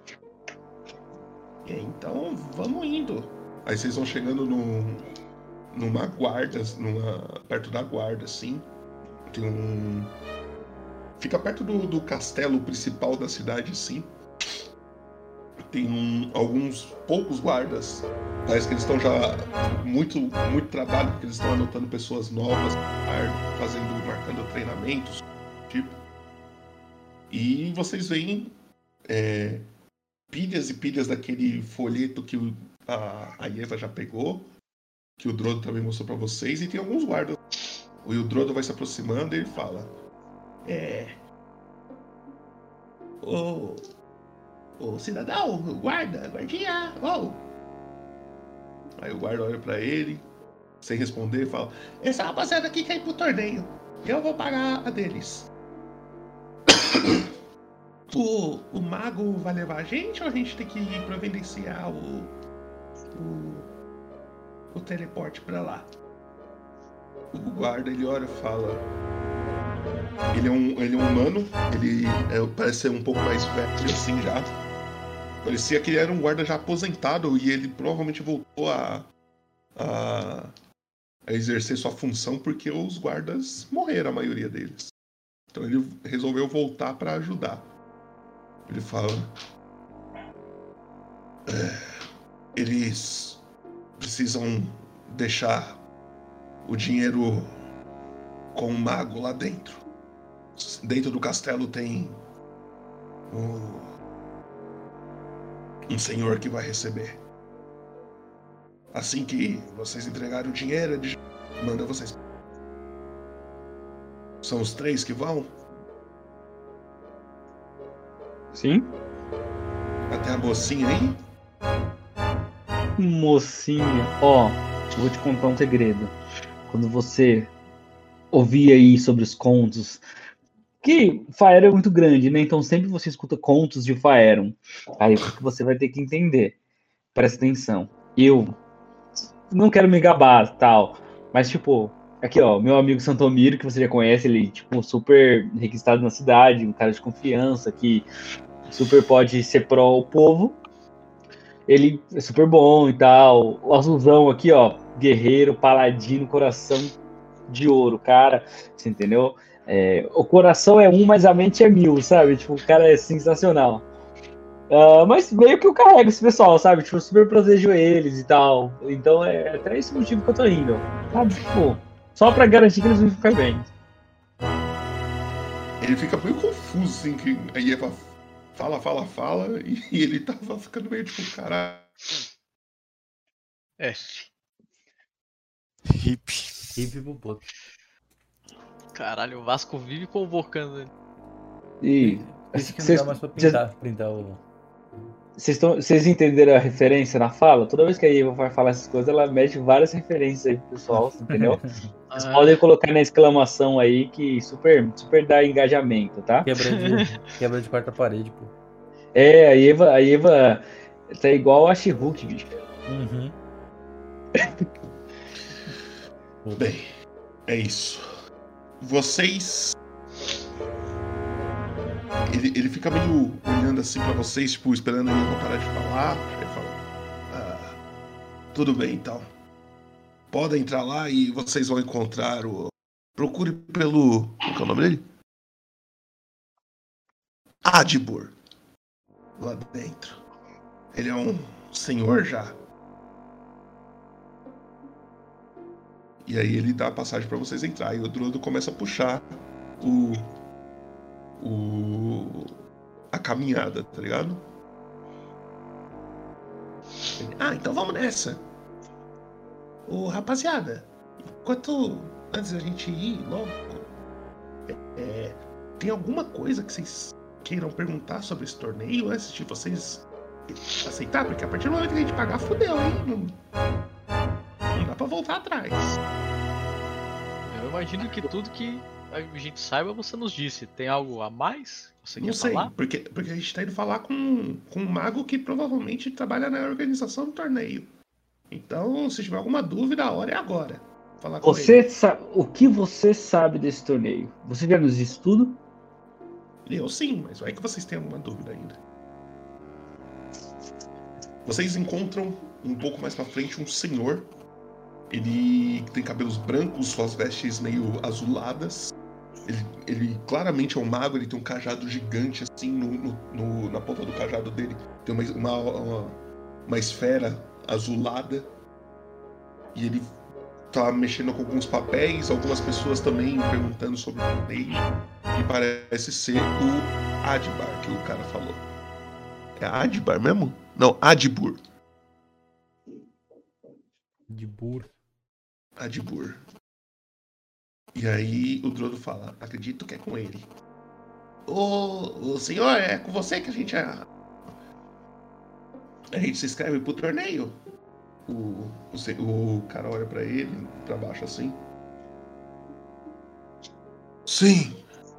Então vamos indo. Aí vocês vão chegando numa guarda, perto da guarda, assim. Tem fica perto do castelo principal da cidade, assim. Tem alguns poucos guardas. Parece que eles estão já muito trabalho, porque eles estão anotando pessoas novas, marcando treinamentos, tipo. E vocês veem pilhas e pilhas daquele folheto que a Eva já pegou, que o Drodo também mostrou pra vocês, e tem alguns guardas. E o Drodo vai se aproximando e ele fala: Ô cidadão, guardinha, Aí o guarda olha pra ele, sem responder, e fala: essa rapaziada aqui quer ir pro torneio. Eu vou pagar a deles. O mago vai levar a gente ou a gente tem que ir providenciar o teleporte pra lá? O guarda, ele olha e fala... Ele é um humano, ele parece ser um pouco mais velho assim já. Parecia que ele era um guarda já aposentado e ele provavelmente voltou a exercer sua função porque os guardas morreram, a maioria deles. Então ele resolveu voltar pra ajudar. Ele fala... eles precisam deixar o dinheiro com o mago lá dentro. Dentro do castelo tem um senhor que vai receber. Assim que vocês entregarem o dinheiro, ele manda vocês. São os 3 que vão? Sim. Até a mocinha aí? Mocinha, ó, eu vou te contar um segredo. Quando você ouvir aí sobre os contos, que Faerun é muito grande, né? Então sempre você escuta contos de Faerun. Aí o que você vai ter que entender? Presta atenção. Eu não quero me gabar, tal, mas tipo, aqui ó, meu amigo Santomiro, que você já conhece, ele tipo super requisitado na cidade, um cara de confiança que super pode ser pró o povo. Ele é super bom e tal. O Azulzão aqui, ó, guerreiro, paladino, coração de ouro, cara, você entendeu? O coração é 1, mas a mente é 1000, sabe? Tipo, o cara é sensacional. Mas meio que eu carrego esse pessoal, sabe? Tipo, eu super protejo eles e tal. Então é até esse motivo que eu tô indo, sabe? Tipo, só pra garantir que eles vão ficar bem. Ele fica meio confuso, assim, que a Eva fala, e ele tava ficando meio tipo, caralho. Hip pro Boto. Caralho, o Vasco vive convocando ele. E Acho que não dá mais pra printar o... Vocês entenderam a referência na fala? Toda vez que a Eva vai falar essas coisas, ela mete várias referências aí pro pessoal, entendeu? Vocês podem colocar na exclamação aí que super dá engajamento, tá? Quebra de quarta parede, pô. A Eva tá igual a She-Hulk, bicho. Uhum. Bem, é isso. Vocês... Ele fica meio olhando assim pra vocês, tipo, esperando a Eva parar de falar. Ele fala: tudo bem, então. Podem entrar lá e vocês vão encontrar o... Procure pelo... Qual é o nome dele? Adibur. Lá dentro. Ele é um senhor já. E aí ele dá a passagem pra vocês entrar. E o Druido começa a puxar a caminhada, tá ligado? Então vamos nessa. Rapaziada, antes da gente ir logo, tem alguma coisa que vocês queiram perguntar sobre esse torneio antes de vocês aceitar? Porque a partir do momento que a gente pagar, fodeu, hein? Não dá pra voltar atrás. Eu imagino que tudo que a gente saiba você nos disse. Tem algo a mais que você não quer sei, falar? porque a gente tá indo falar com um mago que provavelmente trabalha na organização do torneio. Então, se tiver alguma dúvida, a hora é agora. Falar com ele. O que você sabe desse torneio? Você já nos disse tudo? Eu sim, mas vai que vocês têm alguma dúvida ainda. Vocês encontram um pouco mais pra frente um senhor. Ele tem cabelos brancos, suas vestes meio azuladas. Ele claramente é um mago, ele tem um cajado gigante assim na ponta do cajado dele. Tem uma esfera azulada. E ele tá mexendo com alguns papéis, algumas pessoas também perguntando sobre o torneio. E parece ser o Adbar que o cara falou. É Adbar mesmo? Não, Adibur. Adibur. E aí o Drodo fala: acredito que é com ele. Ô senhor, é com você que a gente se inscreve pro torneio? O cara olha pra ele, pra baixo assim. Sim.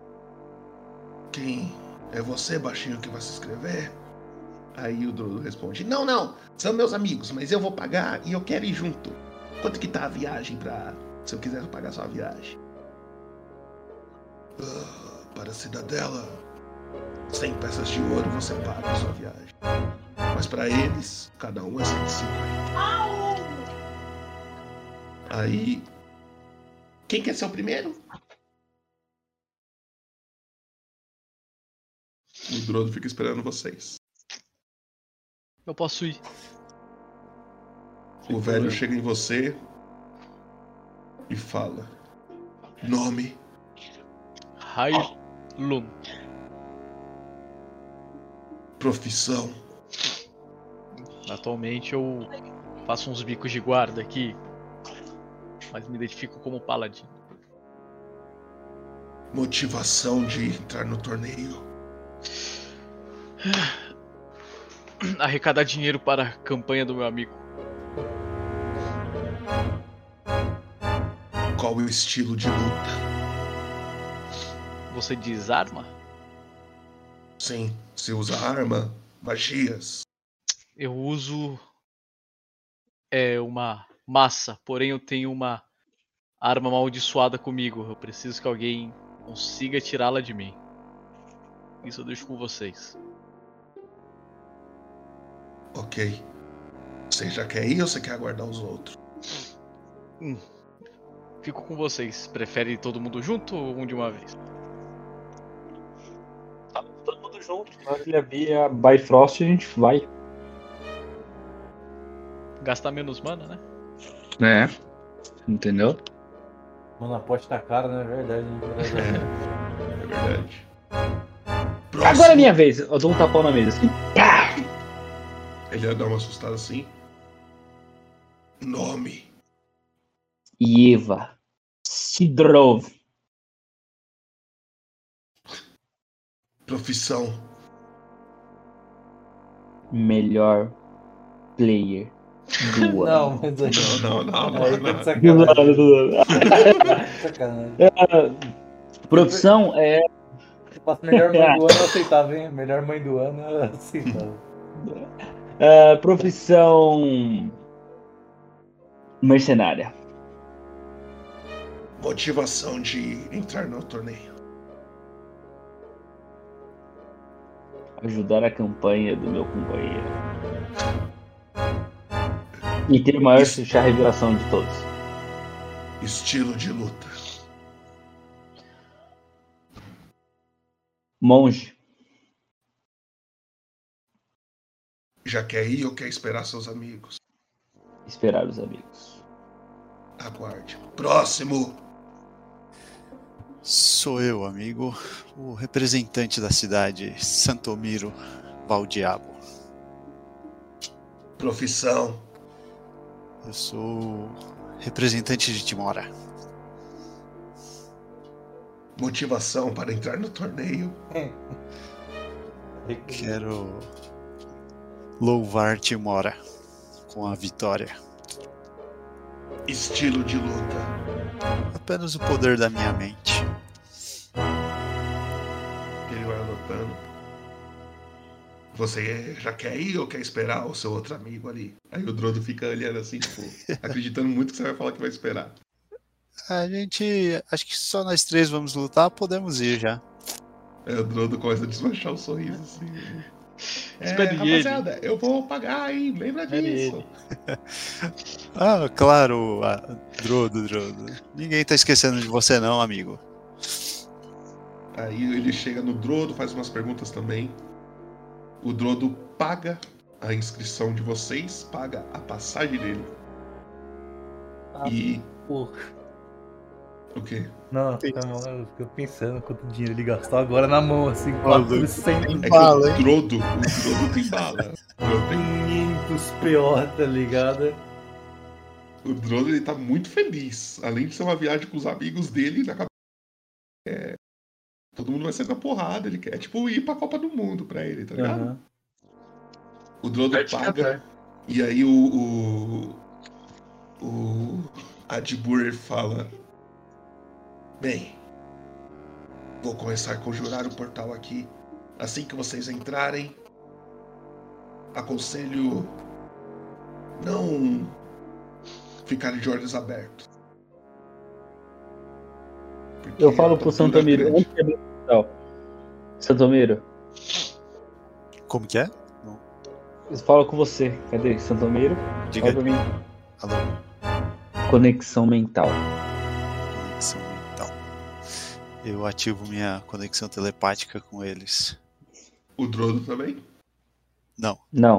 Quem é você, baixinho, que vai se inscrever? Aí o Drodo responde: Não, são meus amigos, mas eu vou pagar e eu quero ir junto. Quanto que tá a viagem se eu quiser pagar sua viagem? Para a Cidadela, 100 peças de ouro você paga a sua viagem. Mas para eles, cada um é 150. Aí, quem quer ser o primeiro? O Drodo fica esperando vocês. Eu posso ir. O velho chega em você e fala: Nome? Hailun. Profissão? Atualmente eu faço uns bicos de guarda aqui, mas me identifico como paladino. Motivação de entrar no torneio? Arrecadar dinheiro para a campanha do meu amigo. Qual é o estilo de luta? Você diz arma? Sim, se usa arma, magias. Eu uso uma massa, porém eu tenho uma arma amaldiçoada comigo. Eu preciso que alguém consiga tirá-la de mim. Isso eu deixo com vocês. Ok. Você já quer ir ou você quer aguardar os outros? Fico com vocês. Prefere todo mundo junto ou um de uma vez? Todo mundo junto. Na hora que ele abrir a Bifrost, a gente vai. Gastar menos mana, né? Entendeu? Mano, a pote tá cara, né? É verdade, né? É verdade. Agora é minha vez. Eu dou um tapão na mesa assim. Pá! Ele ia dar uma assustada assim. Nome? Eva Sidrov. Profissão? Melhor player do Não, ano. mas aí. Não. Aí tá de sacanagem. Profissão é. Melhor mãe do ano eu aceitava, hein? Melhor mãe do ano eu aceitava. Profissão mercenária. Motivação de entrar no torneio? Ajudar a campanha do meu companheiro. E ter o maior chá revelação de todos. Estilo de luta? Monge. Já quer ir ou quer esperar seus amigos? Esperar os amigos. Aguarde. Próximo! Sou eu, amigo, o representante da cidade, Santomiro Valdiabo. Profissão? Eu sou representante de Timora. Motivação para entrar no torneio? Quero louvar Timora com a vitória. Estilo de luta? Apenas o poder da minha mente. Ele vai anotando. Você já quer ir ou quer esperar o seu outro amigo ali? Aí o Drodo fica olhando assim, tipo, acreditando muito que você vai falar que vai esperar. A gente, acho que só nós três vamos lutar, podemos ir já. Aí o Drodo começa a desmanchar o sorriso assim. Rapaziada, eu vou pagar aí, lembra disso. Ah, claro, Drodo. Ninguém tá esquecendo de você não, amigo. Aí ele chega no Drodo, faz umas perguntas também. O Drodo paga a inscrição de vocês, paga a passagem dele. E... Porra. O quê? Não, eu fico pensando quanto dinheiro ele gastou agora na mão, assim, 400. É que o Drodo tem bala. 500 PO, tá ligado? O Drodo, ele tá muito feliz. Além de ser uma viagem com os amigos dele, na cabeça, todo mundo vai sair na porrada. Ele quer, tipo, ir pra Copa do Mundo pra ele, tá ligado? Uhum. O Drodo paga E aí o Adbur fala: bem, vou começar a conjurar o portal aqui. Assim que vocês entrarem, aconselho não ficarem de olhos abertos. Porque eu falo pro Santomiro, onde é o portal? Santomiro. Como que é? Eu falo com você. Cadê? Santomiro? Diga. Fala pra mim. Alô. Conexão mental. Conexão mental. Eu ativo minha conexão telepática com eles. O Drodo também? Não. Não.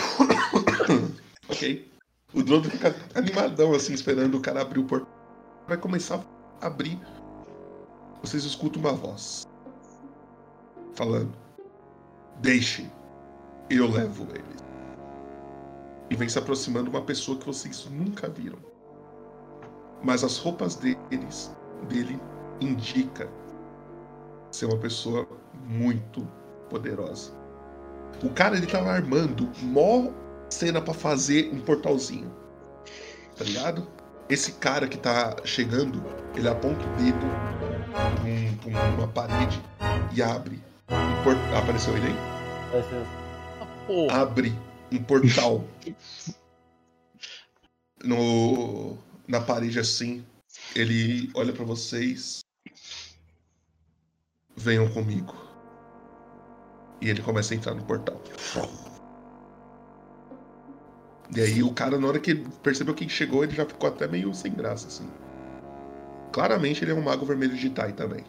Ok. O Drodo fica animadão assim, esperando o cara abrir o portal. Vai começar a abrir. Vocês escutam uma voz falando: deixe, eu levo eles. E vem se aproximando uma pessoa que vocês nunca viram. Mas as roupas dele indica ser uma pessoa muito poderosa. O cara, ele tava armando mó cena pra fazer um portalzinho. Tá ligado? Esse cara que tá chegando, ele aponta o dedo pra uma parede e abre. Apareceu ele aí? Abre um portal na parede assim. Ele olha pra vocês. Venham comigo. E ele começa a entrar no portal. E aí o cara, na hora que ele percebeu quem chegou, ele já ficou até meio sem graça, assim. Claramente ele é um mago vermelho de Tai também.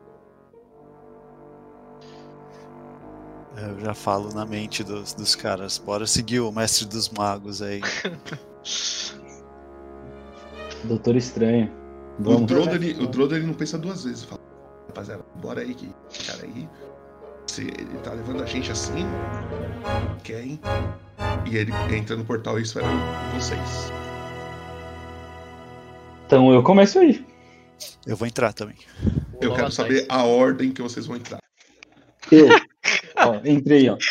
Eu já falo na mente dos caras. Bora seguir o mestre dos magos aí. Doutor Estranho. O Drodo ele não pensa duas vezes. Fala: rapaziada, bora aí que cara aí. Se ele tá levando a gente assim, quem? E ele entra no portal e espera vocês. Então eu começo aí. Eu vou entrar também. Eu quero saber a ordem que vocês vão entrar. Eu. Ó, entrei, ó.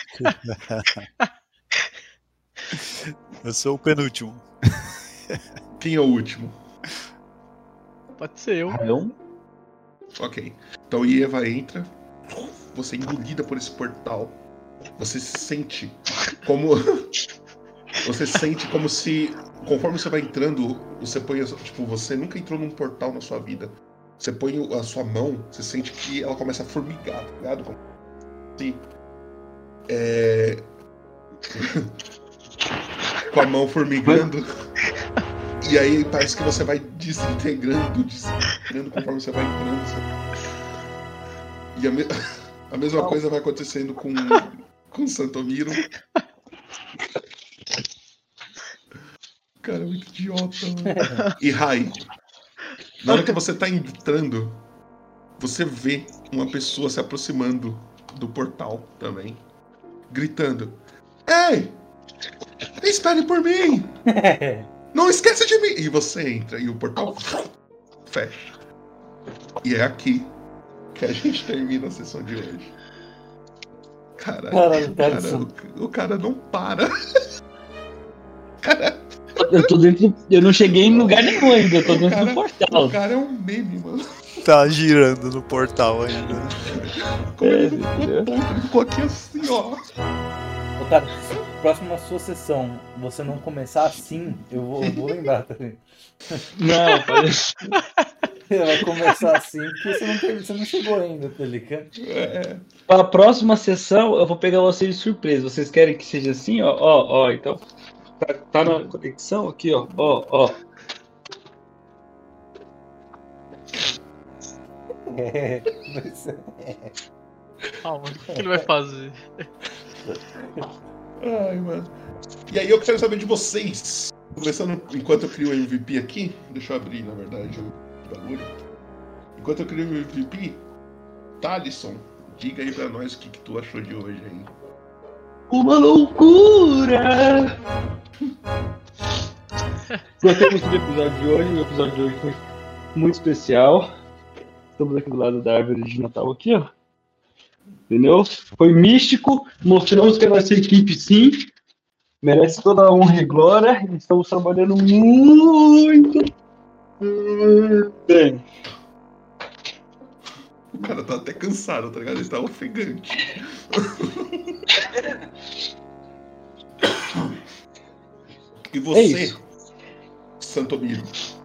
Eu sou o penúltimo. Quem é o último? Pode ser eu. Eu? Ok. Então Ieva entra. Você é engolida por esse portal. Você se sente como... Você sente como se... Conforme você vai entrando, você põe... Tipo, você nunca entrou num portal na sua vida. Você põe a sua mão, você sente que ela começa a formigar, tá ligado? Como se... Com a mão formigando. E aí parece que você vai desintegrando conforme você vai entrando. E a mesma coisa vai acontecendo com Santomiro. Cara, é muito idiota, mano. E Rai, na hora que você tá entrando, você vê uma pessoa se aproximando do portal também, gritando: ei! Espere por mim! Não esqueça de mim! E você entra e o portal fecha. E é aqui que a gente termina a sessão de hoje. Caralho, o cara não para. Cara, eu tô dentro. Eu não cheguei em lugar nenhum ainda, eu tô dentro do portal. O cara é um meme, mano. Tá girando no portal ainda. Como ele ficou aqui assim, ó. Otário, próxima sua sessão, você não começar assim, eu vou lembrar também. Não, parece. Você vai começar assim porque você não chegou ainda, tá ligado? Para a próxima sessão, eu vou pegar vocês de surpresa. Vocês querem que seja assim, ó? Ó, então. Tá na conexão aqui, ó. Ó. Mano, o que ele vai fazer? Ai, mano. E aí eu quero saber de vocês. Começando enquanto eu crio o MVP aqui. Deixa eu abrir, na verdade, o bagulho. Enquanto eu crio o MVP, Thalisson, diga aí pra nós o que tu achou de hoje aí. Uma loucura! Gostei muito do episódio de hoje. O episódio de hoje foi muito especial. Estamos aqui do lado da árvore de Natal aqui, ó. Entendeu? Foi místico. Mostramos que a nossa equipe, sim, Merece toda a honra e glória. Estamos trabalhando muito bem. O cara tá até cansado, tá ligado? Ele tá ofegante. E você, Santomiro?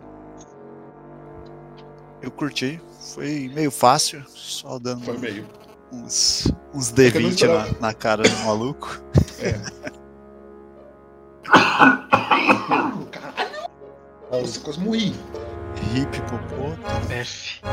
Eu curti, foi meio fácil, só dando Foi meio. uns D20 na cara do maluco. Caralho! Nossa, quase morri. Hip popô. F.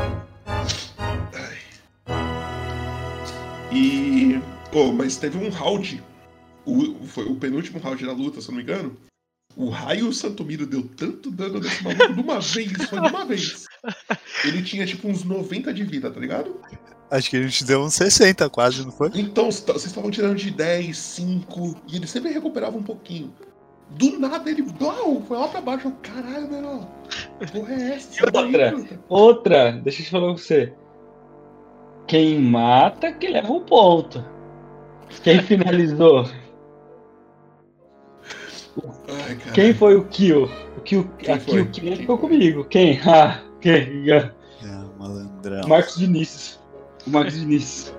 E. Mas teve um round. Foi o penúltimo round da luta, se eu não me engano. O raio Santomiro deu tanto dano nesse maluco de uma vez, foi de uma vez. Ele tinha tipo uns 90 de vida, tá ligado? Acho que a gente deu uns 60 quase, não foi? Então, vocês estavam tirando de 10, 5, e ele sempre recuperava um pouquinho. Do nada ele foi lá pra baixo. Caralho, menor. Porra é essa? Outra, deixa eu te falar com você. Quem mata, que leva um ponto. Quem finalizou? Ai, quem foi o kill? Quem ficou comigo? Quem? Quem? Malandrão. Marcos Vinícius. O Marcos Vinícius.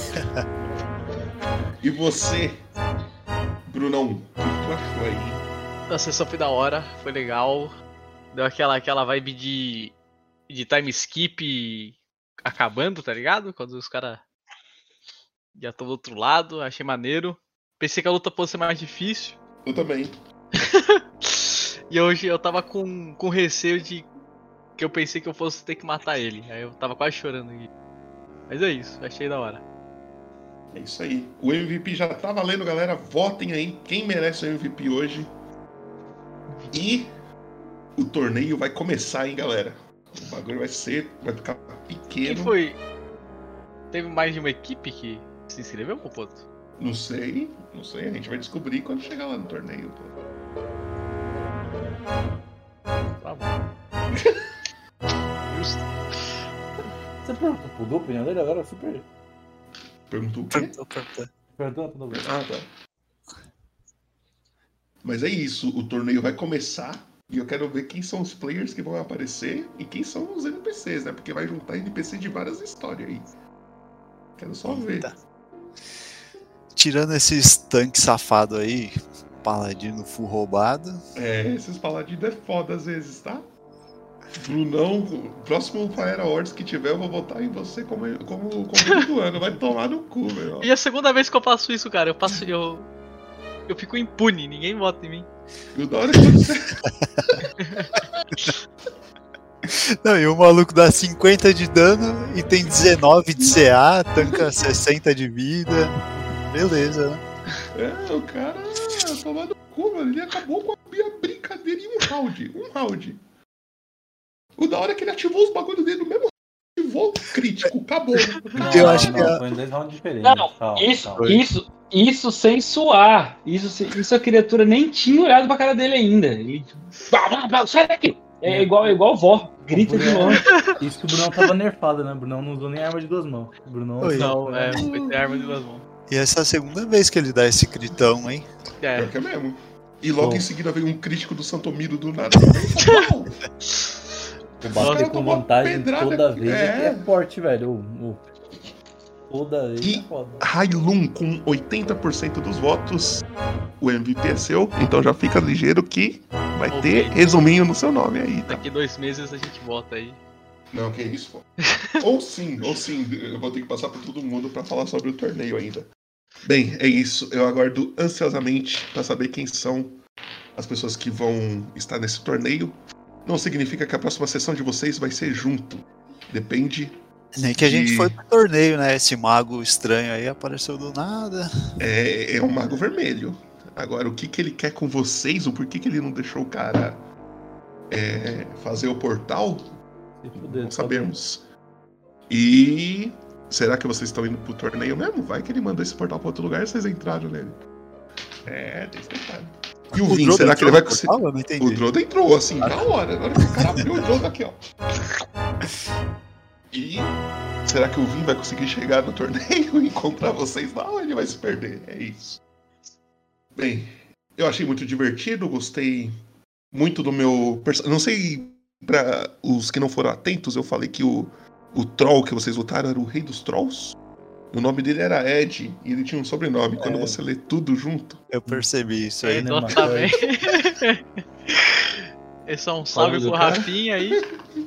E você, Brunão, o que tu achou aí? A sessão foi da hora, foi legal. Deu aquela vibe de time skip acabando, tá ligado? Quando os caras já estão do outro lado, achei maneiro. Pensei que a luta fosse mais difícil. Eu também. E hoje eu tava com receio de que eu pensei que eu fosse ter que matar ele. Aí eu tava quase chorando aqui. Mas é isso, achei da hora. É isso aí. O MVP já tá valendo, galera. Votem aí quem merece o MVP hoje. E o torneio vai começar, hein, galera. O bagulho vai ficar pequeno. Quem foi? Teve mais de uma equipe que se inscreveu, Popoto? Não sei. A gente vai descobrir quando chegar lá no torneio, pô. Tá bom. Justo. Você perguntou a opinião dele agora? Super. Perguntou o quê? Perguntou. Ah, tá. Mas é isso, o torneio vai começar e eu quero ver quem são os players que vão aparecer e quem são os NPCs, né? Porque vai juntar NPC de várias histórias aí. Quero só ver. Tirando esses tanques safados aí, paladino full roubado. Esses paladinos é foda às vezes, tá? Brunão, próximo Fire Awards que tiver, eu vou votar em você como do ano. Vai tomar no cu, meu. E a segunda vez que eu faço isso, cara, eu fico impune, ninguém vota em mim. E da hora que você... Não, e o maluco dá 50 de dano e tem 19 de CA, tanca 60 de vida. Beleza, né? O cara tomar no cu, mano. Ele acabou com a minha brincadeira em um round. O da hora é que ele ativou os bagulhos dele no mesmo ativou crítico, acabou. Eu acho que foi em 2 rounds diferentes. Não, isso sem suar. Isso a criatura nem tinha olhado pra cara dele ainda. Ele... Sai daqui! É igual vó. Grita de longe. Isso que o Brunão tava nerfado, né? O Brunão não usou nem arma de 2 mãos. O Brunão Foi ter arma de 2 mãos. E essa é a segunda vez que ele dá esse critão, hein? Pior que é mesmo. E logo em seguida veio um crítico do Santomiro do nada. O bater com vantagem toda vez é forte, velho. Toda vez e é foda. Hailun com 80% dos votos. O MVP é seu, então já fica ligeiro que vai ter resuminho no seu nome aí. Tá? Daqui 2 meses a gente vota aí. Não, que isso, pô. ou sim, eu vou ter que passar por todo mundo pra falar sobre o torneio ainda. Bem, é isso. Eu aguardo ansiosamente pra saber quem são as pessoas que vão estar nesse torneio. Não significa que a próxima sessão de vocês vai ser junto. Depende. Nem que a gente foi pro torneio, né? Esse mago estranho aí apareceu do nada. É um mago vermelho. Agora, o que ele quer com vocês, o porquê que ele não deixou o cara fazer o portal, não sabemos. E será que vocês estão indo pro torneio mesmo? Vai que ele mandou esse portal pra outro lugar e vocês entraram nele. Tem esse detalhe. E o Vin, será que ele vai conseguir? O Drodo entrou, assim, na hora. Agora que o cara abriu o Drodo aqui, ó. E será que o Vin vai conseguir chegar no torneio e encontrar vocês lá ou ele vai se perder? É isso. Bem, Eu achei muito divertido, gostei muito do meu personagem. Não sei, para os que não foram atentos, eu falei que o troll que vocês lutaram era o Rei dos Trolls. O nome dele era Ed e ele tinha um sobrenome. Quando você lê tudo junto... Eu percebi isso aí. Eu também. Esse é um salve pro Rafinha aí.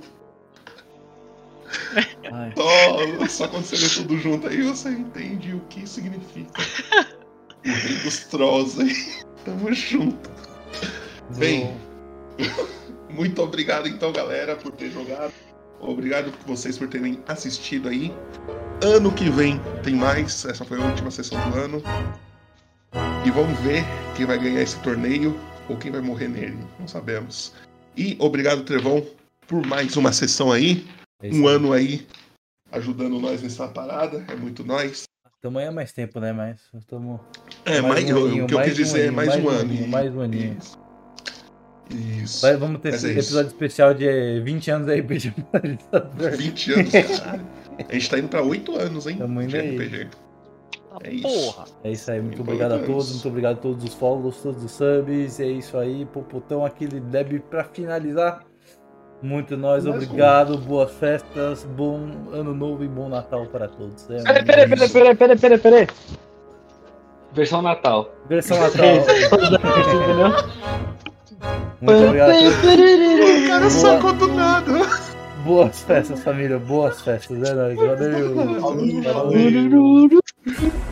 Só quando você lê tudo junto aí você entende o que significa. O Rei dos Trolls aí. Tamo junto. Bem, muito obrigado então, galera, por ter jogado. Obrigado vocês por terem assistido aí. Ano que vem tem mais. Essa foi a última sessão do ano. E vamos ver quem vai ganhar esse torneio ou quem vai morrer nele. Não sabemos. E obrigado, Trevão, por mais uma sessão aí. Um ano aí ajudando nós nessa parada. É muito nós. Tamanho é mais tempo, né? Mas estamos. O que eu quis dizer é mais um ano. Mais um aninho. Isso. Vamos ter esse episódio especial de 20 anos da RPG Moralizador. 20 anos, caralho. A gente tá indo pra 8 anos, hein? Tamo indo de aí. RPG. É isso. Porra! É isso aí, muito obrigado a todos, muito obrigado a todos os follows, todos os subs. É isso aí, Popotão, aquele deb pra finalizar. Muito nós, obrigado, boas festas, bom ano novo e bom Natal para todos. Peraí. Versão Natal. Versão Natal. Muito obrigado. O cara sacou do nada. Boas festas, família. Boas festas. É nóis. Valeu.